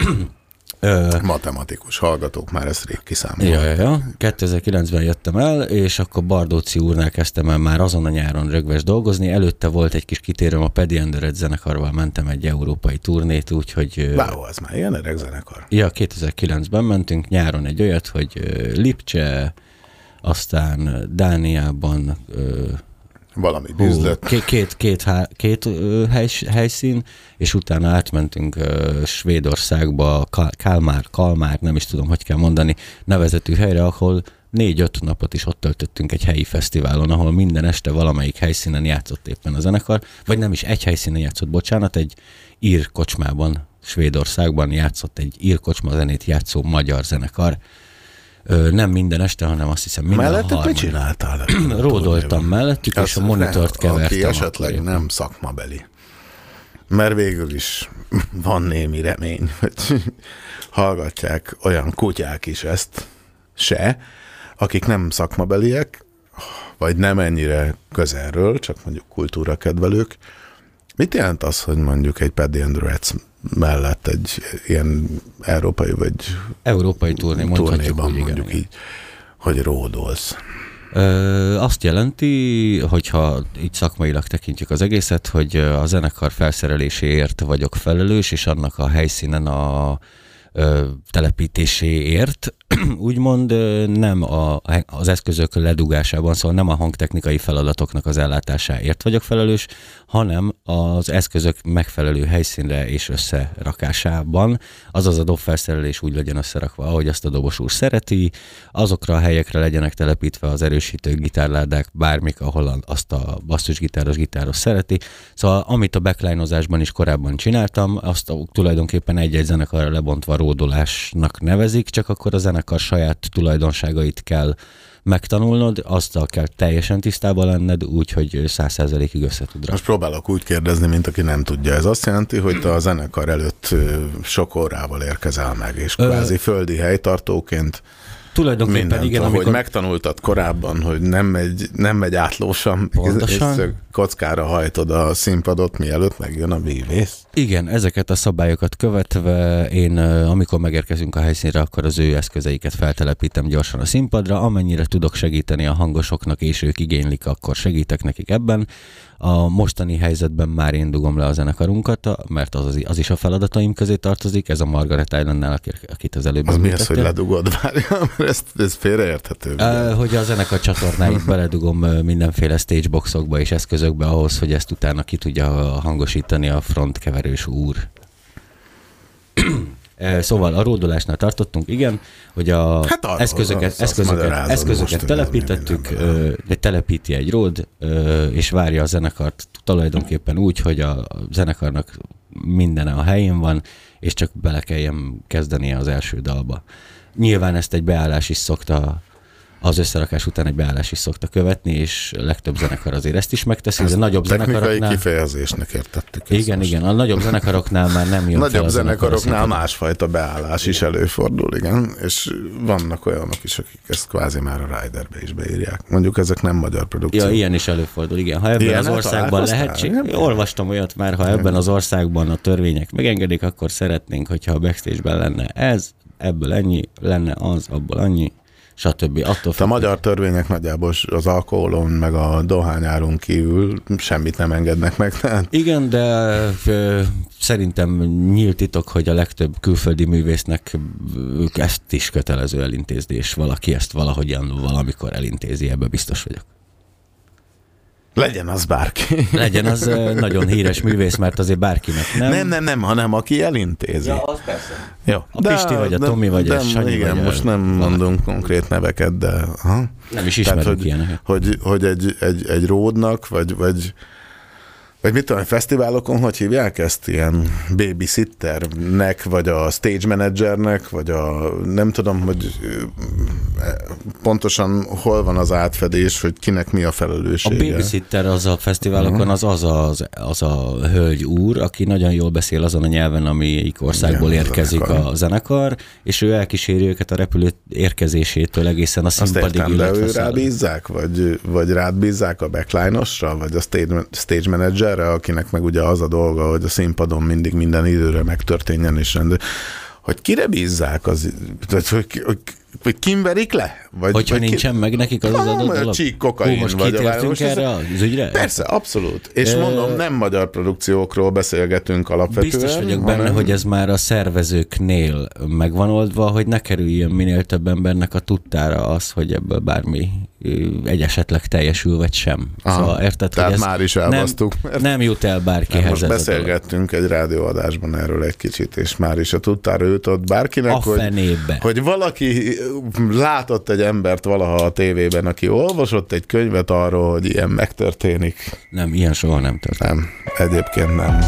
Matematikus hallgatók már ezt rég kiszámolták. Ja. 2009-ben jöttem el, és akkor Bardóci úrnál kezdtem el már azon a nyáron rögves dolgozni. Előtte volt egy kis kitérőm, a Paddy and the Red zenekarral mentem egy európai turnét, úgyhogy... Wow, az már ilyen öreg zenekar. Ja, 2009-ben mentünk nyáron egy olyat, hogy Lipcse, aztán Dániában... valami üzlet. Két helyszín, és utána átmentünk Svédországba, Kalmár, nem is tudom, hogy kell mondani, nevezetű helyre, ahol 4-5 napot is ott töltöttünk egy helyi fesztiválon, ahol minden este valamelyik helyszínen játszott éppen a zenekar, vagy nem is egy helyszínen játszott, bocsánat, egy ír kocsmában, Svédországban játszott egy ír kocsma zenét játszó magyar zenekar. Nem minden este, hanem azt hiszem minden mellettük mit csináltál? Ródoltam mellettük, és a monitort kevertem. Aki esetleg nem szakmabeli. Mert végül is van némi remény, hogy hallgatják olyan kutyák is ezt akik nem szakmabeliek, vagy nem ennyire közelről, csak mondjuk kultúrakedvelők. Mit jelent az, hogy mondjuk egy Paddy and the Reds mellett egy ilyen európai turné, mondjuk így, hogy ródolsz? Azt jelenti, hogyha így szakmailag tekintjük az egészet, hogy a zenekar felszereléséért vagyok felelős, és annak a helyszínen a 3 vagy 4 fős telepítéséért, úgymond nem az eszközök ledugásában, szóval nem a hangtechnikai feladatoknak az ellátásáért vagyok felelős, hanem az eszközök megfelelő helyszínre és összerakásában, azaz a dobfelszerelés úgy legyen összerakva, ahogy azt a dobos úr szereti, azokra a helyekre legyenek telepítve az erősítők, gitárládák, bármik, ahol azt a basszusgitáros szereti. Szóval amit a backline-ozásban is korábban csináltam, azt tulajdonképpen egy-egy zenekarra lebontva ródolásnak nevezik, csak akkor a zenekar saját tulajdonságait kell megtanulnod, aztól kell teljesen tisztában lenned, úgyhogy 100%-ig össze tud rá. Most próbálok úgy kérdezni, mint aki nem tudja. Ez azt jelenti, hogy te a zenekar előtt sok órával érkezel meg, és kvázi földi helytartóként tulajdonképpen igen, amikor... Hogy megtanultad korábban, hogy nem megy átlósan, és kockára hajtod a színpadot, mielőtt megjön a művész. Igen, ezeket a szabályokat követve én, amikor megérkezünk a helyszínre, akkor az ő eszközeiket feltelepítem gyorsan a színpadra, amennyire tudok segíteni a hangosoknak, és ők igénylik, akkor segítek nekik ebben. A mostani helyzetben már én dugom le a zenekarunkat, mert az is a feladataim közé tartozik, ez a Margaret Islandnál, akit az előbb említettem. Az mi az, hogy ledugod? Várjál, mert ez félreérthető. Hogy a zenekar csatornáit beledugom mindenféle stageboxokba és eszközökbe ahhoz, hogy ezt utána ki tudja hangosítani a frontkeverős úr. Szóval a ródolásnál tartottunk, igen, hogy eszközöket telepítettük, de telepíti egy ród, és várja a zenekart tulajdonképpen úgy, hogy a zenekarnak minden a helyén van, és csak bele kelljen kezdenie az első dalba. Nyilván ezt egy beállás is szokta, az összerakás után egy beállás is szokta követni, és legtöbb zenekar azért ezt is megteszi, de nagyobb zenekaroknál... Technikai kifejezésnek értettük. Igen, a nagyobb zenekaroknál már nem jön nagyobb zenekaroknál másfajta beállás is előfordul, igen, és vannak olyanok is, akik ezt kvázi már a riderbe is beírják. Mondjuk ezek nem magyar produkciók. Ja, ilyen is előfordul, igen. Ha ebben az országban lehetséges, olvastam olyat már, ha ebben az országban a törvények megengedik, akkor szeretnénk, hogyha a backstage-ben lenne ez, ebből ennyi, lenne az, abból annyi, stb. A magyar törvények nagyjából az alkoholon meg a dohányáron kívül semmit nem engednek meg. Tehát... Igen, de szerintem nyílt titok, hogy a legtöbb külföldi művésznek ezt is kötelező elintézni, és valaki ezt valahogyan valamikor elintézi, ebbe biztos vagyok. Legyen az bárki. Legyen az nagyon híres művész, mert azért bárkinek nem, hanem aki elintézi. Ja, az persze. Jó. A Pisti vagy a Tomi vagy a Sanyi. Igen, vagy most nem mondunk konkrét neveket, de... Nem is ismerünk ilyeneket. Hogy egy ródnak, vagy mit tudom, fesztiválokon, hogy hívják ezt? Ilyen babysitternek, vagy a stage managernek, vagy a nem tudom, hogy pontosan hol van az átfedés, hogy kinek mi a felelőssége. A babysitter az a fesztiválokon az a hölgy úr, aki nagyon jól beszél azon a nyelven, amelyik országból érkezik a zenekar, és ő elkíséri őket a repülő érkezésétől egészen a színpadig. Azt értem, de ő rábízzák? Vagy rád bízzák a backline-osra? Vagy a stage manager, akinek meg ugye az a dolga, hogy a színpadon mindig minden időre megtörténjen, és hogy kire bízzák, hogy kimverik le? Hogyha nincsen meg nekik az adott dolog? A csík kokain. Most kitértünk erre az ügyre? Persze, abszolút. És mondom, nem magyar produkciókról beszélgetünk alapvetően. Biztos vagyok benne, hogy ez már a szervezőknél megvan oldva, hogy ne kerüljön minél több embernek a tudtára az, hogy ebből bármi egy esetleg teljesül, vagy sem. Szóval érted, tehát hogy már is elbasztuk. Nem jut el bárkihez. Most beszélgettünk egy rádióadásban erről egy kicsit, és már is a tudtára jutott bárkinek, hogy valaki látott egy embert valaha a tévében, aki olvasott egy könyvet arról, hogy ilyen megtörténik. Nem, ilyen soha nem történik. Nem, egyébként nem.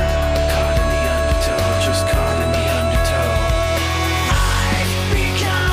Become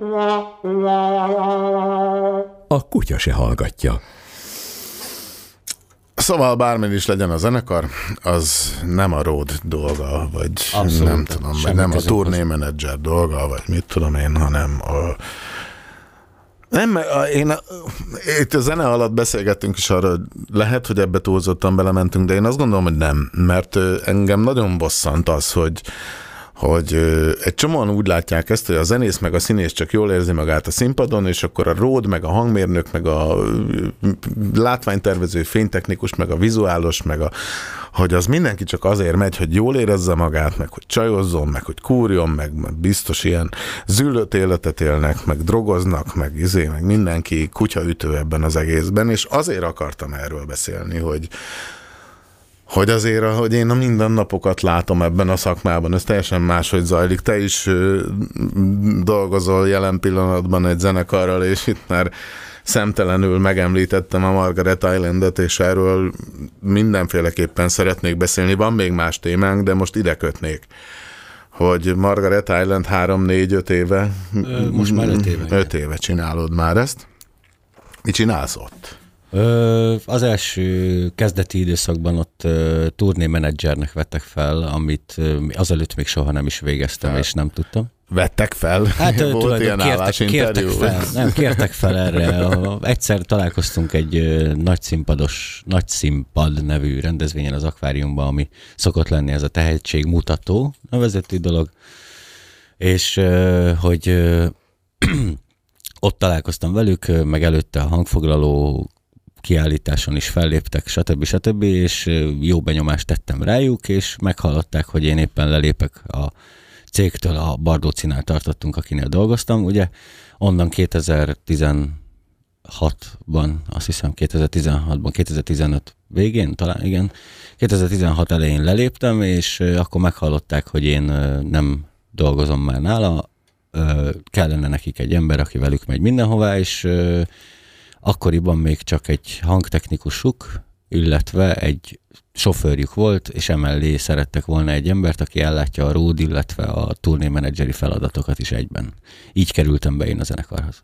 A kutya se hallgatja. Szóval bármi is legyen a zenekar, az nem a road dolga, vagy abszolút, nem tudom, vagy nem a turnémenedzser dolga, vagy mit tudom én, hanem itt a zene alatt beszélgettünk is arra, lehet, hogy ebbe túlzottan belementünk, de én azt gondolom, hogy nem, mert engem nagyon bosszant az, hogy egy csomóan úgy látják ezt, hogy a zenész meg a színész csak jól érzi magát a színpadon, és akkor a road, meg a hangmérnök, meg a látványtervező, fénytechnikus, meg a vizuálos, hogy az mindenki csak azért megy, hogy jól érezze magát, meg hogy csajozzon, meg hogy kúrjon, meg biztos ilyen züllött életet élnek, meg drogoznak, meg mindenki kutyaütő ebben az egészben, és azért akartam erről beszélni, hogy azért, ahogy én a mindennapokat látom ebben a szakmában, ez teljesen máshogy zajlik. Te is dolgozol jelen pillanatban egy zenekarral, és itt már szemtelenül megemlítettem a Margaret Islandet, és erről mindenféleképpen szeretnék beszélni. Van még más témánk, de most ide kötnék, hogy Margaret Island 3-4-5 éve. Most már 5 éve. 5 éve csinálod már ezt. Mit csinálsz ott? Az első kezdeti időszakban ott turnémenedzsernek vettek fel, amit azelőtt még soha nem is végeztem, és nem tudtam. Vettek fel? Hát kértek fel erre. Egyszer találkoztunk egy nagy színpad nevű rendezvényen az akváriumban, ami szokott lenni ez a tehetségmutató nevezetű dolog, és hogy ott találkoztam velük, meg előtte a hangfoglaló kiállításon is felléptek, stb. És jó benyomást tettem rájuk, és meghallották, hogy én éppen lelépek a cégtől, a Bardócinál tartottunk, akinél dolgoztam, ugye onnan 2016-ban, azt hiszem 2015 végén, talán igen, 2016 elején leléptem, és akkor meghallották, hogy én nem dolgozom már nála, kellene nekik egy ember, aki velük megy mindenhová, és akkoriban még csak egy hangtechnikusuk, illetve egy sofőrjük volt, és emellé szerettek volna egy embert, aki ellátja a road, illetve a turnémenedzseri feladatokat is egyben. Így kerültem be én a zenekarhoz.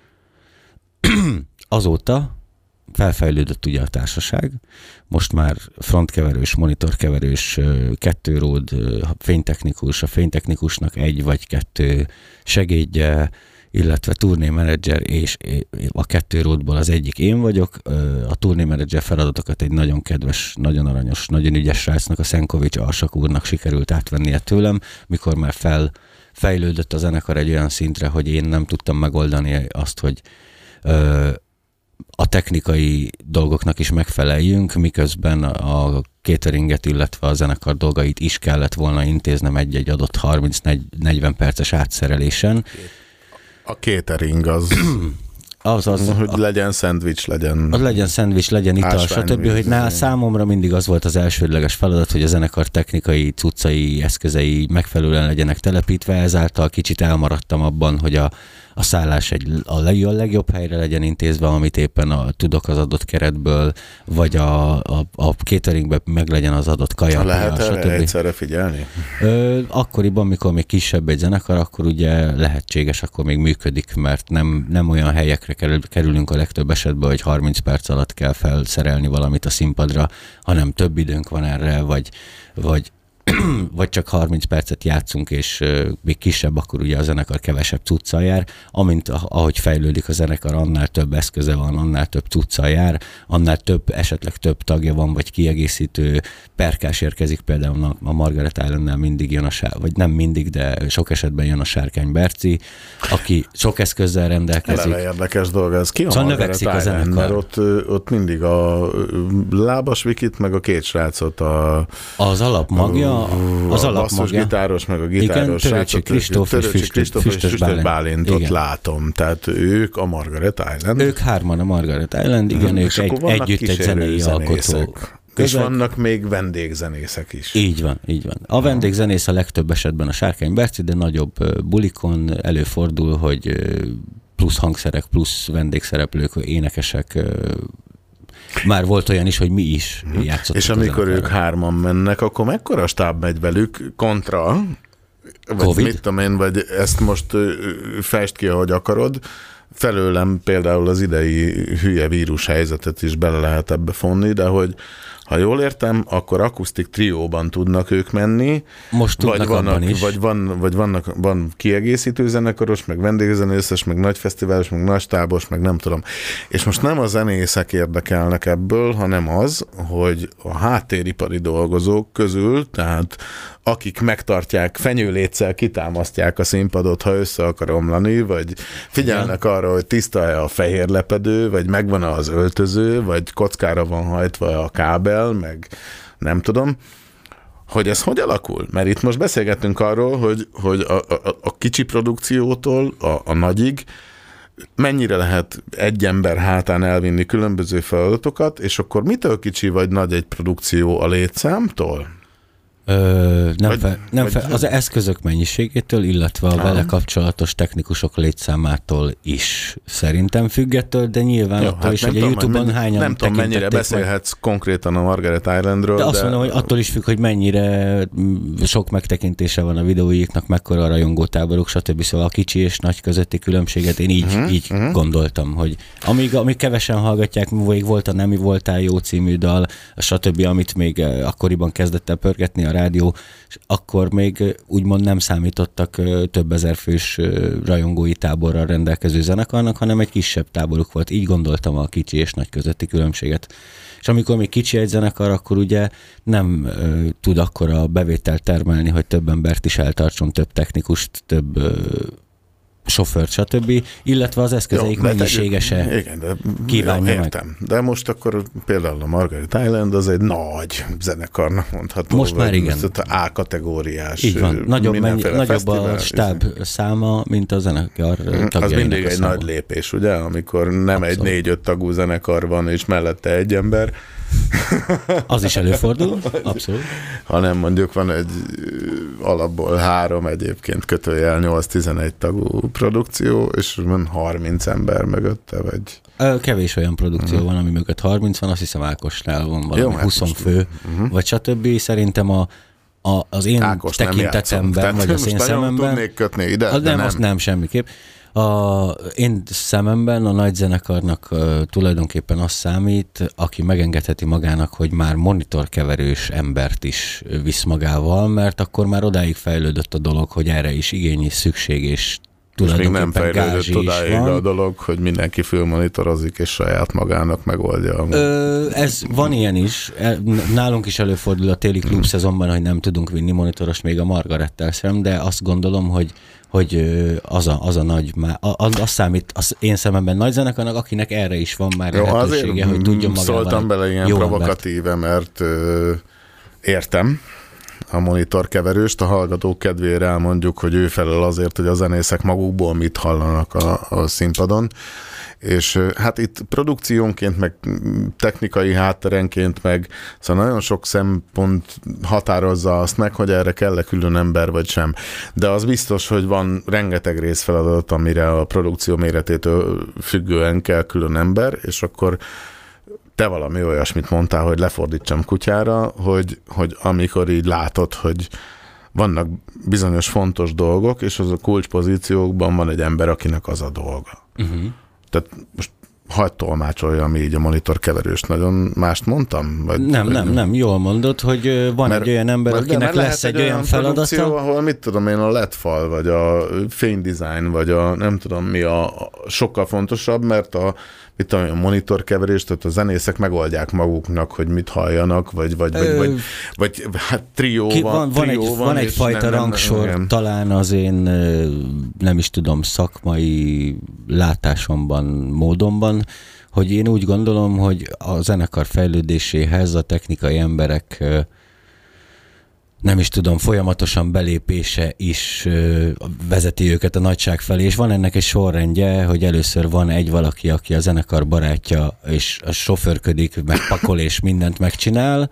Azóta felfejlődött ugye a társaság, most már frontkeverős, monitorkeverős, 2 road fénytechnikus, a fénytechnikusnak 1 vagy 2 segédje, illetve turnémenedzser, és a 2 roadból az egyik én vagyok. A turnémenedzser feladatokat egy nagyon kedves, nagyon aranyos, nagyon ügyes srácnak, a Szenkovics Arsak úrnak sikerült átvennie tőlem, mikor már fejlődött a zenekar egy olyan szintre, hogy én nem tudtam megoldani azt, hogy a technikai dolgoknak is megfeleljünk, miközben a cateringet, illetve a zenekar dolgait is kellett volna intéznem egy adott 30-40 perces átszerelésen. A catering az, hogy legyen szendvics, legyen ital, stb. Hogy számomra mindig az volt az elsődleges feladat, hogy a zenekar technikai cuccai, eszközei megfelelően legyenek telepítve, ezáltal kicsit elmaradtam abban, hogy a szállás a legjobb helyre legyen intézve, amit éppen tudok az adott keretből, vagy a cateringben meg legyen az adott kaja. Lehet erre egyszerre figyelni? Akkoriban, mikor még kisebb egy zenekar, akkor ugye lehetséges, akkor még működik, mert nem olyan helyekre kerülünk a legtöbb esetben, hogy 30 perc alatt kell felszerelni valamit a színpadra, hanem több időnk van erre, vagy csak 30 percet játszunk, és még kisebb, akkor ugye a zenekar kevesebb cuccal jár. Ahogy fejlődik a zenekar, annál több eszköze van, annál több cuccal jár, annál esetleg több tagja van, vagy kiegészítő perkás érkezik, például a Margaret Islandnál mindig jön vagy nem mindig, de sok esetben jön a Sárkány Berci, aki sok eszközzel rendelkezik. Eleve érdekes dolog ez. Ki a szóval Margaret Island? Mert ott mindig a Lábas Vikit, meg a 2 srácot az alapmagja, az basszusgitáros, meg a gitáros srácot, Töröcsi Kristóf és Füstös Bálintot látom. Tehát ők a Margaret Island. Ők 3-an a Margaret Island, igen, ők együtt egy zenei alkotó. És vannak még vendégzenészek is. Így van. A vendégzenész a legtöbb esetben a Sárkány Berci, de nagyobb bulikon előfordul, hogy plusz hangszerek, plusz vendégszereplők, énekesek. Már volt olyan is, hogy mi is játszottunk. És amikor ők 3-an mennek, akkor mekkora stáb megy velük kontra vagy mit tudom én, vagy ezt most fejtsd ki, ahogy akarod. Felőlem például az idei hülye vírus helyzetet is bele lehet ebbe fonni, de hogy ha jól értem, akkor akusztik trióban tudnak ők menni. Most tudnak abban is. Vagy van kiegészítő zenekaros, meg vendégzenészes, meg nagy fesztiválos, meg nagy stábos, meg nem tudom. És most nem a zenészek érdekelnek ebből, hanem az, hogy a háttéripari dolgozók közül, tehát akik megtartják, fenyőléccel kitámasztják a színpadot, ha össze akar omlani, vagy figyelnek arra, hogy tiszta-e a fehér lepedő, vagy megvan-e az öltöző, vagy kockára van hajtva a kábel, meg nem tudom, hogy ez hogy alakul? Mert itt most beszélgettünk arról, hogy a kicsi produkciótól a nagyig mennyire lehet egy ember hátán elvinni különböző feladatokat, és akkor mitől kicsi vagy nagy egy produkció a létszámtól? Az eszközök mennyiségétől, illetve a vele kapcsolatos technikusok létszámától is szerintem függettől, de nyilván attól is, hogy a YouTube-on hányan nem tudom, mennyire beszélhetsz konkrétan a Margaret Islandről. De azt mondom, hogy attól is függ, hogy mennyire sok megtekintése van a videóiknak, mekkora a rajongótáboruk, stb. Szóval a kicsi és nagy közötti különbséget én így gondoltam, hogy amíg kevesen hallgatják, még volt a Nem voltál jó című dal, stb., amit még akkoriban kezdett el pörgetni a rádió, és akkor még úgymond nem számítottak több ezer fős rajongói táborral rendelkező zenekarnak, hanem egy kisebb táboruk volt. Így gondoltam a kicsi és nagy közötti különbséget. És amikor még kicsi egy zenekar, akkor ugye nem tud akkora bevételt termelni, hogy több embert is eltartson, több technikust, több sofőrt, stb., illetve az eszközeik mennyisége se kívánja értem. De most akkor például a Margaret Island az egy nagy zenekarnak mondható. Most már igen. A-kategóriás. Így van. Nagyobb a stáb száma, mint a zenekar tagjainak. Az mindig egy nagy lépés, ugye? Amikor nem egy 4-5 tagú zenekar van, és mellette egy ember. Az is előfordul, abszolút. Hanem mondjuk van egy alapból 3 egyébként kötőjel 8-11 tagú produkció, és van 30 ember mögötte, vagy... Kevés olyan produkció van, ami mögött 30 van, azt hiszem Ákosnál van valami 20 fő, vagy stb. Szerintem az én Ákos tekintetemben, vagy az én szememben... Tudnék kötni ide, de nem. Azt nem semmiképp. Én szememben a nagy zenekarnak tulajdonképpen az számít, aki megengedheti magának, hogy már monitorkeverős embert is visz magával, mert akkor már odáig fejlődött a dolog, hogy erre is igény és szükség, és tulajdonképpen még nem fejlődött odáig van. A dolog, hogy mindenki fülmonitorozik, és saját magának megoldja. Ez van ilyen is. Nálunk is előfordul a téli klub szezonban, hogy nem tudunk vinni monitoros még a Margarettel sem, de azt gondolom, hogy az a nagy, az számít az én szememben nagy zenekarnak, akinek erre is van már lehetősége, hogy tudjon magával. Szóltam bele ilyen provokatíve, mert értem a monitorkeverőst, a hallgatók kedvére elmondjuk, hogy ő felel azért, hogy a zenészek magukból mit hallanak a színpadon, és hát itt produkciónként, meg technikai hátterenként, meg szóval nagyon sok szempont határozza azt meg, hogy erre kell-e külön ember, vagy sem. De az biztos, hogy van rengeteg részfeladat, amire a produkció méretétől függően kell külön ember, és akkor te valami olyasmit mondtál, hogy lefordítsam kutyára, hogy amikor így látod, hogy vannak bizonyos fontos dolgok, és az a kulcspozíciókban van egy ember, akinek az a dolga. Tehát most hagyd tolmácsoljam így a monitorkeverőst, nagyon mást mondtam? Vagy, nem, jól mondod, hogy van egy olyan ember, akinek lesz egy olyan feladata. Produkció, ahol mit tudom én, a LED-fal, vagy a fénydesign, vagy a nem tudom mi a sokkal fontosabb, mert a monitorkeverést, tehát a zenészek megoldják maguknak, hogy mit halljanak, vagy hát trió van egyfajta rangsor, talán az én nem is tudom, szakmai látásomban, módomban, hogy én úgy gondolom, hogy a zenekar fejlődéséhez a technikai emberek nem is tudom, folyamatosan belépése is vezeti őket a nagyság felé, és van ennek egy sorrendje, hogy először van egy valaki, aki a zenekar barátja, és a sofőrködik, meg pakol, és mindent megcsinál,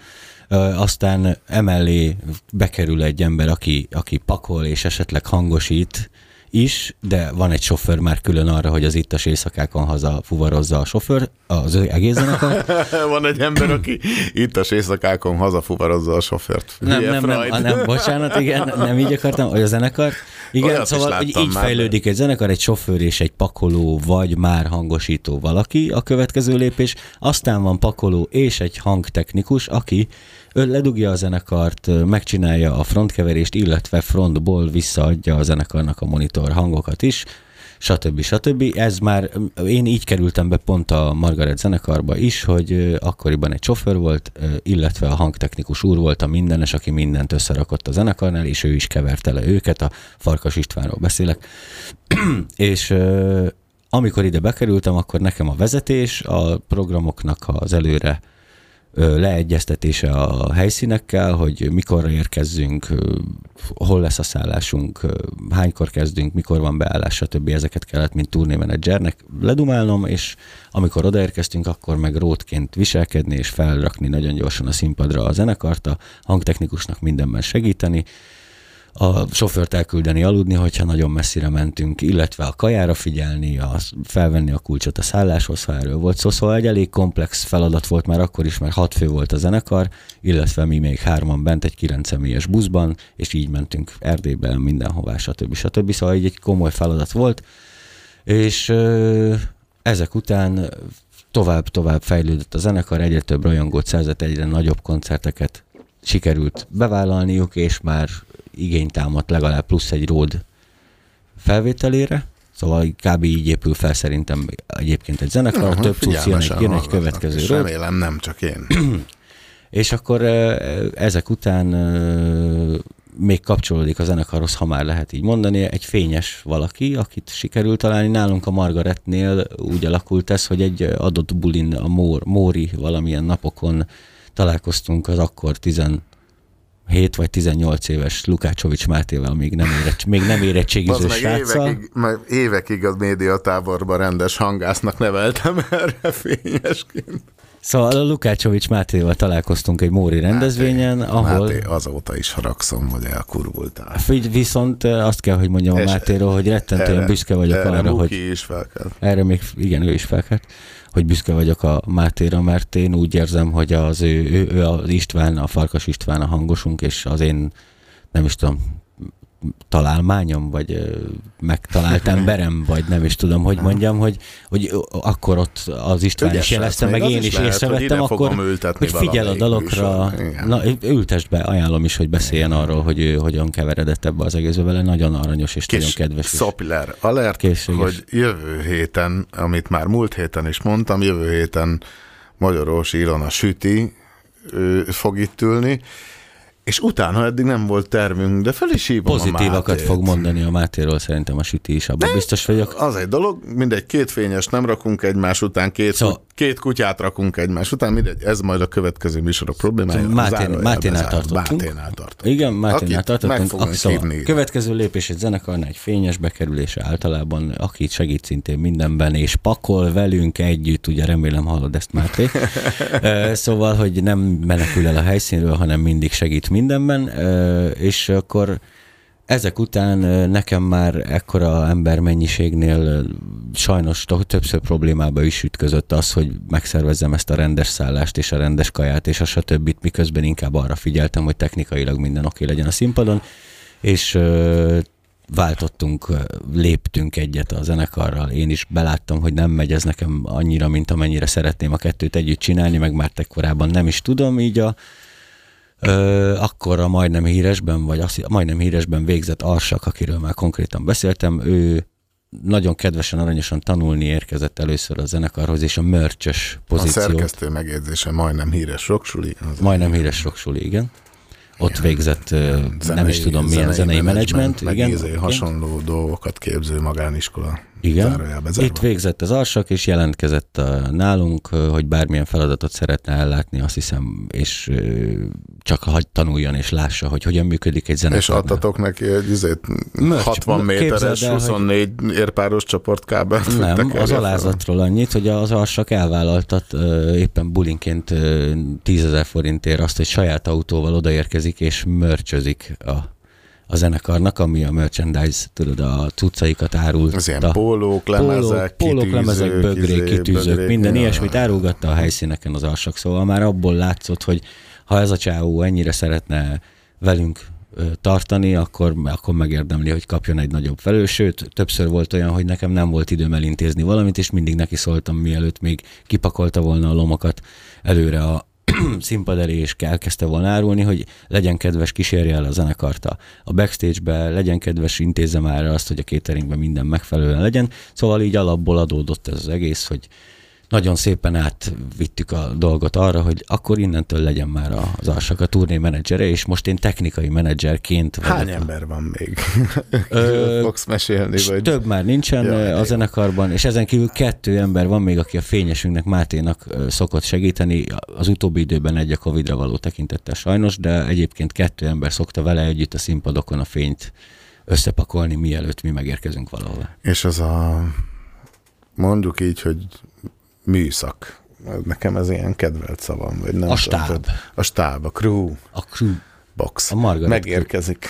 aztán emellé bekerül egy ember, aki pakol, és esetleg hangosít, is, de van egy sofőr már külön arra, hogy az ittas éjszakákon haza fuvarozza a sofőr, az egész zenekar. Van egy ember, aki ittas éjszakákon haza fuvarozza a sofőrt. Nem, bocsánat, igen, nem így akartam, hogy a zenekar. Igen, olyat szóval hogy így fejlődik egy zenekar, egy sofőr és egy pakoló, vagy már hangosító valaki a következő lépés, aztán van pakoló és egy hangtechnikus, aki ledugja a zenekart, megcsinálja a frontkeverést, illetve frontból visszaadja a zenekarnak a monitor hangokat is, stb. Ez már, én így kerültem be pont a Margaret zenekarba is, hogy akkoriban egy sofőr volt, illetve a hangtechnikus úr volt a mindenes, aki mindent összerakott a zenekarnál, és ő is keverte le őket, a Farkas Istvánról beszélek. És amikor ide bekerültem, akkor nekem a vezetés, a programoknak az előre leegyeztetése a helyszínekkel, hogy mikorra érkezzünk, hol lesz a szállásunk, hánykor kezdünk, mikor van beállás, stb. Ezeket kellett, mint turnémenedzsernek ledumálnom, és amikor odaérkeztünk, akkor meg rótként viselkedni, és felrakni nagyon gyorsan a színpadra a zenekart, a hangtechnikusnak mindenben segíteni, a sofőrt elküldeni aludni, hogyha nagyon messzire mentünk, illetve a kajára figyelni, felvenni a kulcsot a szálláshoz, ha erről volt szó. Szóval egy elég komplex feladat volt már akkor is, mert 6 fő volt a zenekar, illetve mi még 3-an bent egy 9 személyes buszban, és így mentünk Erdélyben, mindenhová, stb. Szóval egy komoly feladat volt, és ezek után tovább fejlődött a zenekar, egyre több rajongót szerzett, egyre nagyobb koncerteket sikerült bevállalniuk, és már igényt támadt legalább plusz egy road felvételére, szóval kb. Így épül fel szerintem egyébként egy zenekar, több plusz jön egy következő road. Remélem, nem csak én. És akkor ezek után még kapcsolódik a zenekarhoz, ha már lehet így mondani, egy fényes valaki, akit sikerült találni. Nálunk a Margaretnél úgy alakult ez, hogy egy adott bulin, a Móri valamilyen napokon találkoztunk az akkor 17 vagy 18 éves Lukácsovics Mátéval, még nem érettségiző sráccal. Évekig a médiatáborban rendes hangásznak neveltem erre fényesként. Szóval a Lukácsovics Mátéval találkoztunk egy Móri rendezvényen, ahol... Máté, azóta is haragszom, hogy elkurvultál. Viszont azt kell, hogy mondjam a Mátéról, hogy rettentően büszke vagyok arra, hogy... is felkelt. Erre még, igen, ő is felkelt, hogy büszke vagyok a Mátéra, mert én úgy érzem, hogy az ő az István, a Farkas István a hangosunk, és az én, nem is tudom, találmányom, vagy megtalált emberem, vagy nem is tudom, hogy mondjam, hogy akkor ott az István is jelezte, meg én is észrevettem, akkor, hogy figyel a dalokra, ültesd be, ajánlom is, hogy beszéljen arról, hogy ő hogyan keveredett ebbe az egészbe vele, nagyon aranyos és nagyon kedves. Szopler alert, hogy jövő héten, amit már múlt héten is mondtam, jövő héten Magyarorsi Ilona Süti fog itt ülni, és utána eddig nem volt tervünk, de fel is hívom pozitívakat fog mondani a Mátéról, szerintem a Süti is, abban biztos vagyok. Az egy dolog, mindegy, 2 fényes nem rakunk egymás után, két kutyát rakunk egymás után, mindegy, ez majd a következő műsorok problémája. Máténál tartottunk. Igen, Máténál tartottunk. Következő lépés egy zenekarnál egy fényes bekerülése általában, akit segít szintén mindenben, és pakol velünk együtt, ugye remélem hallod ezt, Máté. Szóval, hogy nem menekül el a helyszínről, hanem mindig segít mindenben, és akkor ezek után nekem már ekkora embermennyiségnél sajnos többször problémába is ütközött az, hogy megszervezzem ezt a rendes szállást és a rendes kaját és a stb. Miközben inkább arra figyeltem, hogy technikailag minden oké legyen a színpadon, és váltottunk, léptünk egyet a zenekarral. Én is beláttam, hogy nem megy ez nekem annyira, mint amennyire szeretném a kettőt együtt csinálni, meg már korábban nem is tudom, így akkor a majdnem híresben végzett Arsak, akiről már konkrétan beszéltem, ő nagyon kedvesen, aranyosan tanulni érkezett először a zenekarhoz, és a merch-ös pozíciót. A szerkesztő megjegyzése majdnem híres rocksuli. Majdnem híres rocksuli, igen. Ott végzett, nem is tudom milyen zenei menedzsment. Igen. Hasonló dolgokat képző magániskola. Igen, itt végzett az Arsak, és jelentkezett nálunk, hogy bármilyen feladatot szeretne ellátni, azt hiszem, és csak hagy tanuljon és lássa, hogy hogyan működik egy zenekarnál. És adtatok neki egy 60 méteres, 24 érpáros csoportkábelt? Nem, az alázatról annyit, hogy az Arsak elvállaltat éppen bulinként 10 000 forintért azt, hogy saját autóval odaérkezik és mörcsözik a zenekarnak, ami a merchandise, tudod, a cuccaikat árulta. Az ilyen pólók, lemezek, bögrék, kitűzők, minden ilyesmit árulgatta a helyszíneken az Alsak, szóval már abból látszott, hogy ha ez a csávó ennyire szeretne velünk tartani, akkor megérdemli, hogy kapjon egy nagyobb felelőt. Sőt, többször volt olyan, hogy nekem nem volt időm elintézni valamit, és mindig neki szóltam, mielőtt még kipakolta volna a lomokat előre a színpad elé, és elkezdte volna árulni, hogy legyen kedves, kísérje el a zenekart a backstage-be, legyen kedves, intézze már azt, hogy a cateringben minden megfelelően legyen. Szóval így alapból adódott ez az egész, hogy nagyon szépen átvittük a dolgot arra, hogy akkor innentől legyen már az Alsak a turné menedzsere, és most én technikai menedzserként vagyok. Hány ember van még? Fogsz mesélni? Vagy? Több már nincsen a zenekarban, és ezen kívül 2 ember van még, aki a fényesünknek, Máténak szokott segíteni. Az utóbbi időben egy a Covid-ra való tekintettel sajnos, de egyébként 2 ember szokta vele együtt a színpadokon a fényt összepakolni, mielőtt mi megérkezünk valahol. És az mondjuk így, hogy műszak. Nekem ez ilyen kedvelt szavam, vagy nem. A stáb. A stáb, a crew. A crew box. A Margaret megérkezik.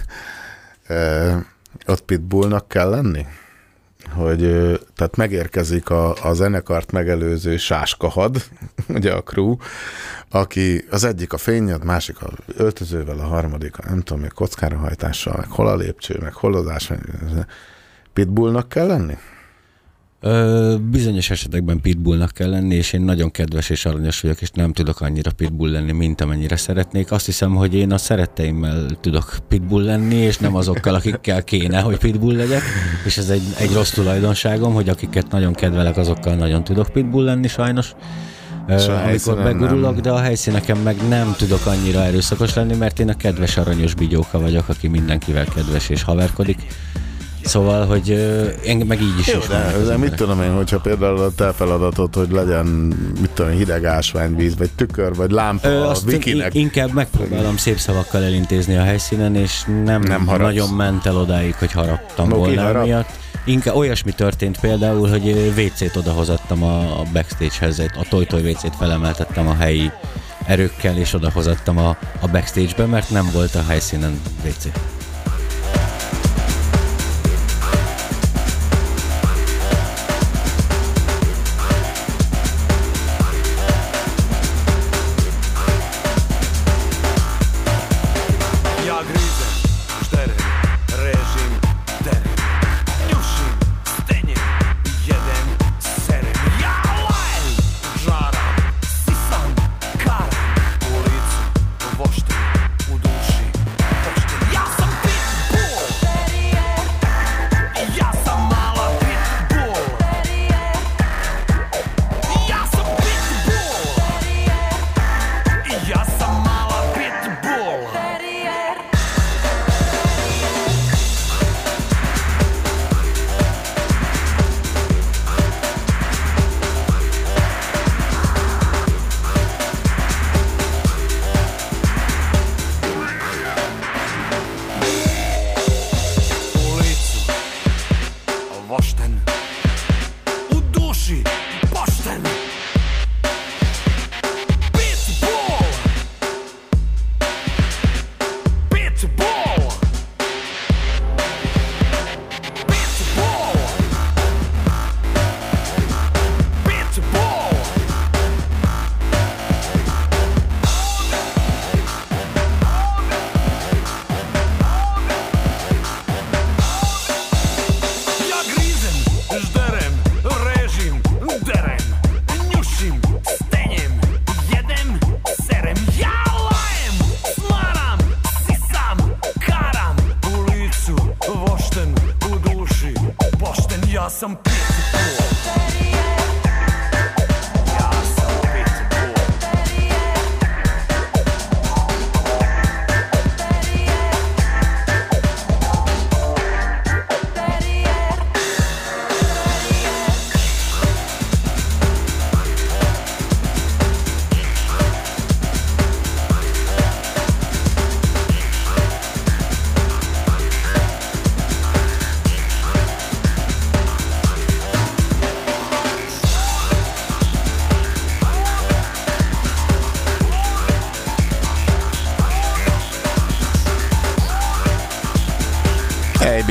Ott Pitbullnak kell lenni? Hogy tehát megérkezik a zenekart megelőző sáskahad, ugye a crew, aki az egyik a fényjad, másik a öltözővel, a harmadik a nem tudom, még kockára hajtással, meg hol a lépcső, meg hol az ás. Pitbullnak kell lenni? Bizonyos esetekben pitbullnak kell lenni, és én nagyon kedves és aranyos vagyok, és nem tudok annyira pitbull lenni, mint amennyire szeretnék. Azt hiszem, hogy én a szeretteimmel tudok pitbull lenni, és nem azokkal, akikkel kéne, hogy pitbull legyek, és ez egy rossz tulajdonságom, hogy akiket nagyon kedvelek, azokkal nagyon tudok pitbull lenni, sajnos. Amikor begurulok, de a helyszíneken meg nem tudok annyira erőszakos lenni, mert én a kedves aranyos bigyóka vagyok, aki mindenkivel kedves és haverkodik. Szóval, hogy én meg így is de mit tudom én, hogyha például a te feladatod, hogy legyen, mit tudom, hideg ásványvíz, vagy tükör, vagy lámpa a vikinek. Inkább megpróbálom szép szavakkal elintézni a helyszínen, és nem nagyon ment el odáig, hogy haraptam volna miatt. Inkább olyasmi történt például, hogy WC-t odahozattam a backstage-hez, a Toy WC-t felemeltettem a helyi erőkkel, és odahozattam a backstage-be, mert nem volt a helyszínen WC.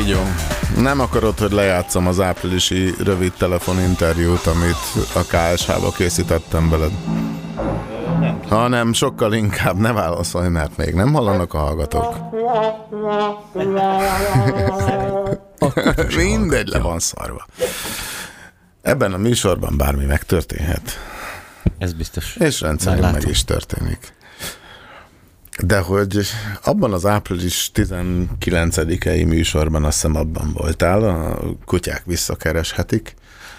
Figyó, nem akarod, hogy lejátszom az áprilisi rövid telefoninterjút, amit a KSH-ba készítettem veled? Hanem sokkal inkább ne válaszolj, mert még nem hallanak a hallgatók. Mindegy, le van szarva. Ebben a műsorban bármi megtörténhet. Ez biztos. És rendszerint meg is történik. De hogy abban az április 19-i műsorban, azt hiszem abban voltál, a kutyák visszakereshetik.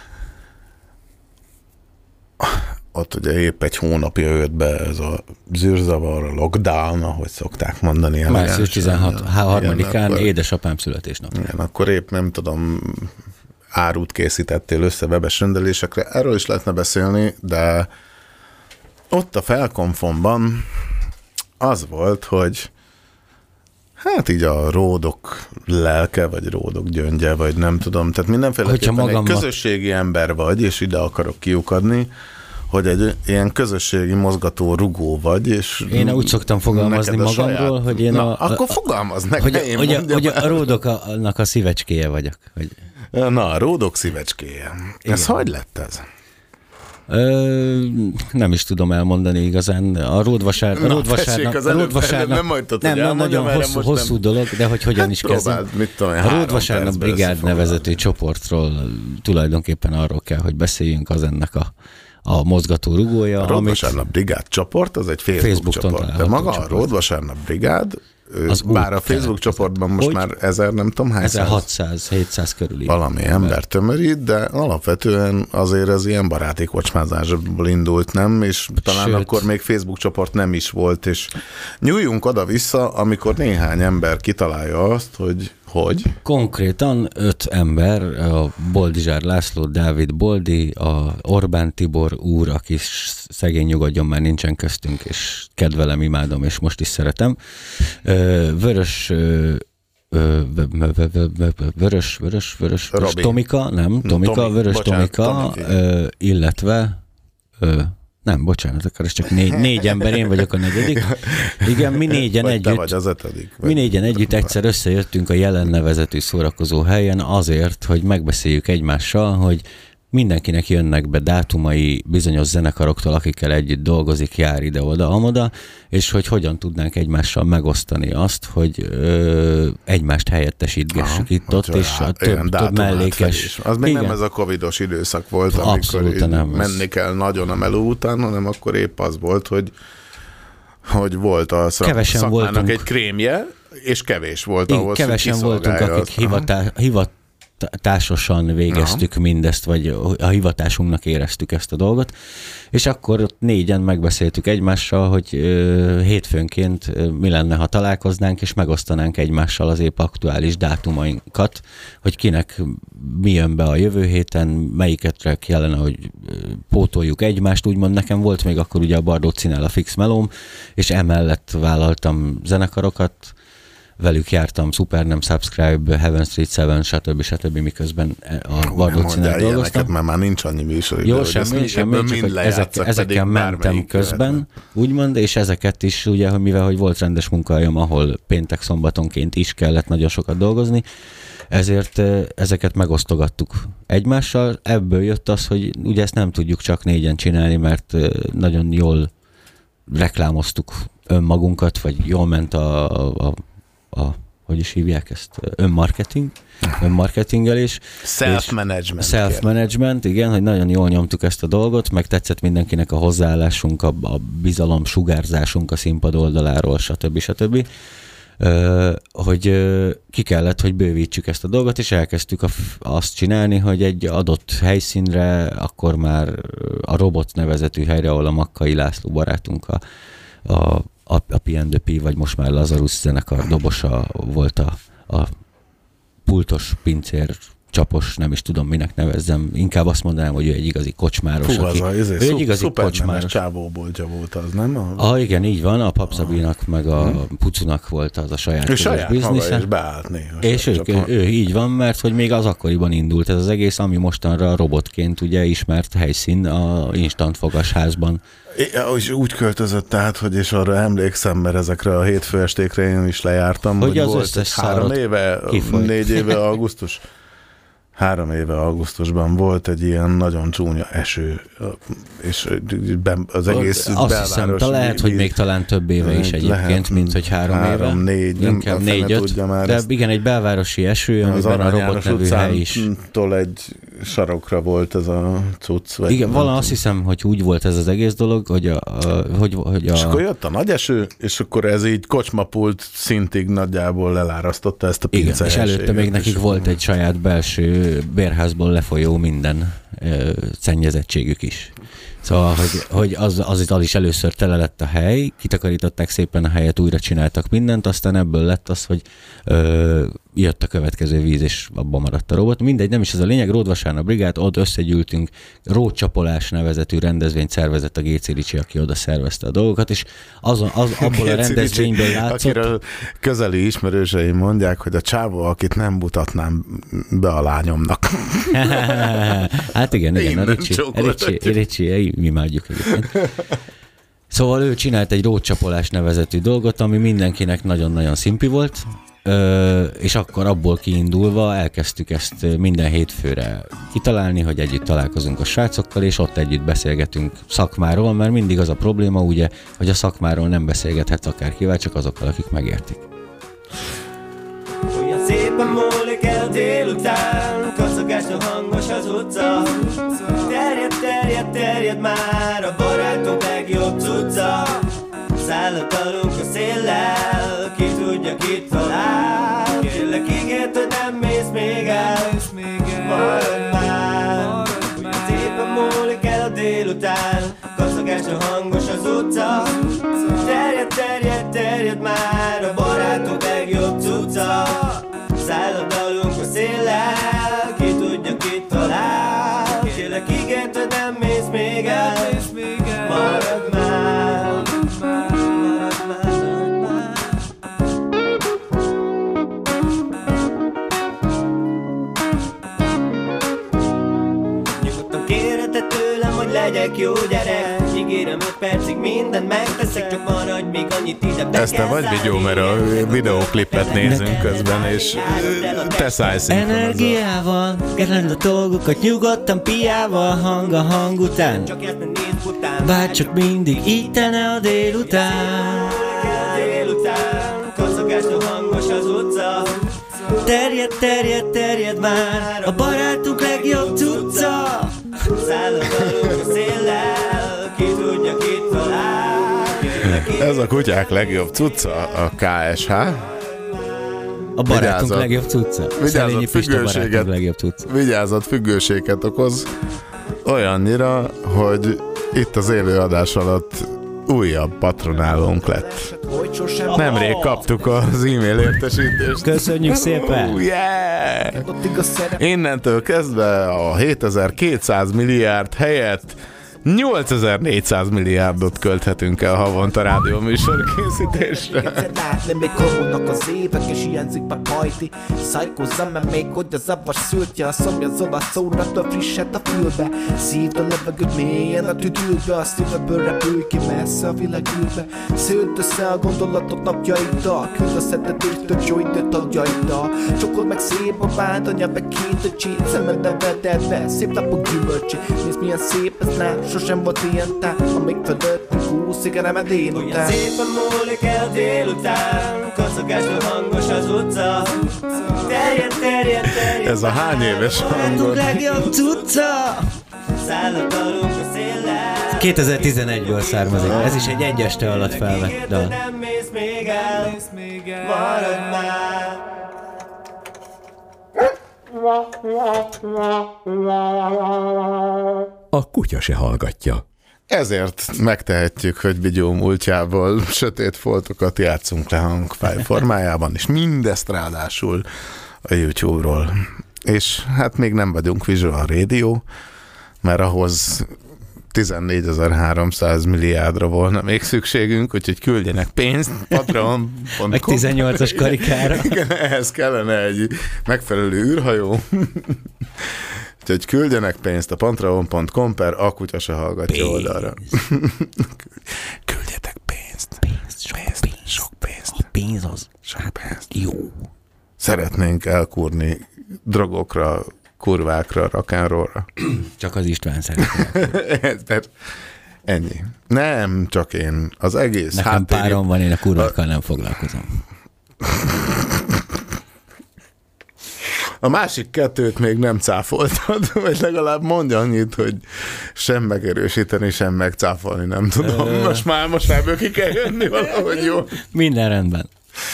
Ott ugye épp egy hónapja jött be ez a zűrzavar, a lockdown, ahogy szokták mondani. Március 13-án édesapám születésnap. Igen, akkor épp nem tudom, árut készítettél össze webes rendelésekre. Erről is lehetne beszélni, de ott a Felkonfonban az volt, hogy hát így a ródok lelke, vagy ródok gyöngye, vagy nem tudom, tehát mindenféleképpen egy közösségi ember vagy, és ide akarok kiukadni, hogy egy ilyen közösségi mozgató rugó vagy, és én úgy szoktam fogalmazni magamról, hogy én akkor fogalmazd meg, hogy a ródoknak a szívecskéje vagyok. Hogy... Na, a ródok szívecskéje. Igen. Ez hogy lett ez? Nem is tudom elmondani igazán. A ródvasárnap nem nagyon hosszú dolog, de hogy hogyan is kezdem. A Ródvasárnap Brigád nevezetű csoportról tulajdonképpen arról kell, hogy beszéljünk, az ennek a mozgató rugója. A Ródvasárnap Brigád csoport, az egy Facebook csoport. De maga a Ródvasárnap Brigád, bár a Facebook csoportban most már 1000, nem tudom hány 1600-700 körül. Valami ember tömörít, de alapvetően azért ez ilyen baráti kocsmázásból indult, nem? És talán akkor még Facebook csoport nem is volt, és nyúljunk oda-vissza, amikor néhány ember kitalálja azt, hogy konkrétan 5 ember, a Boldizsár László, Dávid Boldi, a Orbán Tibor úr, aki szegény nyugodjon, már nincsen köztünk, és kedvelem, imádom, és most is szeretem. Vörös Tomika, nem, Tomika, Vörös Tomika, illetve nem, bocsánat, akkor ez csak négy ember, én vagyok a negyedik. Igen, mi négyen együtt egyszer összejöttünk a Jelen nevezetű szórakozó helyen azért, hogy megbeszéljük egymással, hogy mindenkinek jönnek be dátumai bizonyos zenekaroktól, akikkel együtt dolgozik, jár ide-oda, amoda, és hogy hogyan tudnánk egymással megosztani azt, hogy egymást helyettesítgessük itt-ott, és a több mellékes... Az még nem ez a covidos időszak volt, amikor menni kell nagyon a meló után, hanem akkor épp az volt, hogy volt a szakmának egy krémje, és kevés volt ahhoz, kevesen voltunk, akik hivatásosan végeztük mindezt, vagy a hivatásunknak éreztük ezt a dolgot, és akkor ott négyen megbeszéltük egymással, hogy hétfőnként mi lenne, ha találkoznánk, és megosztanánk egymással az épp aktuális dátumainkat, hogy kinek mi jön be a jövő héten, melyiket kellene, hogy pótoljuk egymást, úgymond nekem volt még akkor ugye a Bardócinál a Fix Melóm, és emellett vállaltam zenekarokat, velük jártam, Super Nem Subscribe, Heaven Street 7, stb. Miközben a Bardócinál dolgoztam. Mert már nincs annyi műsor. Jó, semmi, csak ezekkel mentem közben, úgymond, és ezeket is, ugye, hogy mivel hogy volt rendes munkahelyem, ahol péntek szombatonként is kellett nagyon sokat dolgozni, ezért ezeket megosztogattuk egymással. Ebből jött az, hogy ugye ezt nem tudjuk csak négyen csinálni, mert nagyon jól reklámoztuk önmagunkat, vagy jól ment hogy is hívják ezt? Önmarketingelés. Self-management, igen, hogy nagyon jól nyomtuk ezt a dolgot, meg tetszett mindenkinek a hozzáállásunk, a bizalom sugárzásunk a színpad oldaláról, stb. Hogy ki kellett, hogy bővítsük ezt a dolgot, és elkezdtük azt csinálni, hogy egy adott helyszínre, akkor már a Robot nevezetű helyre, ahol a Makkai László barátunk a P&P, vagy most már Lazarus zenekar dobosa volt a pultos pincér csapos, nem is tudom, minek nevezzem. Inkább azt mondanám, hogy ő egy igazi kocsmáros. Fú, ő egy igazi kocsmáros. Csávóboltja volt az, nem? Igen, így van. A Papszabinak meg a Pucunak volt az a saját biznisze. És beállt néha. És ő így van, mert hogy még az akkoriban indult ez az egész, ami mostanra robotként ugye ismert helyszín a Instant Fogasházban. És úgy költözött tehát, hogy és arra emlékszem, mert ezekre a hétfő estékre én is lejártam, hogy volt egy 4 éve augusztus. 3 éve augusztusban volt egy ilyen nagyon csúnya eső, és az egész azt hiszem, lehet, hogy még talán több éve is egyébként, mint hogy 3 éve. 4, inkább 4-5, de igen, egy belvárosi eső, amiben a Robot nevű hely is. Egy sarokra volt ez a cucc. Igen, valami azt hiszem, hogy úgy volt ez az egész dolog, hogy és akkor jött a nagy eső, és akkor ez így kocsmapult szintig nagyjából elárasztotta ezt a pince. Igen, és előtte még nekik volt egy saját belső bérházból lefolyó minden szennyezettségük is. Szóval, hogy az is először tele lett a hely, kitakarították szépen a helyet, újra csináltak mindent, aztán ebből lett az, hogy jött a következő víz, és abban maradt a robot. Mindegy, nem is ez a lényeg, Ródvasárnap brigád, ott összegyűltünk, Ródcsapolás nevezetű rendezvényt szervezett a Géci Ricsi, aki oda szervezte a dolgokat, és abból a rendezvényből látszott. Akiről közeli ismerőseim mondják, hogy a csávó, akit nem mutatnám be a lányomnak. Hát igen, a Ricsi, mi imádjuk egyébként. Szóval ő csinált egy Ródcsapolás nevezetű dolgot, ami mindenkinek nagyon-nagyon szimpi volt, és akkor abból kiindulva elkezdtük ezt minden hétfőre kitalálni, hogy együtt találkozunk a srácokkal, és ott együtt beszélgetünk szakmáról, mert mindig az a probléma, ugye, hogy a szakmáról nem beszélgethetsz akárkivel, csak azokkal, akik megértik. Olyan szépen múlik el délután, kacagásra hangos az utca. Terjed már a barátok legjobb cucca. Szállatalunk a széllel, ki tudja, kit talál. Kérlek ígért, hogy nem mész még el, maradj már. Olyan szépen múlik el a délután, kacagásra hangos az utca. Terjed már a barátok legjobb cucca. Szállatalunk a széllel, ki tudja, kit talál. Kérlek ígért, hogy nem mész még el, maradj már. Nyugodtan kérheted tőlem, hogy legyek jó gyerek. Ígérem 5 percig mindent megteszek, csak maradj még annyit ide be. Ezt te vagy vigyó, mert a videóklipet nézünk közben, és te szállsz. Energiával, kerend a dolgokat nyugodtan piával, hang a hang után. Bárcsak mindig így tene a délután. Kacagásra hangos az utca. Terjed már a barátunk legjobb cucca. Szállatalunk a széllel, ki tudja, kit talál. Ez a kutyák legjobb cucca, a KSH. A barátunk legjobb cucca. Szerényi Pista barátunk legjobb cucca. Vigyázat, függőséget okoz olyannyira, hogy itt az élő adás alatt újabb patronálónk lett. Nemrég kaptuk az e-mail értesítést. Köszönjük szépen! Yeah! Innentől kezdve a 7200 milliárd helyett 8400 milliárdot költhetünk el havonta rádióműsor készítésre. Nem még korulnak az évek, és hiányzik már pajti. Szajkózzam, mert még hogy a zavas szültje, a szomjazol a szóraktól frisset a fülbe. Szívd a levegőt mélyen a tüdőbe, a szíveből repülj ki messze a világűrbe. Szőtt össze a gondolatok napjaiddal, küld a szedetést a joint tagjaiddal. Csokol meg szép a vád, anya meg két öcsét, szemedbe veded be, szép napok gyümölcsé. Nézd milyen szép ez nem, sosem volt ilyen tán, amíg fölöttünk úszik el a délután. Olyan szépen múlik el délután, kacagásra hangos az utca. Terjed. Ez a hány éves hangod? Legjobb cucca! Szállatalunk a széllel. 2011-ből származik. Ez is egy egy este alatt felvett dal. Nem mész még el, maradj már. A kutya se hallgatja. Ezért megtehetjük, hogy Vigyó múltjából sötét foltokat játszunk le hangfájl formájában, és mindezt ráadásul a YouTube-ról És hát még nem vagyunk Visual Radio, mert ahhoz 14.300 milliárdra volna még szükségünk, úgyhogy küldjenek pénzt patreon.com. Meg 18-as karikára. Igen, ehhez kellene egy megfelelő űrhajó. Úgyhogy küldjenek pénzt a patreon.com per a kutya se hallgatja oldalra. Küldjetek pénzt. Sok pénzt. A pénz az. Sok pénzt. Jó. Szeretnénk elkúrni drogokra, kurvákra, rock'n'rollra. Csak az István szeretne. Ennyi. Nem csak én. Az egész nekem párom van, én a kurvákkal nem foglalkozom. A másik kettőt még nem cáfoltad, vagy legalább mondj annyit, hogy sem megerősíteni, sem megcáfolni nem tudom. Most már ebből ki kell jönni valahogy, jó? Minden rendben.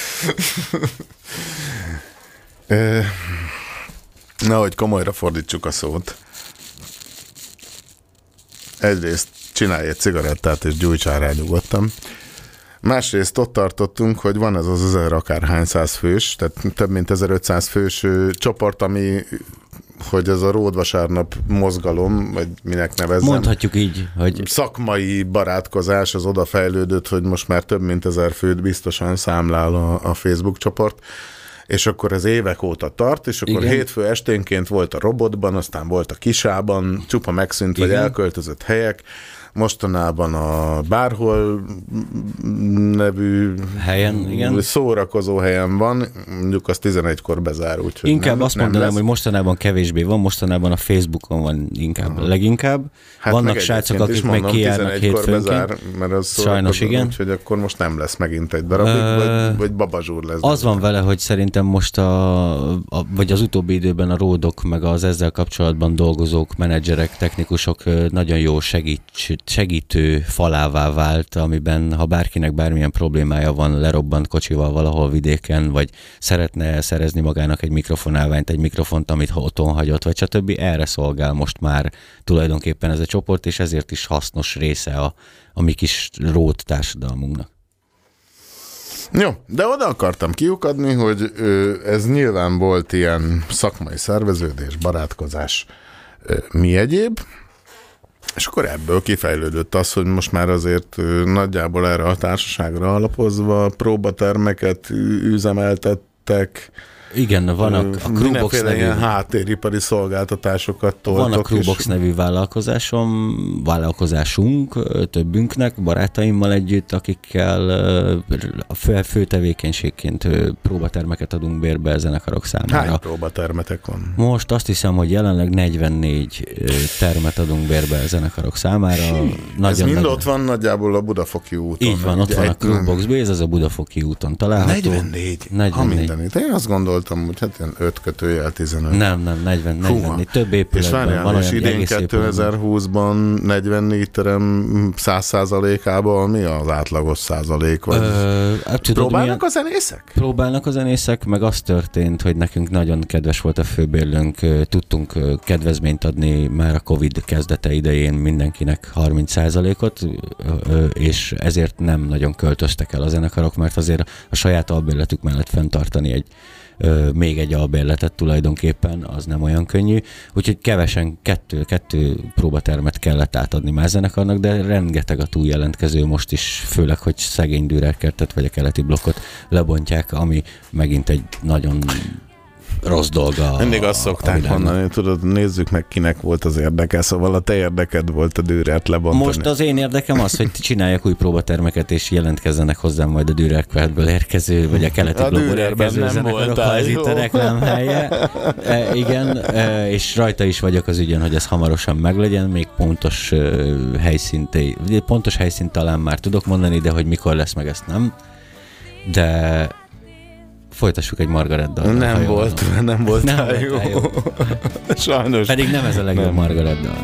Na, hogy komolyra fordítsuk a szót. Egyrészt csinálj egy cigarettát, és gyújtsál rá nyugodtan. Másrészt ott tartottunk, hogy van ez az 1000 akárhány száz fős, tehát több mint 1500 fős csoport, ami, hogy ez a Ródvasárnap mozgalom, vagy minek nevezzem. Mondhatjuk így, hogy... Szakmai barátkozás az odafejlődött, hogy most már több mint 1000 főt biztosan számlál a Facebook csoport, és akkor ez évek óta tart, és akkor igen. Hétfő esténként volt a Robotban, aztán volt a Kisában, csupa megszűnt, igen. Vagy elköltözött helyek, mostanában a Bárhol nevű helyen, igen. Szórakozó helyen van, mondjuk az 11-kor bezár, úgyhogy inkább azt mondanám, hogy mostanában kevésbé van, mostanában a Facebookon van inkább, leginkább. Hát vannak srácok, akik meg kijárnak hétfőnként. Bezár, mert az sajnos igen. Úgyhogy akkor most nem lesz megint egy darabig, vagy babazsúr lesz. Az van vele, hogy szerintem most vagy az utóbbi időben a ródok, meg az ezzel kapcsolatban dolgozók, menedzserek, technikusok nagyon jó segítő falává vált, amiben ha bárkinek bármilyen problémája van, lerobbant kocsival valahol vidéken, vagy szeretne szerezni magának egy mikrofonálványt, egy mikrofont, amit otthon hagyott, vagy stb. Erre szolgál most már tulajdonképpen ez a csoport, és ezért is hasznos része a mi kis rót társadalmunknak. Jó, de oda akartam kiukadni, hogy ez nyilván volt ilyen szakmai szerveződés, barátkozás, mi egyéb, és akkor ebből kifejlődött az, hogy most már azért nagyjából erre a társaságra alapozva próbatermeket üzemeltettek. Igen, van a Crewbox nevű... ilyen háttéripari szolgáltatásokat toltok. Van a Crewbox nevű vállalkozásunk többünknek, barátaimmal együtt, akikkel a fő tevékenységként próbatermeket adunk bérbe zenekarok számára. Hány próbatermetek van? Most azt hiszem, hogy jelenleg 44 termet adunk bérbe zenekarok számára. Ez mind ott van nagyjából a Budafoki úton. Így van, ott van a Crewbox Base, ez a Budafoki úton található. 44? Ha mindenit. Én azt gondoltam, hogy hát ilyen 5/15. Nem, 44. Több épületben van olyan. És idén 2020-ban 44 terem 100%-ában mi az átlagos százalék? Próbálnak a zenészek? Próbálnak a zenészek, meg az történt, hogy nekünk nagyon kedves volt a főbérlőnk, tudtunk kedvezményt adni már a Covid kezdete idején mindenkinek 30%-ot, és ezért nem nagyon költöztek el a zenekarok, mert azért a saját albérletük mellett fenntartani még egy albérletet tulajdonképpen, az nem olyan könnyű, úgyhogy kevesen kettő próbatermet kellett átadni már zenekarnak, de rengeteg a túljelentkező most is, főleg, hogy szegény Dürerkertet vagy a keleti blokkot lebontják, ami megint egy nagyon rossz dolga. Mindig azt szokták mondani, tudod, nézzük meg, kinek volt az érdeke, szóval a te érdeked volt a Dürert lebontani. Most az én érdekem az, hogy csináljak új próbatermeket, és jelentkezzenek hozzám majd a Dürerkertből érkező, vagy a keleti blokkból érkező zenekarok, ha ez itt a reklámhelye. Igen, és rajta is vagyok az ügyön, hogy ez hamarosan meglegyen, még pontos helyszínt talán már tudok mondani, de hogy mikor lesz meg, ezt nem. De folytassuk egy Margaret dal. Nem volt jó. Sajnos. Pedig nem ez a legjobb Margaret dal.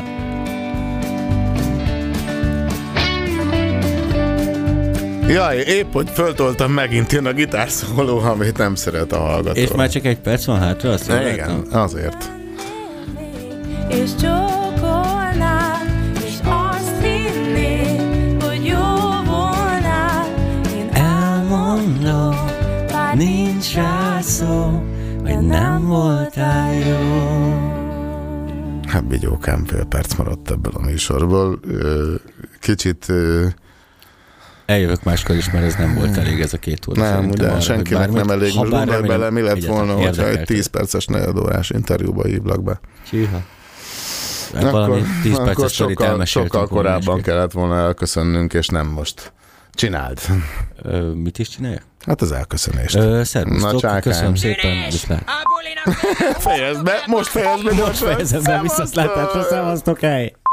Jaj, épp hogy föltoltam, megint jön a gitárszóló, amit nem szeret a hallgató. És már csak egy perc van hátra, azt igen, azért. És csókolnál, és azt hinnéd, hogy jó volnál. Én elmondom, nincs rá szó, hogy de nem voltál jó. Hát bigyókám, fél perc maradt ebből a műsorból. Kicsit... Eljövök máskor is, mert ez nem volt elég, ez a 2 óra. Nem, ugye senkinek nem elég. Most gondolj bele, mi lett volna, hogyha egy 10 perces, negyedórás interjúba hívlak be. Hűha. Valami 10 perces sztorit elmeséltünk. Sokkal korábban kellett volna elköszönnünk, és nem most. Csináld. Mit is csináljak? Hát az elköszönést. Szervusztok, köszönöm szépen. Viszlát. Fejezd be, most fejezd be. Most fejezem be, viszontlátásra, szevasztok, hely!